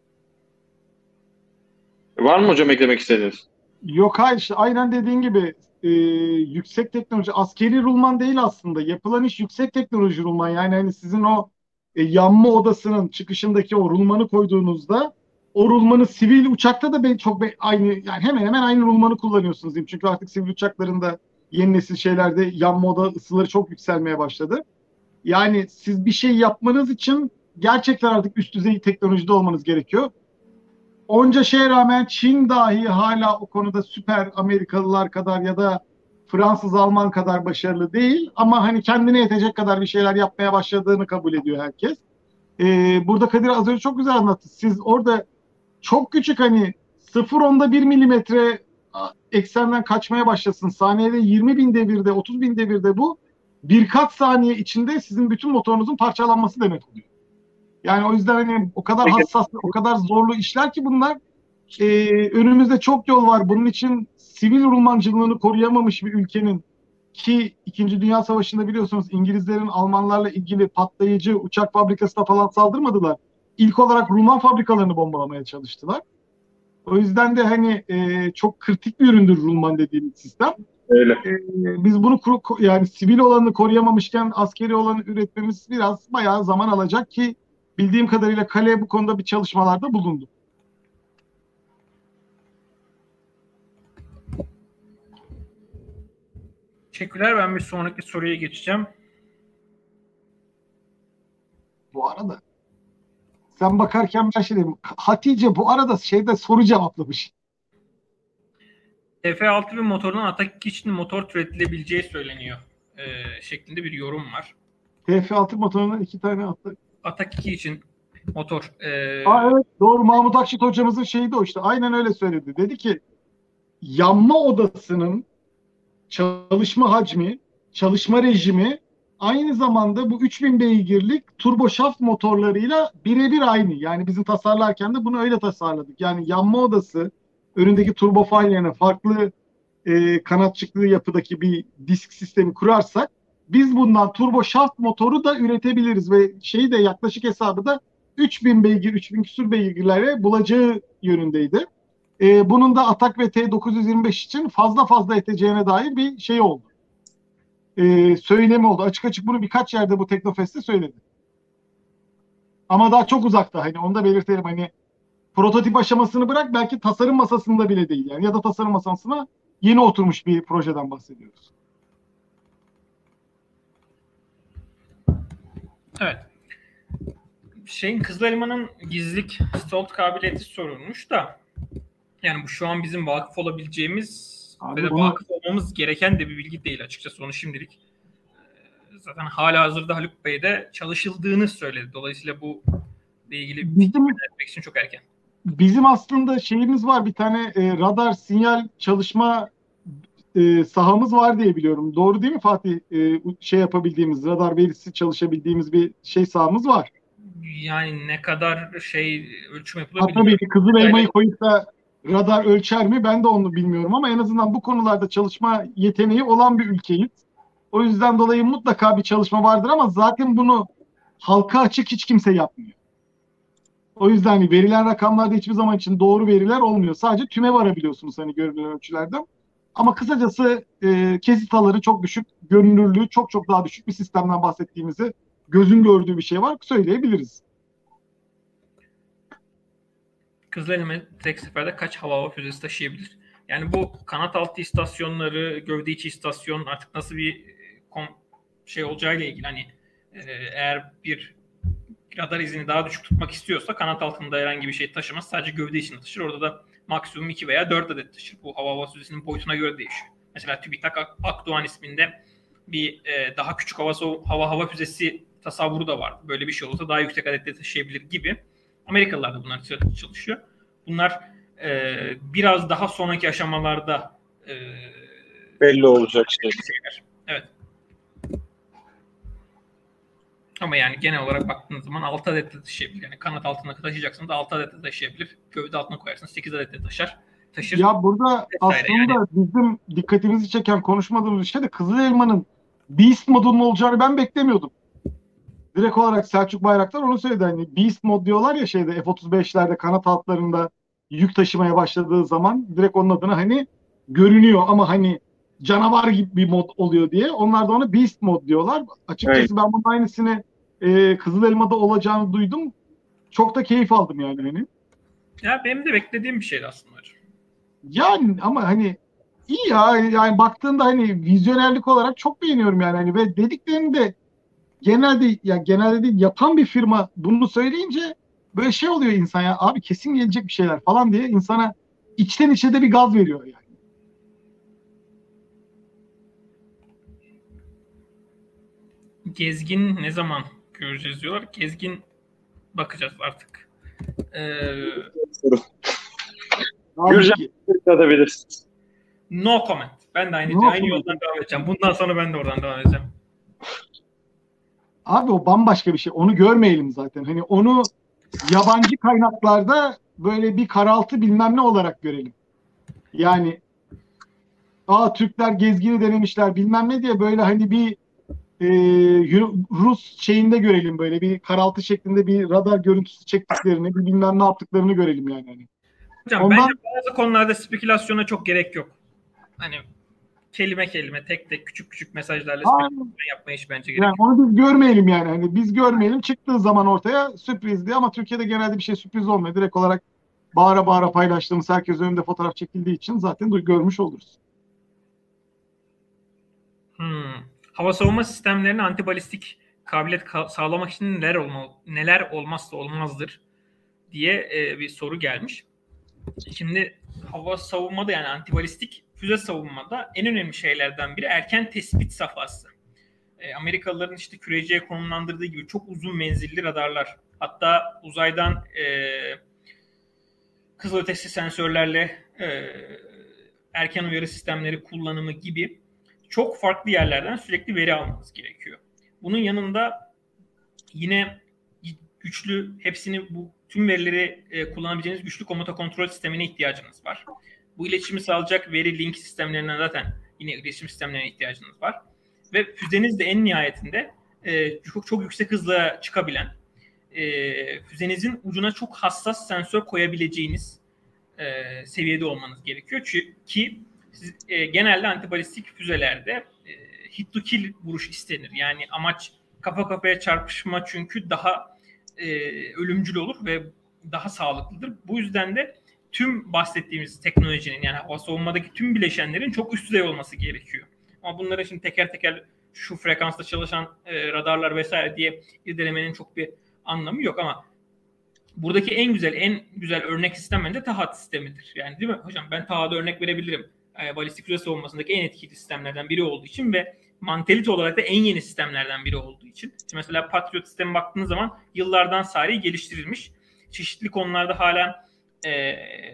Var mı hocam eklemek istediğiniz? Yok hayır işte aynen dediğin gibi e, yüksek teknoloji askeri rulman değil aslında. Yapılan iş yüksek teknoloji rulman. Yani hani sizin o e, yanma odasının çıkışındaki o rulmanı koyduğunuzda o rulmanı sivil uçakta da ben çok be- aynı yani hemen hemen aynı rulmanı kullanıyorsunuz diyeyim. Çünkü artık sivil uçaklarında yeni nesil şeylerde yanma oda ısıları çok yükselmeye başladı. Yani siz bir şey yapmanız için gerçekten artık üst düzey teknolojide olmanız gerekiyor. Onca şeye rağmen Çin dahi hala o konuda süper Amerikalılar kadar ya da Fransız, Alman kadar başarılı değil. Ama hani kendine yetecek kadar bir şeyler yapmaya başladığını kabul ediyor herkes. Ee, burada Kadir az önce çok güzel anlattı. Siz orada çok küçük hani sıfır onda bir milimetre eksenden kaçmaya başlasın. Saniyede yirmi bin devirde, otuz bin devirde bu birkaç saniye içinde sizin bütün motorunuzun parçalanması demek oluyor. Yani o yüzden hani o kadar hassas, o kadar zorlu işler ki bunlar. Ee, önümüzde çok yol var. Bunun için sivil rulmancılığını koruyamamış bir ülkenin ki İkinci Dünya Savaşı'nda biliyorsunuz İngilizlerin Almanlarla ilgili patlayıcı uçak fabrikasına falan saldırmadılar. İlk olarak Ruman fabrikalarını bombalamaya çalıştılar. O yüzden de hani e, çok kritik bir üründür rulman dediğimiz sistem. Öyle. E, biz bunu kuru, yani sivil olanı koruyamamışken askeri olanı üretmemiz biraz bayağı zaman alacak ki bildiğim kadarıyla Kale bu konuda bir çalışmalarda bulundu. Teşekkürler. Ben bir sonraki soruya geçeceğim. Bu arada sen bakarken ben şey dedim. Hatice bu arada şeyde soru cevaplamış. T F altı bin motorunun Atak iki için motor türetilebileceği söyleniyor. Ee, şeklinde bir yorum var. T F altı motorundan iki tane attı. Atak iki için motor. E... Aa, evet doğru, Mahmut Akşit hocamızın şeyi de o işte. Aynen öyle söyledi. Dedi ki yanma odasının çalışma hacmi, çalışma rejimi aynı zamanda bu üç bin beygirlik turbo şaft motorlarıyla birebir aynı. Yani bizim tasarlarken de bunu öyle tasarladık. Yani yanma odası önündeki turbofan yerine farklı e, kanatçıklı yapıdaki bir disk sistemi kurarsak biz bundan turbo şaft motoru da üretebiliriz ve şeyi de yaklaşık hesabı da üç bin beygir, üç bin küsur beygirlere bulacağı yönündeydi. E, bunun da Atak ve T dokuz yüz yirmi beş için fazla fazla eteceğine dair bir şey oldu. E, söylemi oldu. Açık açık bunu birkaç yerde bu Teknofest'te söyledi. Ama daha çok uzakta. Hani onu da belirtelim. Hani prototip aşamasını bırak belki tasarım masasında bile değil yani ya da tasarım masasına yeni oturmuş bir projeden bahsediyoruz. Evet. Şeyin Kızıl Elma'nın gizlilik stolt kabiliyeti sorulmuş da yani bu şu an bizim vakıf olabileceğimiz Abi ve de bunu... vakıf olmamız gereken de bir bilgi değil açıkçası onu şimdilik. Zaten hala hazırda Haluk Bey de çalışıldığını söyledi. Dolayısıyla bu ile ilgili bizim, etmek için çok erken. Bizim aslında şeyimiz var bir tane e, radar sinyal çalışma e, sahamız var diye biliyorum. Doğru değil mi Fatih? E, şey yapabildiğimiz radar verisi çalışabildiğimiz bir şey sahamız var. Yani ne kadar şey ölçüm yapılabilir? Tabii ki Kızıl Elma'yı koyup da radar ölçer mi? Ben de onu bilmiyorum ama en azından bu konularda çalışma yeteneği olan bir ülkeyiz. O yüzden dolayı mutlaka bir çalışma vardır ama zaten bunu halka açık hiç kimse yapmıyor. O yüzden hani verilen rakamlarda hiçbir zaman için doğru veriler olmuyor. Sadece tüme varabiliyorsunuz hani görülen ölçülerden. Ama kısacası e, kesit aları çok düşük, görünürlüğü çok çok daha düşük bir sistemden bahsettiğimizi gözün gördüğü bir şey var söyleyebiliriz. Kızıl Elma tek seferde kaç hava hava füzesi taşıyabilir? Yani bu kanat altı istasyonları, gövde içi istasyon artık nasıl bir kom şey olacağıyla ilgili hani e, eğer bir radar izini daha düşük tutmak istiyorsa kanat altında herhangi bir şey taşımaz. Sadece gövde içini taşır. Orada da maksimum iki veya dört adet taşır. Bu hava hava füzesinin boyutuna göre değişiyor. Mesela TÜBİTAK Akdoğan isminde bir e, daha küçük hava hava hava füzesi tasavvuru da var. Böyle bir şey olursa daha yüksek adette taşıyabilir gibi. Amerikalılar da bunlar çalışıyor. Bunlar e, biraz daha sonraki aşamalarda e, belli olacak şeyler. Evet. Ama yani genel olarak baktığınız zaman altı adet de taşıyabilir. Yani kanat altına taşıyacaksınız da altı adet de taşıyabilir. Gövde altına koyarsınız sekiz adet de taşar. Taşır. Ya burada aslında yani bizim dikkatimizi çeken konuşmadığımız şey de Kızıl Elma'nın Beast modunun olacağını ben beklemiyordum. Direkt olarak Selçuk Bayraktar onu söyledi. Hani Beast mod diyorlar ya şeyde F otuz beşlerde kanat altlarında yük taşımaya başladığı zaman direkt onun adına hani görünüyor ama hani canavar gibi bir mod oluyor diye. Onlar da ona Beast mod diyorlar. Açıkçası evet. Ben bunun aynısını e, Kızıl Elma'da olacağını duydum. Çok da keyif aldım yani hani. Ya benim de beklediğim bir şeydi aslında hocam. Yani ama hani iyi ya yani baktığında hani vizyonerlik olarak çok beğeniyorum yani hani ve dediklerini de genelde ya genelde değil yapan bir firma bunu söyleyince böyle şey oluyor insan ya abi kesin gelecek bir şeyler falan diye insana içten içe de bir gaz veriyor yani. Gezgin ne zaman göreceğiz diyorlar. Gezgin bakacağız artık. Ee, Soru. Abi, Gürcan atabilirsiniz. no comment. Ben de aynı, No aynı comment. yoldan devam edeceğim. Bundan sonra ben de oradan devam edeceğim. Abi o bambaşka bir şey. Onu görmeyelim zaten. Hani onu yabancı kaynaklarda böyle bir karaltı bilmem ne olarak görelim. Yani aa Türkler gezgini denemişler bilmem ne diye böyle hani bir e, Rus şeyinde görelim böyle bir karaltı şeklinde bir radar görüntüsü çektiklerini, bir bilmem ne yaptıklarını görelim yani. Hani. Hocam bence Ondan bazı konularda spekülasyona çok gerek yok. Hani kelime kelime, tek tek, küçük küçük mesajlarla spekülasyon yapmaya hiç bence gerek yani yok. onu biz görmeyelim yani. Hani biz görmeyelim çıktığı zaman ortaya sürprizdi ama Türkiye'de genelde bir şey sürpriz olmuyor. Direkt olarak bağıra bağıra paylaştığımız herkes önünde fotoğraf çekildiği için zaten görmüş oluruz. Hmm. Hava savunma sistemlerine antibalistik kabiliyet ka- sağlamak için neler olmalı, neler olmazsa olmazdır diye e, bir soru gelmiş. Şimdi hava savunmada yani antibalistik füze savunmada en önemli şeylerden biri erken tespit safhası. E, Amerikalıların işte küreciye konumlandırdığı gibi çok uzun menzilli radarlar, hatta uzaydan e, kızılötesi sensörlerle e, erken uyarı sistemleri kullanımı gibi çok farklı yerlerden sürekli veri almanız gerekiyor. Bunun yanında yine güçlü, hepsini bu tüm verileri e, kullanabileceğiniz güçlü komuta kontrol sistemine ihtiyacınız var. Bu iletişimi sağlayacak veri link sistemlerine zaten yine iletişim sistemlerine ihtiyacınız var. Ve füzeniz de en nihayetinde e, çok, çok yüksek hızla çıkabilen, e, füzenizin ucuna çok hassas sensör koyabileceğiniz e, seviyede olmanız gerekiyor. Ki siz, e, genelde antibalistik füzelerde e, hit to kill vuruş istenir. Yani amaç kafa kafaya çarpışma çünkü daha e, ölümcül olur ve daha sağlıklıdır. Bu yüzden de tüm bahsettiğimiz teknolojinin yani hava savunmadaki tüm bileşenlerin çok üst düzey olması gerekiyor. Ama bunların şimdi teker teker şu frekansta çalışan e, radarlar vesaire diye irdelemenin çok bir anlamı yok ama buradaki en güzel en güzel örnek sistem bence THAAD sistemidir. Yani değil mi hocam? Ben THAAD'a örnek verebilirim. E, balistik füze savunmasındaki en etkili sistemlerden biri olduğu için ve mantalite olarak da en yeni sistemlerden biri olduğu için. Şimdi mesela Patriot sistemi baktığınız zaman yıllardan sari geliştirilmiş. Çeşitli konularda hala e,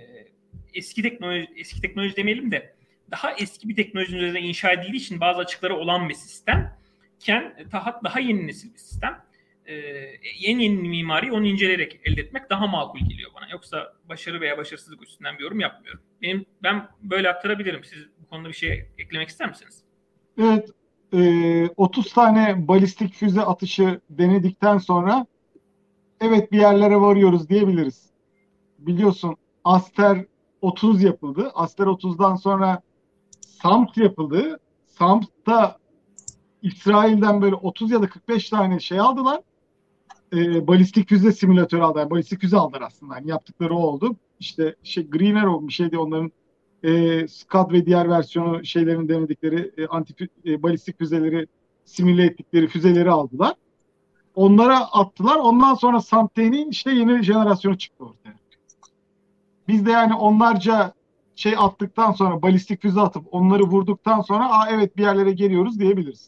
eski teknoloji eski teknoloji demeyelim de daha eski bir teknolojinin üzerinde inşa edildiği için bazı açıkları olan bir sistemken THAAD daha yeni nesil bir sistem. Ee, en yeni mimariyi onu inceleyerek elde etmek daha makul geliyor bana. Yoksa başarı veya başarısızlık üstünden bir yorum yapmıyorum. Benim ben böyle aktarabilirim. Siz bu konuda bir şey eklemek ister misiniz? Evet, e, otuz tane balistik füze atışı denedikten sonra evet bir yerlere varıyoruz diyebiliriz. Biliyorsun Aster otuz yapıldı. Aster otuzdan sonra SAMP yapıldı. SAMP'ta İsrail'den böyle otuz ya da kırk beş tane şey aldılar. E, balistik füze simülatörü aldılar. Yani balistik füze aldılar aslında. Yani yaptıkları o oldu. İşte şey Green Arrow bir şeydi onların e, Scud ve diğer versiyonu şeylerin denedikleri e, anti e, balistik füzeleri simüle ettikleri füzeleri aldılar. Onlara attılar. Ondan sonra SAMP'nin işte yeni jenerasyonu çıktı ortaya. Biz de yani onlarca şey attıktan sonra balistik füze atıp onları vurduktan sonra aa evet bir yerlere geliyoruz diyebiliriz.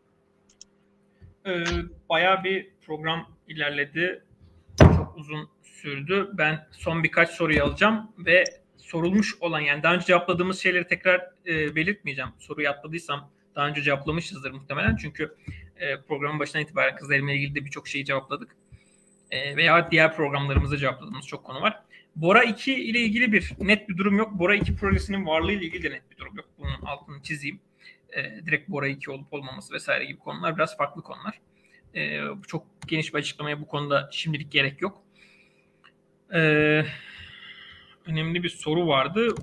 Ee, bayağı bir program ilerledi. Çok uzun sürdü. Ben son birkaç soruyu alacağım ve sorulmuş olan yani daha önce cevapladığımız şeyleri tekrar e, belirtmeyeceğim. Soruyu atladıysam daha önce cevaplamışızdır muhtemelen. Çünkü e, programın başından itibaren kızlarımla ilgili de birçok şeyi cevapladık. E, veya diğer programlarımızda cevapladığımız çok konu var. Bora iki ile ilgili bir net bir durum yok. Bora iki projesinin varlığı ile ilgili de net bir durum yok. Bunun altını çizeyim. E, direkt Bora iki olup olmaması vesaire gibi konular biraz farklı konular. E, çok geniş bir açıklamaya bu konuda şimdilik gerek yok. Ee, önemli bir soru vardı.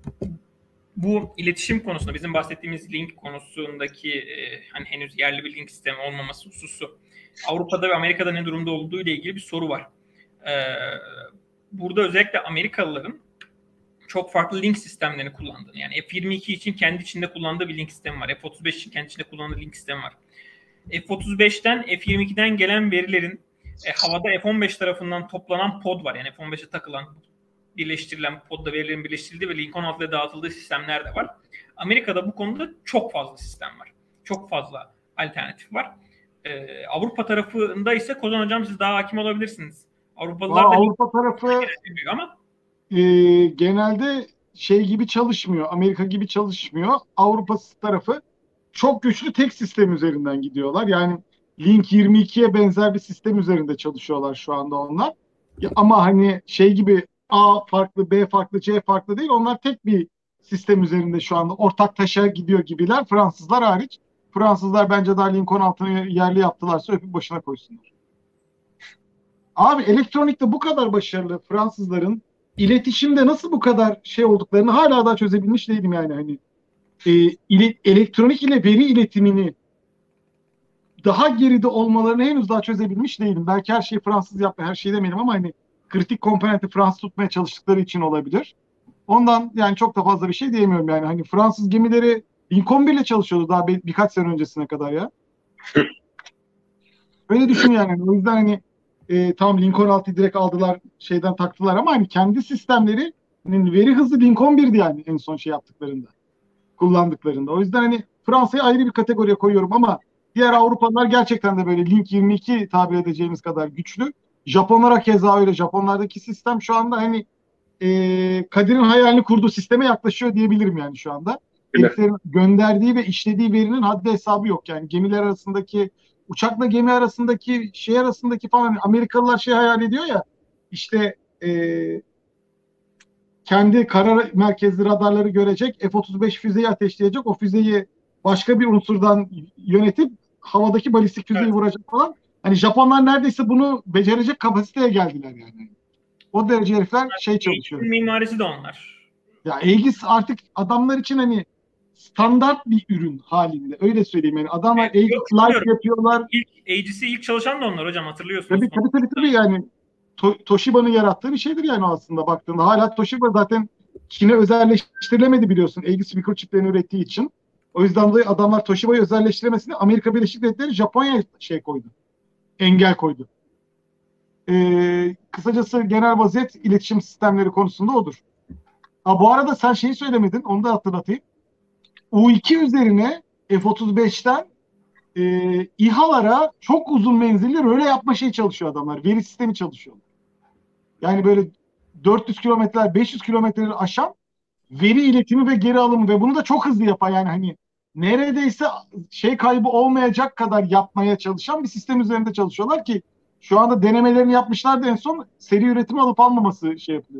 Bu iletişim konusunda bizim bahsettiğimiz link konusundaki e, hani henüz yerli bir link sistemi olmaması hususu Avrupa'da ve Amerika'da ne durumda olduğu ile ilgili bir soru var. Ee, burada özellikle Amerikalıların çok farklı link sistemlerini kullandığını, yani F yirmi iki için kendi içinde kullandığı bir link sistemi var. F otuz beş için kendi içinde kullandığı link sistemi var. F otuz beşten F yirmi ikiden gelen verilerin e, havada F on beş tarafından toplanan pod var. Yani F on beşe takılan, birleştirilen podda verilerin birleştirildiği ve Link on altıya dağıtıldığı sistemler de var. Amerika'da bu konuda çok fazla sistem var. Çok fazla alternatif var. Ee, Avrupa tarafında ise Kozan Hocam siz daha hakim olabilirsiniz. Avrupalılar da Avrupa tarafı ama e, genelde şey gibi çalışmıyor. Amerika gibi çalışmıyor. Avrupa tarafı çok güçlü tek sistem üzerinden gidiyorlar. Yani Link yirmi ikiye benzer bir sistem üzerinde çalışıyorlar şu anda onlar. Ya, ama hani şey gibi A farklı, B farklı, C farklı değil. Onlar tek bir sistem üzerinde şu anda ortak taşa gidiyor gibiler. Fransızlar hariç. Fransızlar bence daha Link on altını yerli yaptılarsa öpüp başına koysunlar. Abi elektronikte bu kadar başarılı Fransızların iletişimde nasıl bu kadar şey olduklarını hala daha çözebilmiş değilim yani hani. E, ile, elektronik ile veri iletimini daha geride olmalarını henüz daha çözebilmiş değilim. Belki her şeyi Fransız yaptı, her şeyi demeyelim ama hani kritik komponenti Fransız tutmaya çalıştıkları için olabilir. Ondan yani çok da fazla bir şey diyemiyorum yani. Hani Fransız gemileri Lincoln bir ile çalışıyordu daha bir, birkaç sene öncesine kadar ya. Öyle düşün yani. O yüzden hani e, tam Lincoln altıyı direkt aldılar, şeyden taktılar ama hani kendi sistemleri hani veri hızı Lincoln birdi yani en son şey yaptıklarında. Kullandıklarında. O yüzden hani Fransa'yı ayrı bir kategoriye koyuyorum ama diğer Avrupalılar gerçekten de böyle Link yirmi iki tabir edeceğimiz kadar güçlü. Japonlara keza öyle. Japonlardaki sistem şu anda hani e, Kadir'in hayalini kurduğu sisteme yaklaşıyor diyebilirim yani şu anda. Heriflerin gönderdiği ve işlediği verinin haddi hesabı yok. Yani gemiler arasındaki, uçakla gemi arasındaki, şey arasındaki falan hani Amerikalılar şey hayal ediyor ya işte e, kendi kara merkezli radarları görecek, F otuz beş füzeyi ateşleyecek, o füzeyi başka bir unsurdan yönetip havadaki balistik füzeyi evet. vuracak falan. Hani Japonlar neredeyse bunu becerecek kapasiteye geldiler yani. O derece herifler şey çalışıyor. Mimarisi de onlar. Ya Aegis artık adamlar için hani standart bir ürün halinde. Öyle söyleyeyim yani. Adamlar Evet, Aegis yok, Light biliyorum. yapıyorlar. İlk Aegis'i ilk çalışan da onlar hocam, hatırlıyorsunuz. Tabii tabii tabii, tabii yani. To- Toshiba'nın yarattığı bir şeydir yani aslında baktığında. Hala Toshiba zaten Çin'e özelleştirilemedi biliyorsun. Aegis mikroçiplerini ürettiği için. O yüzden dolayı adamlar Toshiba'yı özelleştiremesini Amerika Birleşik Devletleri Japonya'ya şey koydu. Engel koydu. Ee, kısacası genel vaziyet iletişim sistemleri konusunda odur. Ha, bu arada sen şeyi söylemedin. Onu da hatırlatayım. U iki üzerine F otuz beşten e, İHA'lara çok uzun menzilli röle yapma şey çalışıyor adamlar. Veri sistemi çalışıyor. Yani böyle dört yüz kilometreler, beş yüz kilometreleri aşan veri iletimi ve geri alımı ve bunu da çok hızlı yapan yani hani neredeyse şey kaybı olmayacak kadar yapmaya çalışan bir sistem üzerinde çalışıyorlar ki şu anda denemelerini yapmışlardı, en son seri üretimi alıp almaması şey yapılıyor.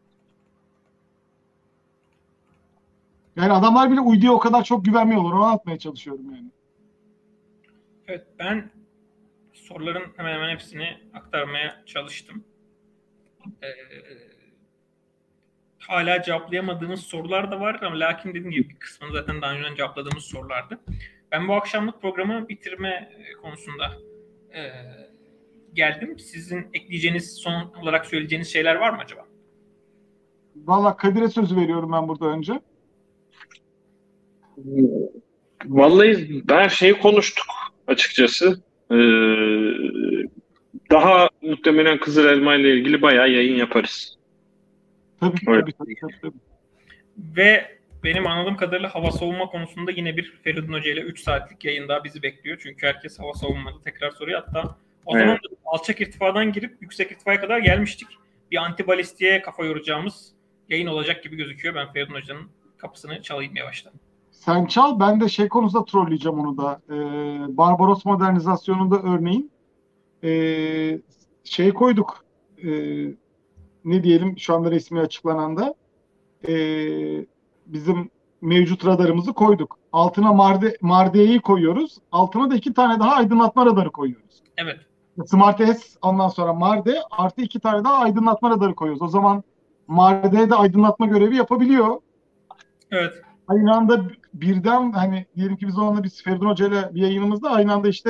Yani adamlar bile uyduya o kadar çok güvenmiyorlar. Onu anlatmaya çalışıyorum yani. Evet, ben soruların hemen hemen hepsini aktarmaya çalıştım. Ee, hala cevaplayamadığımız sorular da var ama lakin dediğim gibi bir kısmını zaten daha önceden cevapladığımız sorulardı. Ben bu akşamlık programı bitirme konusunda e, geldim. Sizin ekleyeceğiniz, son olarak söyleyeceğiniz şeyler var mı acaba? Vallahi Kadir'e söz veriyorum ben burada önce. Vallahi ben şey konuştuk açıkçası. Ee, daha muhtemelen Kızıl Elma ile ilgili bayağı yayın yaparız. Tabii Evet. tabii, tabii tabii tabii. Ve benim anladığım kadarıyla hava savunma konusunda yine bir Feridun Hoca ile üç saatlik yayın daha bizi bekliyor. Çünkü herkes hava savunmada tekrar soruyor. Hatta o Evet. zaman alçak irtifadan girip yüksek irtifaya kadar gelmiştik. Bir antibalistiğe kafa yoracağımız yayın olacak gibi gözüküyor. Ben Feridun Hoca'nın kapısını çalayım yavaştan. Sen çal, ben de şey konusunda trolleyeceğim onu da. Ee, Barbaros modernizasyonunda örneğin ee, şey koyduk. Ee, ne diyelim şu anda resmi açıklanan da ee, bizim mevcut radarımızı koyduk. Altına Marde, Marde'yi koyuyoruz. Altına da iki tane daha aydınlatma radarı koyuyoruz. Evet. Smart S, ondan sonra Marde artı iki tane daha aydınlatma radarı koyuyoruz. O zaman Marde de aydınlatma görevi yapabiliyor. Evet. Aynı anda birden hani diyelim ki biz onunla biz Feridun Hoca ile bir yayınımızda aynı anda işte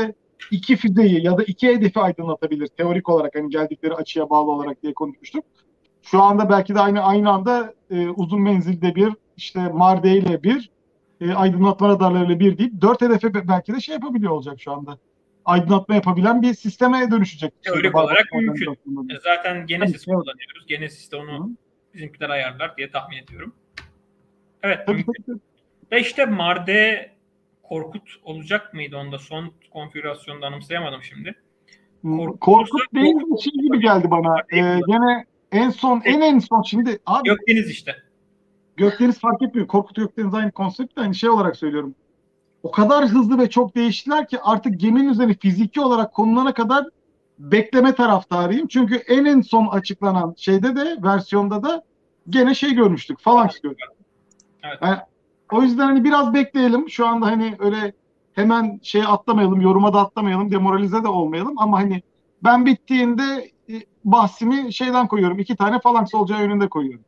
iki füzeyi ya da iki hedefi aydınlatabilir teorik olarak, hani geldikleri açıya bağlı olarak diye konuşmuştuk. Şu anda belki de aynı aynı anda e, uzun menzilde bir, işte Marde ile bir, e, aydınlatma radarlarıyla bir deyip dört hedefe belki de şey yapabiliyor olacak şu anda. Aydınlatma yapabilen bir sisteme dönüşecek. Teorik olarak mümkün. E, zaten Genesis Tabii, kullanıyoruz. Genesis'te onu Hı. bizimkiler ayarlar diye tahmin ediyorum. Evet. Tabii, tabii, tabii. Ve işte Marde Korkut olacak mıydı onda? Son konfigürasyonda anımsayamadım şimdi. Korkut, Korkut değil mi? Şey gibi geldi bana. Ee, gene en son, en en son şimdi. Abi, Gökdeniz işte. Gökdeniz fark etmiyor. Korkut Gökdeniz aynı konsept de, hani şey olarak söylüyorum. O kadar hızlı ve çok değiştiler ki artık geminin üzerine fiziki olarak konulana kadar bekleme taraftarıyım. Çünkü en en son açıklanan şeyde de, versiyonda da gene şey görmüştük. Phalanx gördük. Evet. Yani, o yüzden hani biraz bekleyelim. Şu anda hani öyle hemen şeye atlamayalım, yoruma da atlamayalım, demoralize de olmayalım. Ama hani ben bittiğinde e, bahsimi şeyden koyuyorum. İki tane Phalanx olacağı yönünde koyuyorum.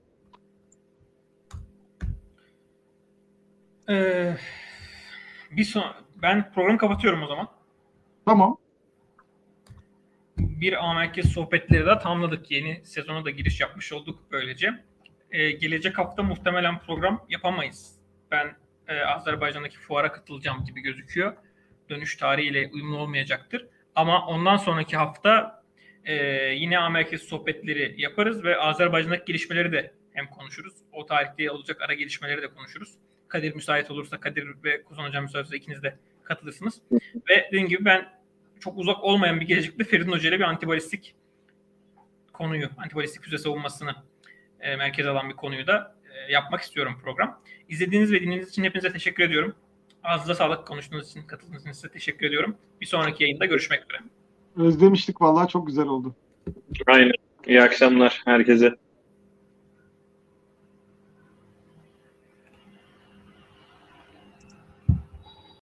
Ee, bir son, ben programı kapatıyorum o zaman. Tamam. Bir A M K sohbetleri de tamamladık. Yeni sezona da giriş yapmış olduk böylece. Ee, gelecek hafta muhtemelen program yapamayız. Ben e, Azerbaycan'daki fuara katılacağım gibi gözüküyor. Dönüş tarihiyle uyumlu olmayacaktır. Ama ondan sonraki hafta e, yine A M K sohbetleri yaparız ve Azerbaycan'daki gelişmeleri de hem konuşuruz. O tarihte olacak ara gelişmeleri de konuşuruz. Kadir müsait olursa, Kadir ve Kuzan Hocam müsait olursa ikiniz de katılırsınız. Ve dediğim gibi ben çok uzak olmayan bir gelecekte Feridun Hoca ile bir antibalistik konuyu, antibalistik füze savunmasını e, merkeze alan bir konuyu da e, yapmak istiyorum program. İzlediğiniz ve dinlediğiniz için hepinize teşekkür ediyorum. Ağzınıza sağlık, konuştuğunuz için, katıldığınız için size teşekkür ediyorum. Bir sonraki yayında görüşmek üzere. Özlemiştik vallahi, çok güzel oldu. Aynen. İyi akşamlar herkese.